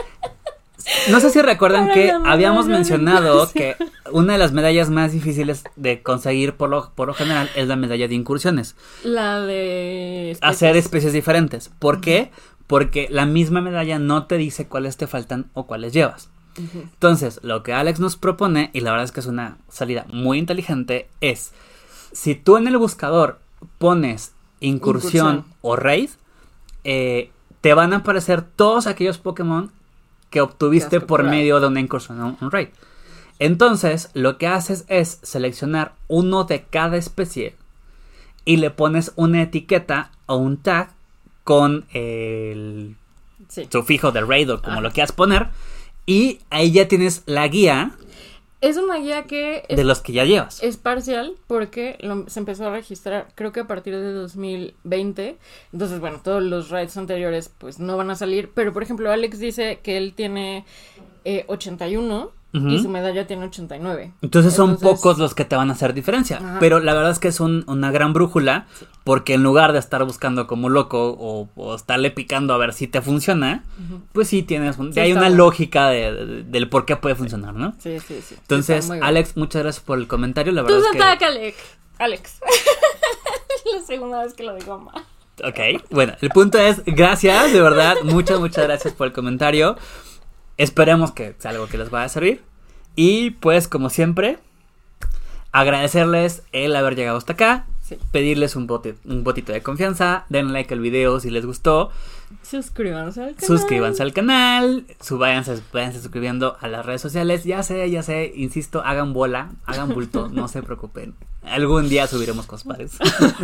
[SPEAKER 2] No sé si recuerdan
[SPEAKER 3] Para
[SPEAKER 2] que
[SPEAKER 3] la medalla
[SPEAKER 2] habíamos
[SPEAKER 3] de
[SPEAKER 2] mencionado
[SPEAKER 3] incursión.
[SPEAKER 2] que una de las medallas más difíciles de conseguir por lo, por lo general es la medalla de incursiones.
[SPEAKER 3] La de... especies.
[SPEAKER 2] Hacer especies diferentes. ¿Por qué? Porque la misma medalla no te dice cuáles te faltan o cuáles llevas.
[SPEAKER 3] Ujú.
[SPEAKER 2] Entonces, lo que Alex nos propone, y la verdad es que es una salida muy inteligente, es si tú en el buscador pones incursión,
[SPEAKER 3] Incursión.
[SPEAKER 2] o raid, eh, te van a aparecer todos aquellos Pokémon que obtuviste
[SPEAKER 3] Que has
[SPEAKER 2] por
[SPEAKER 3] capturado.
[SPEAKER 2] medio de una incursión o un raid. Entonces, lo que haces es seleccionar uno de cada especie y le pones una etiqueta o un tag con el
[SPEAKER 3] Sí.
[SPEAKER 2] sufijo de raid o como
[SPEAKER 3] Ah.
[SPEAKER 2] lo quieras poner, y ahí ya tienes la guía
[SPEAKER 3] Es una guía que es,
[SPEAKER 2] de los que ya llevas.
[SPEAKER 3] es parcial porque lo- se empezó a registrar creo que a partir de dos mil veinte. Entonces, bueno, todos los raids anteriores pues no van a salir. Pero, por ejemplo, Alex dice que él tiene eh, ochenta y uno
[SPEAKER 2] Ujú.
[SPEAKER 3] y su medalla tiene ochenta y nueve.
[SPEAKER 2] Entonces son
[SPEAKER 3] Entonces-
[SPEAKER 2] pocos los que te van a hacer diferencia.
[SPEAKER 3] Ajá.
[SPEAKER 2] Pero la verdad es que es un- una gran brújula. Porque en lugar de estar buscando como loco o, o estarle picando a ver si te funciona,
[SPEAKER 3] Ujú.
[SPEAKER 2] pues sí tienes un,
[SPEAKER 3] Sí,
[SPEAKER 2] hay
[SPEAKER 3] está
[SPEAKER 2] una
[SPEAKER 3] bueno.
[SPEAKER 2] lógica de, de- del por qué puede funcionar, ¿no?
[SPEAKER 3] Sí, sí, sí.
[SPEAKER 2] Entonces,
[SPEAKER 3] Está muy bien.
[SPEAKER 2] Alex, muchas gracias por el comentario. La
[SPEAKER 3] Tú
[SPEAKER 2] verdad es que...
[SPEAKER 3] ataca, Alex. Alex. La segunda vez que lo digo mal.
[SPEAKER 2] Ok, bueno, el punto es, gracias, de verdad, muchas, muchas gracias por el comentario. Esperemos que sea algo que les vaya a servir. Y pues, como siempre, agradecerles el haber llegado hasta acá.
[SPEAKER 3] Sí.
[SPEAKER 2] Pedirles un, bote, un botito de confianza. Den like al video si les gustó.
[SPEAKER 3] Suscríbanse al canal.
[SPEAKER 2] Suscríbanse al canal. Su, váyanse, váyanse suscribiendo a las redes sociales. Ya sé, ya sé, insisto, hagan bola, hagan bulto, no se preocupen. Algún día subiremos cosas padres.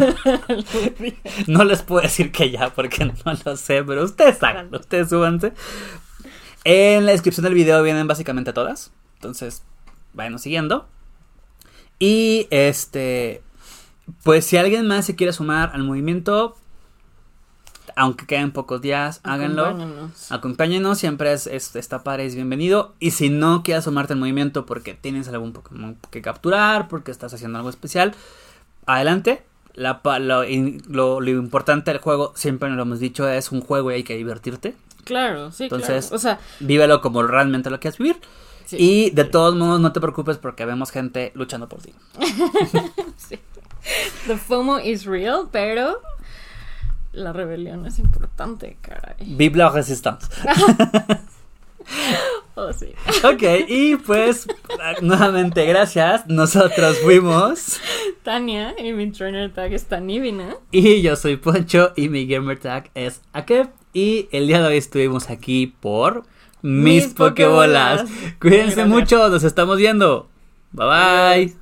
[SPEAKER 2] No les puedo decir que ya porque no lo sé, pero ustedes háganlo, ustedes súbanse. En la descripción del video vienen básicamente todas. Entonces, váyanos siguiendo. Y este, pues si alguien más se quiere sumar al movimiento, aunque queden pocos días, háganlo.
[SPEAKER 3] Acompáñenos.
[SPEAKER 2] Acompáñenos, siempre es, es está padre, es bienvenido. Y si no quieres sumarte al movimiento porque tienes algún Pokémon que capturar, porque estás haciendo algo especial, adelante. La, pa- lo, in- lo, lo importante del juego, siempre nos lo hemos dicho, es un juego y hay que divertirte.
[SPEAKER 3] Claro, sí,
[SPEAKER 2] Entonces,
[SPEAKER 3] claro. O sea,
[SPEAKER 2] Vívelo como realmente lo quieras vivir.
[SPEAKER 3] sí.
[SPEAKER 2] Y de todos modos, no te preocupes porque vemos gente luchando por ti.
[SPEAKER 3] Sí. The FOMO is real, pero la rebelión es importante, caray.
[SPEAKER 2] Vive la resistance.
[SPEAKER 3] Oh, sí.
[SPEAKER 2] Ok, y pues nuevamente gracias. Nosotros fuimos
[SPEAKER 3] Tania y mi trainer tag es Tanivina.
[SPEAKER 2] y yo soy Poncho y mi gamer tag es Akep. Y el día de hoy estuvimos aquí por Mis,
[SPEAKER 3] Mis
[SPEAKER 2] Pokebolas.
[SPEAKER 3] Pokebolas.
[SPEAKER 2] Cuídense
[SPEAKER 3] Gracias.
[SPEAKER 2] mucho, nos estamos viendo. Bye bye.
[SPEAKER 3] Adiós.